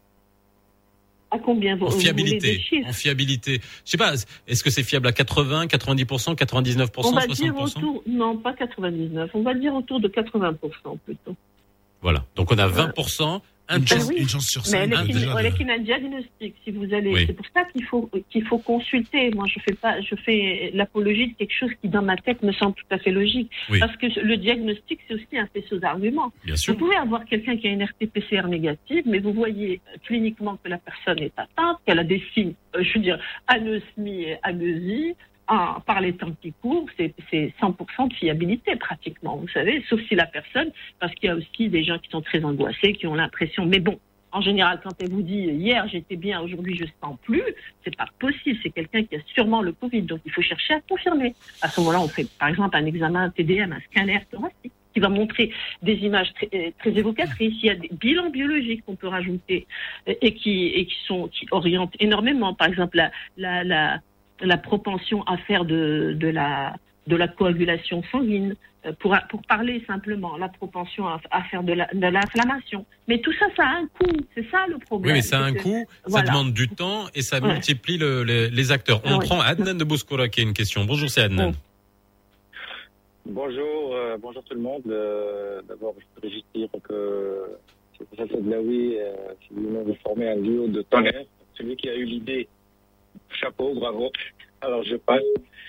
À combien vous, en vous fiabilité, voulez des chiffres? En fiabilité. Je sais pas, est-ce que c'est fiable à quatre-vingts, quatre-vingt-dix pour cent, quatre-vingt-dix-neuf pour cent, On va soixante pour dire cent? autour, non, pas quatre-vingt-dix-neuf, on va dire autour de quatre-vingts pour cent plutôt. Voilà. Donc on a vingt pour cent. Un Une test, chance, oui. une chance sur Mais cinq. elle est, hein, qu'une- déjà, elle est de- qu'une- un diagnostic, si vous allez. Oui. C'est pour ça qu'il faut qu'il faut consulter. Moi, je fais pas, je fais l'apologie de quelque chose qui, dans ma tête, me semble tout à fait logique. Oui. Parce que le diagnostic, c'est aussi un faisceau d'arguments. Bien sûr. Vous pouvez avoir quelqu'un qui a une R T P C R négative, mais vous voyez euh, cliniquement que la personne est atteinte, qu'elle a des signes, euh, je veux dire, anosmie et ageusie. Ah, par les temps qui courent, c'est, c'est cent pour cent de fiabilité pratiquement, vous savez, sauf si la personne, parce qu'il y a aussi des gens qui sont très angoissés, qui ont l'impression, mais bon, en général, quand elle vous dit hier j'étais bien, aujourd'hui je sens plus, c'est pas possible, c'est quelqu'un qui a sûrement le Covid, donc il faut chercher à confirmer. À ce moment-là, on fait par exemple un examen T D M, un scanner thoracique, qui va montrer des images très, très évocatrices. Il y a des bilans biologiques qu'on peut rajouter et qui, et qui sont, qui orientent énormément. Par exemple, la, la, la la propension à faire de, de, la, de la coagulation sanguine, pour, pour parler simplement, la propension à, à faire de, la, de l'inflammation. Mais tout ça, ça a un coût, c'est ça le problème. Oui, mais ça a un que, coût, voilà. ça demande du temps et ça Ouais. multiplie le, les, les acteurs. On Ouais. prend Adnan de Bouskoura qui a une question. Bonjour, c'est Adnan. Ouais. Bonjour, euh, bonjour tout le monde. Euh, d'abord, je voudrais juste dire que c'est pour ça que Blaoui, euh, si vous voulez former un duo de tonnerre, celui qui a eu l'idée, chapeau, bravo. Alors, je passe.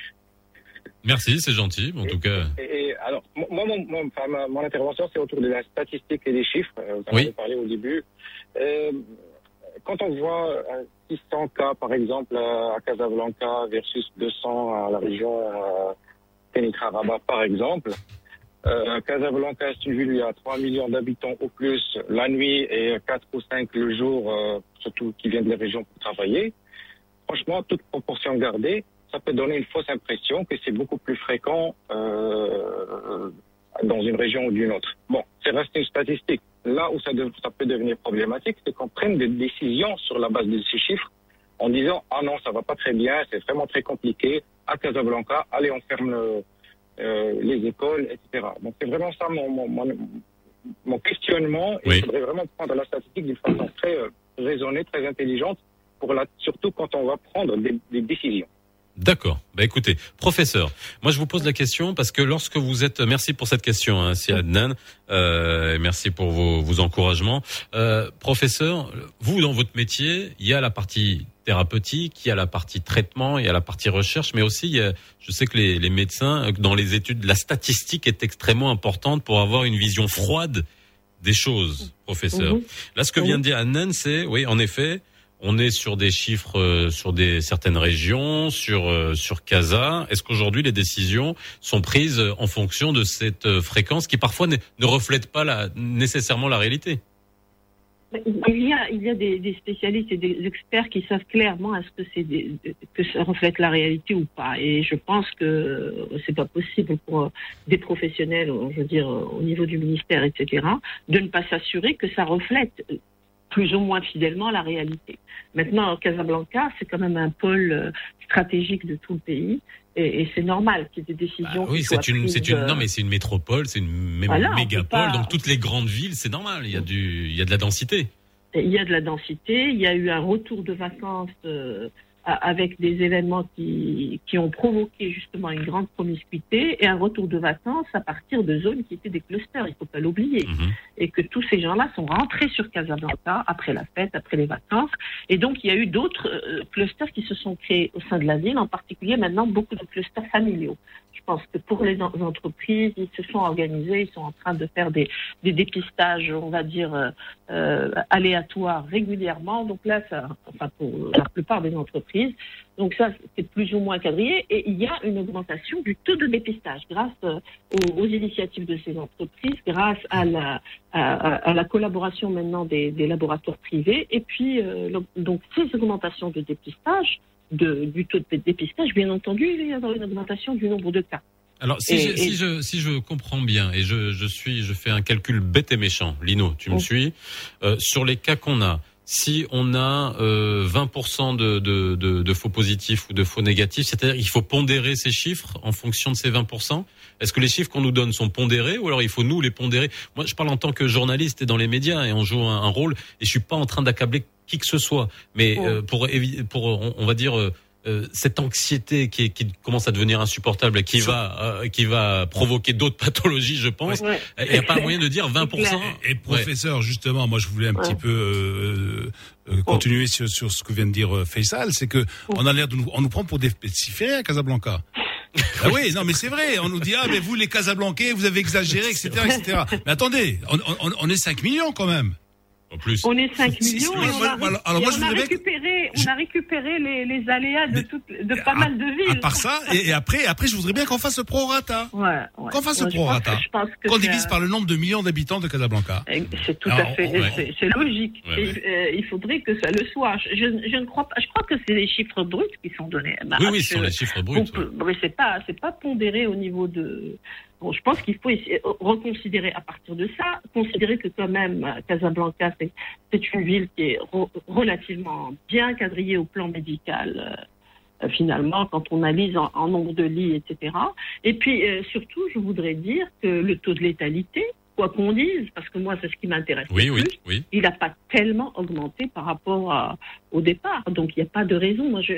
Merci, c'est gentil, en tout cas. Et, et alors, moi, mon, mon, enfin, ma, mon intervention, c'est autour de la statistique et des chiffres. Euh, Vous en Oui. avez parlé au début. Euh, quand on voit euh, six cents cas, par exemple, euh, à Casablanca versus deux cents à la région euh, Kenitra Rabat, par exemple, euh, Casablanca, c'est une ville où il y a trois millions d'habitants au plus la nuit et quatre ou cinq le jour, euh, surtout qui viennent des régions pour travailler. Franchement, toute proportion gardée, ça peut donner une fausse impression que c'est beaucoup plus fréquent euh, dans une région ou d'une autre. Bon, c'est resté une statistique. Là où ça, de, ça peut devenir problématique, c'est qu'on prenne des décisions sur la base de ces chiffres en disant « Ah non, ça va pas très bien, c'est vraiment très compliqué. À Casablanca, allez, on ferme le, euh, les écoles, et cetera » Donc c'est vraiment ça mon, mon, mon, mon questionnement. Et Oui. il faudrait vraiment prendre la statistique d'une façon très euh, raisonnée, très intelligente, pour la, surtout quand on va prendre des, des décisions. D'accord. Bah écoutez, professeur, moi je vous pose la question parce que lorsque vous êtes, merci pour cette question, hein, c'est Adnan, euh, merci pour vos, vos encouragements. Euh, professeur, vous dans votre métier, il y a la partie thérapeutique, il y a la partie traitement, il y a la partie recherche, mais aussi, il y a, je sais que les, les médecins, dans les études, la statistique est extrêmement importante pour avoir une vision froide des choses, professeur. Mhm. Là, ce que vient de dire Adnan, c'est, oui, en effet, on est sur des chiffres euh, sur des certaines régions, sur euh, sur Casa. Est-ce qu'aujourd'hui les décisions sont prises en fonction de cette euh, fréquence qui parfois ne, ne reflète pas la, nécessairement la réalité? Il y a, il y a des, des spécialistes et des experts qui savent clairement est-ce que c'est des, que ça reflète la réalité ou pas. Et je pense que c'est pas possible pour des professionnels, je veux dire, au niveau du ministère, et cetera, de ne pas s'assurer que ça reflète plus ou moins fidèlement la réalité. Maintenant, Casablanca, c'est quand même un pôle stratégique de tout le pays, et, et c'est normal qu'il y ait des décisions. Bah oui, qui c'est soient une, prises, c'est une, non mais c'est une métropole, c'est une mé- Voilà, on mégapole, peut pas- donc toutes les grandes villes, c'est normal, il y a du, il y a de la densité. Il y a de la densité, il y a eu un retour de vacances euh, a- avec des événements qui, qui ont provoqué justement une grande promiscuité, et un retour de vacances à partir de zones qui étaient des clusters, il ne faut pas l'oublier. Mhm. Et que tous ces gens-là sont rentrés sur Casablanca après la fête, après les vacances. Et donc, il y a eu d'autres euh, clusters qui se sont créés au sein de la ville, en particulier maintenant beaucoup de clusters familiaux. Je pense que pour les en- entreprises, ils se sont organisés, ils sont en train de faire des, des dépistages, on va dire, euh, euh, aléatoires régulièrement. Donc là, ça, enfin pour la plupart des entreprises, donc ça, c'est plus ou moins quadrillé. Et il y a une augmentation du taux de dépistage grâce euh, aux, aux initiatives de ces entreprises, grâce à la, à, à- à la collaboration maintenant des, des laboratoires privés. Et puis, euh, le- donc ces augmentations de dépistage, de, du taux de dépistage, bien entendu, il va y avoir une augmentation du nombre de cas. Alors si, Et- je, et- si je si je comprends bien et je je suis je fais un calcul bête et méchant, Lino, tu me Oh. suis, euh, sur les cas qu'on a. Si on a euh, vingt pour cent de, de, de, de faux positifs ou de faux négatifs, c'est-à-dire qu'il faut pondérer ces chiffres en fonction de ces vingt pour cent. Est-ce que les chiffres qu'on nous donne sont pondérés ou alors il faut nous les pondérer? Moi, je parle en tant que journaliste et dans les médias et on joue un, un rôle et je suis pas en train d'accabler qui que ce soit. Mais Oh. euh, pour évi- pour on, on va dire euh, euh, cette anxiété qui, est- qui commence à devenir insupportable et qui va euh, qui va provoquer d'autres pathologies, je pense. Ouais. Il n'y a pas moyen de dire vingt pour cent. Et professeur, justement, moi je voulais un petit peu euh, euh, continuer sur, sur ce que vient de dire euh, Faisal, c'est que on a l'air de nous, on nous prend pour des pestiférés à Casablanca. Ah oui, non mais c'est vrai, on nous dit ah mais vous les Casablancais, vous avez exagéré, et cetera, et cetera. Mais attendez, on, on, on est cinq millions quand même. En plus. On est cinq Si- millions oui, et on voilà, a, voilà. Alors et moi, on je a voudrais bien que- récupéré, on a récupéré les, les aléas de, toutes, de pas mal de villes. À part ça, et, et après, après, je voudrais bien qu'on fasse le prorata. Ouais, ouais. Qu'on fasse Ouais, le je pense prorata. que- je pense que Qu'on c'est divise un- par le nombre de millions d'habitants de Casablanca. C'est tout Alors, à fait, ouais. c'est- c'est logique. Ouais, Et, ouais. euh, il faudrait que ça le soit. Je, je ne crois pas. Je crois que c'est les chiffres bruts qui sont donnés. Bah, Oui, oui, ce je- sont les chiffres bruts. on peut- mais c'est pas, c'est pas pondéré au niveau de. Bon, je pense qu'il faut essayer, reconsidérer à partir de ça, considérer que quand même euh, Casablanca, c'est, c'est une ville qui est re- relativement bien quadrillée au plan médical. euh, finalement, quand on analyse en, en nombre de lits, et cetera. Et puis, euh, surtout, je voudrais dire que le taux de létalité, quoi qu'on dise, parce que moi, c'est ce qui m'intéresse Oui, le oui, plus, oui. il n'a pas tellement augmenté par rapport à- au départ. Donc, il n'y a pas de raison. Moi, je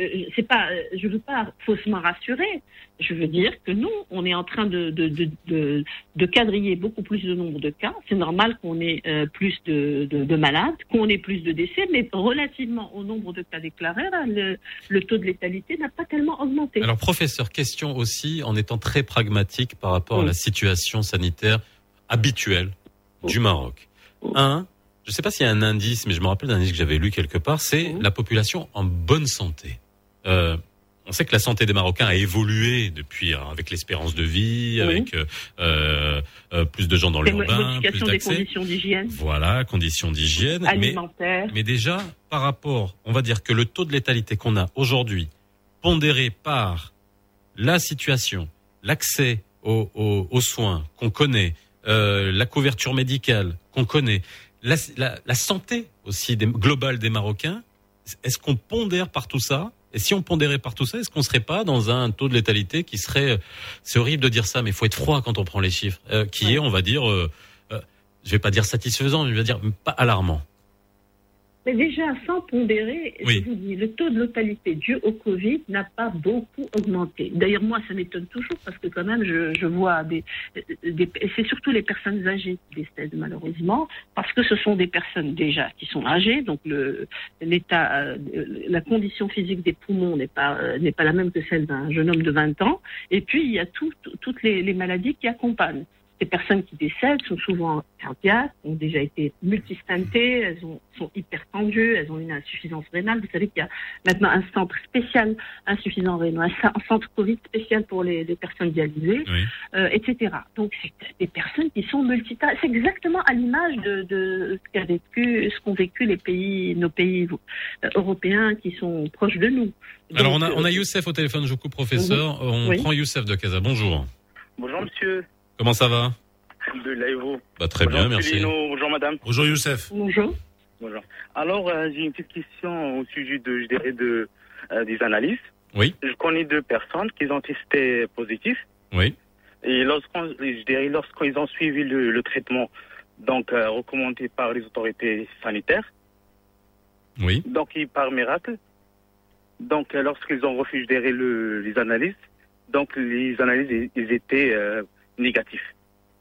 ne veux pas faussement rassurer. Je veux dire que nous, on est en train de, de, de, de, de quadriller beaucoup plus de nombre de cas. C'est normal qu'on ait euh, plus de, de, de malades, qu'on ait plus de décès, mais relativement au nombre de cas déclarés, là, le, le taux de létalité n'a pas tellement augmenté. Alors professeur, question aussi en étant très pragmatique par rapport à Oui. la situation sanitaire habituelle du Maroc. Un, je ne sais pas s'il y a un indice, mais je me rappelle d'un indice que j'avais lu quelque part, c'est la population en bonne santé. Euh, on sait que la santé des Marocains a évolué depuis, hein, avec l'espérance de vie, Oui. avec euh, euh, plus de gens dans Les l'urbain, plus modifications des d'accès. conditions d'hygiène Voilà, conditions d'hygiène. Mais, alimentaire. mais déjà, par rapport, on va dire que le taux de létalité qu'on a aujourd'hui, pondéré par la situation, l'accès aux, aux, aux soins qu'on connaît, euh, la couverture médicale qu'on connaît, la, la, la santé aussi des, globale des Marocains, est-ce qu'on pondère par tout ça? Et si on pondérait par tout ça, est-ce qu'on serait pas dans un taux de létalité qui serait, c'est horrible de dire ça, mais il faut être froid quand on prend les chiffres, euh, qui est, on va dire, euh, euh, je vais pas dire satisfaisant, mais je vais dire pas alarmant. Mais déjà, sans pondérer, Oui. je vous dis, le taux de létalité dû au Covid n'a pas beaucoup augmenté. D'ailleurs, moi, ça m'étonne toujours parce que quand même, je, je vois des, des... et c'est surtout les personnes âgées qui décèdent, malheureusement, parce que ce sont des personnes déjà qui sont âgées, donc le, l'état, euh, la condition physique des poumons n'est pas, euh, n'est pas la même que celle d'un jeune homme de vingt ans. Et puis, il y a tout, tout- toutes les, les maladies qui accompagnent. Les personnes qui décèdent sont souvent cardiaques, ont déjà été multistentées, elles ont, sont hypertendues, elles ont une insuffisance rénale. Vous savez qu'il y a maintenant un centre spécial insuffisance rénale, un centre Covid spécial pour les, les personnes dialysées, Oui. euh, et cetera. Donc, c'est des personnes qui sont multitâches. C'est exactement à l'image de, de ce qu'a vécu, ce qu'ont vécu les pays, nos pays euh, européens qui sont proches de nous. Alors, Donc, on a, on a euh, Youssef au téléphone, je vous coupe, professeur. On Oui. prend Youssef de Casa. Bonjour. Bonjour monsieur. Comment ça va? Alhamdulillah, et vous? Bah, très Bonjour, bien, monsieur merci. Lino. Bonjour madame. Bonjour Youssef. Bonjour. Bonjour. Alors euh, j'ai une petite question au sujet de, je dirais, de euh, des analyses. Oui. Je connais deux personnes qui ont testé positif Oui. et lorsqu'on, je dirais, lorsqu'ils ont suivi le, le traitement donc euh, recommandé par les autorités sanitaires, Oui. donc ils, par miracle, donc euh, lorsqu'ils ont refusé, je dirais, le, les analyses, donc les analyses ils, ils étaient euh, négatifs.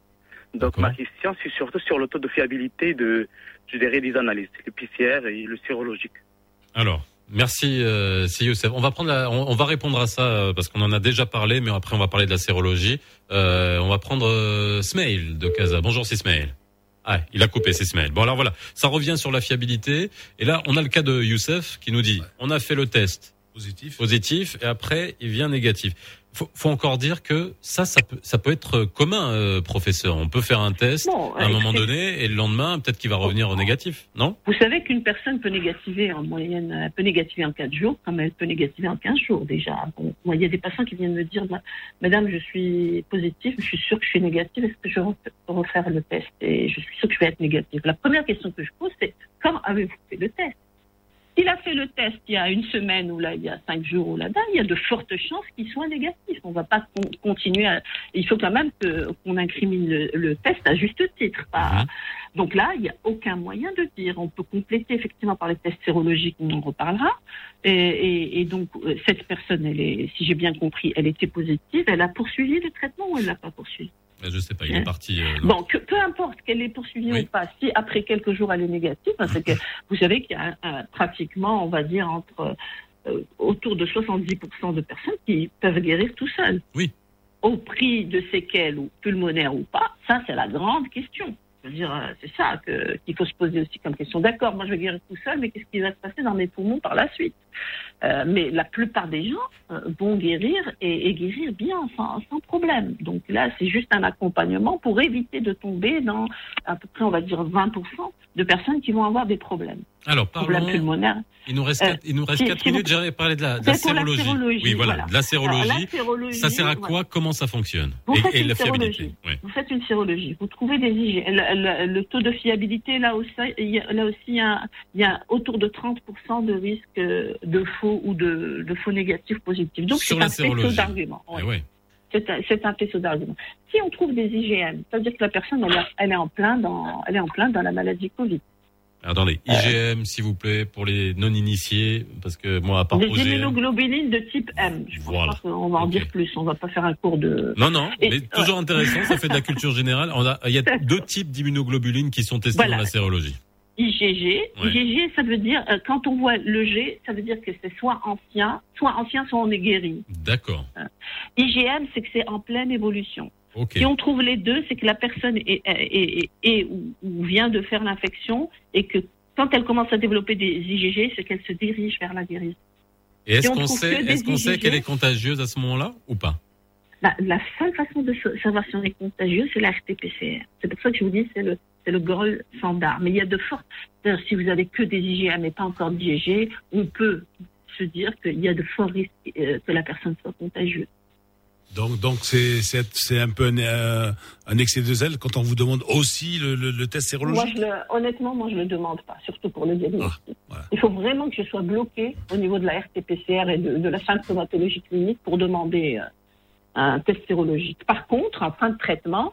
Donc ma question c'est surtout sur le taux de fiabilité de, je dirais, des analyses, le P C R et le sérologique. Alors, merci, euh, c'est Youssef. On va prendre la, on, on va répondre à ça euh, parce qu'on en a déjà parlé, mais après on va parler de la sérologie. Euh, on va prendre euh, Smail de Casa. Bonjour, c'est Smail. Ah, il a coupé, c'est Smail. Bon, alors voilà, ça revient sur la fiabilité. Et là, on a le cas de Youssef qui nous dit, on a fait le test Positif. positif et après il vient négatif. Faut, faut encore dire que ça, ça peut, ça peut être commun, euh, professeur. On peut faire un test Bon, à un ouais, moment c'est- donné et le lendemain, peut-être qu'il va revenir au négatif, non? Vous savez qu'une personne peut négativer en moyenne, elle peut négativer en quatre jours, comme elle peut négativer en quinze jours déjà. Bon, moi, il y a des patients qui viennent me dire, bah, Madame, je suis positive, je suis sûre que je suis négative, est-ce que je peux refaire le test? Et je suis sûre que je vais être négative. La première question que je pose, c'est quand avez-vous fait le test? S'il a fait le test il y a une semaine ou là il y a cinq jours ou là-bas, il y a de fortes chances qu'il soit négatif. On ne va pas con- continuer. À... Il faut quand même que, qu'on incrimine le, le test à juste titre. Pas... Donc là, il n'y a aucun moyen de dire. On peut compléter effectivement par les tests sérologiques, on en reparlera. Et, et, et donc euh, cette personne, elle est, si j'ai bien compris, elle était positive. Elle a poursuivi le traitement ou elle l'a pas poursuivi? Je sais pas, il est parti. euh, non. Bon, que, peu importe qu'elle ait poursuivi ou pas, si après quelques jours elle est négative, parce que vous savez qu'il y a un- un- pratiquement, on va dire, entre euh, autour de soixante-dix pour cent de personnes qui peuvent guérir tout seuls. Oui. Au prix de séquelles ou pulmonaires ou pas, ça c'est la grande question. Je veux dire, euh, c'est ça que, qu'il faut se poser aussi comme question. D'accord, moi je vais guérir tout seul, mais qu'est-ce qui va se passer dans mes poumons par la suite? Euh, mais la plupart des gens euh, vont guérir et, et guérir bien, sans, sans problème. Donc là, c'est juste un accompagnement pour éviter de tomber dans à peu près, on va dire, vingt pour cent de personnes qui vont avoir des problèmes. Alors, Problèmes parlons. pulmonaires. Il nous reste Euh, quatre, il nous reste si- quatre si minutes. vous- J'allais parler de la, de la C'est pour la sérologie. sérologie, Oui, voilà, voilà. de la sérologie. Alors, la sérologie, Ça sert à voilà. quoi? Comment ça fonctionne? Vous et faites et une la fiabilité. sérologie. Oui. Vous faites une sérologie. Vous trouvez des I G. Le, le- le taux de fiabilité, là aussi, il y a, là aussi, il y a, il y a autour de trente pour cent de risque euh, de faux ou de, de faux négatifs positifs. Donc, Sur c'est la un faisceau sérologie. d'arguments. Eh Ouais. ouais. C'est un, c'est un faisceau d'arguments. Si on trouve des I G M, ça veut dire que la personne, elle, a- elle est en plein dans, elle est en plein dans la maladie Covid. Attendez, I G M, s'il vous plaît, pour les non-initiés, parce que moi, à part Des O G M. immunoglobulines de type M. Je Voilà. pense qu'on va en dire plus. On va pas faire un cours de. Non, non, Et- mais toujours intéressant, ça fait de la culture générale. On a, il y a deux types d'immunoglobulines qui sont testés Voilà. dans la sérologie. I G G. Ouais. I G G, ça veut dire, euh, quand on voit le G, ça veut dire que c'est soit ancien, soit ancien, soit on est guéri. D'accord. I G M, c'est que c'est en pleine évolution. Ok. Si on trouve les deux, c'est que la personne est, est, est- est- ou, ou vient de faire l'infection et que quand elle commence à développer des I G G, c'est qu'elle se dirige vers la guérison. Et est-ce Si on qu'on trouve sait, que des est-ce qu'on sait I G G, qu'elle est contagieuse à ce moment-là ou pas? La, la seule façon de sa- savoir si on est contagieux, c'est la R T P C R. C'est pour ça que je vous dis, c'est le, c'est le gold standard. Mais il y a de fortes. C'est-à-dire, si vous avez que des I G M et pas encore d'I G G, on peut se dire qu'il y a de forts risques euh, que la personne soit contagieuse. Donc, donc c'est, c'est, c'est un peu un, euh, un excès de zèle quand on vous demande aussi le, le, le test Moi, sérologique. je le, honnêtement, moi, je le demande pas, surtout pour le diagnostic. Il faut vraiment que je sois bloqué au niveau de la R T P C R et de, de la symptomatologie clinique pour demander euh, un test sérologique. Par contre, en fin de traitement,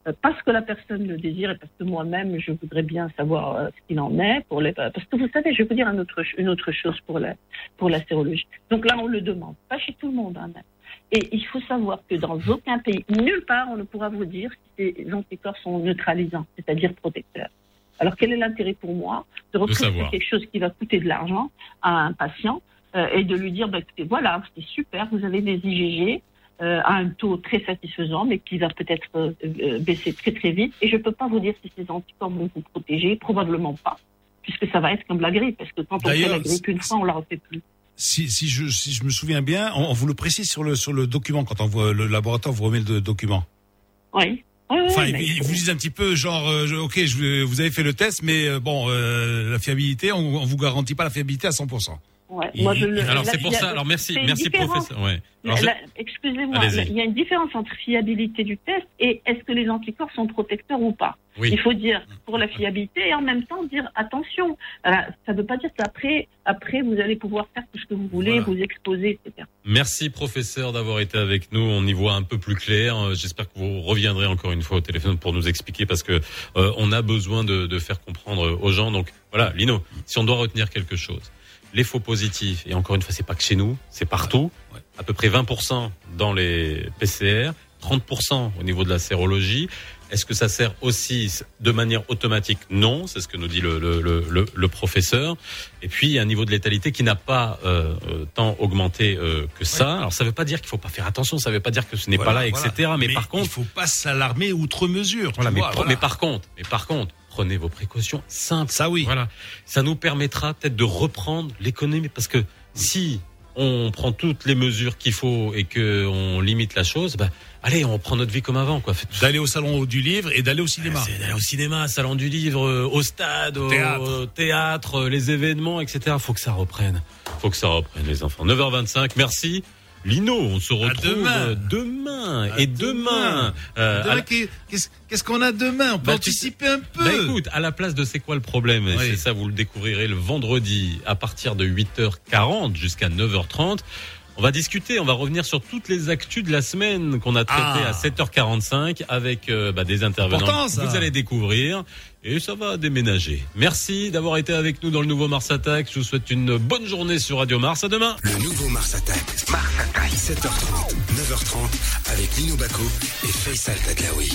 euh, parce que la personne le désire et parce que moi-même, je voudrais bien savoir euh, ce qu'il en est. Pour les, parce que vous savez, je vais vous dire une autre, une autre chose pour la, pour la sérologie. Donc là, on le demande, pas chez tout le monde, hein, même. Et il faut savoir que dans aucun pays, nulle part, on ne pourra vous dire si ces anticorps sont neutralisants, c'est-à-dire protecteurs. Alors, quel est l'intérêt pour moi de recruter quelque chose qui va coûter de l'argent à un patient euh, et de lui dire, bah, écoutez, voilà, c'est super, vous avez des I G G euh, à un taux très satisfaisant, mais qui va peut-être euh, baisser très très vite. Et je ne peux pas vous dire si ces anticorps vont vous protéger, probablement pas, puisque ça va être comme la grippe, parce que quand on fait la grippe une fois, on ne la refait plus. Si, si, je, si je me souviens bien, on, on vous le précise sur le, sur le document, quand on voit le laboratoire vous remet le document. Oui. Oui, enfin, oui, ils, ils vous disent un petit peu, genre, euh, ok, je, vous avez fait le test, mais euh, bon, euh, la fiabilité, on, on vous garantit pas la fiabilité à cent pour cent. Ouais, il, moi je le, alors là, c'est pour ça. Alors merci, merci professeur. Ouais. Alors, là, je... Excusez-moi, là, il y a une différence entre fiabilité du test et est-ce que les anticorps sont protecteurs ou pas. Oui. Il faut dire pour la fiabilité et en même temps dire attention. Alors, ça ne veut pas dire qu'après, après vous allez pouvoir faire tout ce que vous voulez, voilà. Vous exposer, et cetera. Merci professeur d'avoir été avec nous. On y voit un peu plus clair. J'espère que vous reviendrez encore une fois au téléphone pour nous expliquer parce que euh, on a besoin de, de faire comprendre aux gens. Donc voilà, Lino, si on doit retenir quelque chose. Les faux positifs, et encore une fois, c'est pas que chez nous, c'est partout. Ouais. À peu près vingt pour cent dans les P C R, trente pour cent au niveau de la sérologie. Est-ce que ça sert aussi de manière automatique? Non, c'est ce que nous dit le, le, le, le professeur. Et puis, il y a un niveau de létalité qui n'a pas euh, tant augmenté euh, que ça. Ouais. Alors, ça ne veut pas dire qu'il ne faut pas faire attention, ça ne veut pas dire que ce n'est voilà, pas là, voilà. et cetera. Mais, mais par contre, il ne faut pas s'alarmer outre mesure. Voilà, mais, vois, pro- voilà. mais par contre, mais par contre, prenez vos précautions simples. Ça oui. Voilà. Ça nous permettra peut-être de reprendre l'économie parce que si on prend toutes les mesures qu'il faut et que on limite la chose, bah allez, on reprend notre vie comme avant quoi. D'aller au salon du livre et d'aller au cinéma. C'est d'aller au cinéma, salon du livre, au stade, au théâtre, au théâtre les événements, et cetera. Faut que ça reprenne. Faut que ça reprenne les enfants. neuf heures vingt-cinq. Merci. Lino, on se retrouve demain. demain. À et demain. demain, euh, demain qu'est-ce, qu'est-ce qu'on a demain? On peut bah, anticiper un peu. Bah écoute, à la place de c'est quoi le problème? Oui. C'est ça, vous le découvrirez le vendredi à partir de huit heures quarante jusqu'à neuf heures trente. On va discuter, on va revenir sur toutes les actus de la semaine qu'on a traitées ah. à sept heures quarante-cinq avec euh, bah, des intervenants Pourtant, que vous allez découvrir et ça va déménager. Merci d'avoir été avec nous dans le nouveau Mars Attack. Je vous souhaite une bonne journée sur Radio Mars. À demain. Le nouveau Mars Attack. Mars Attack. sept heures trente, neuf heures trente avec Lino Bacco et Faisal Tadlaoui.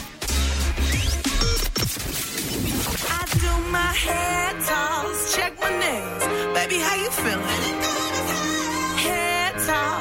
I do my hair toss, check my nails. Baby, how you feeling? Hair toss.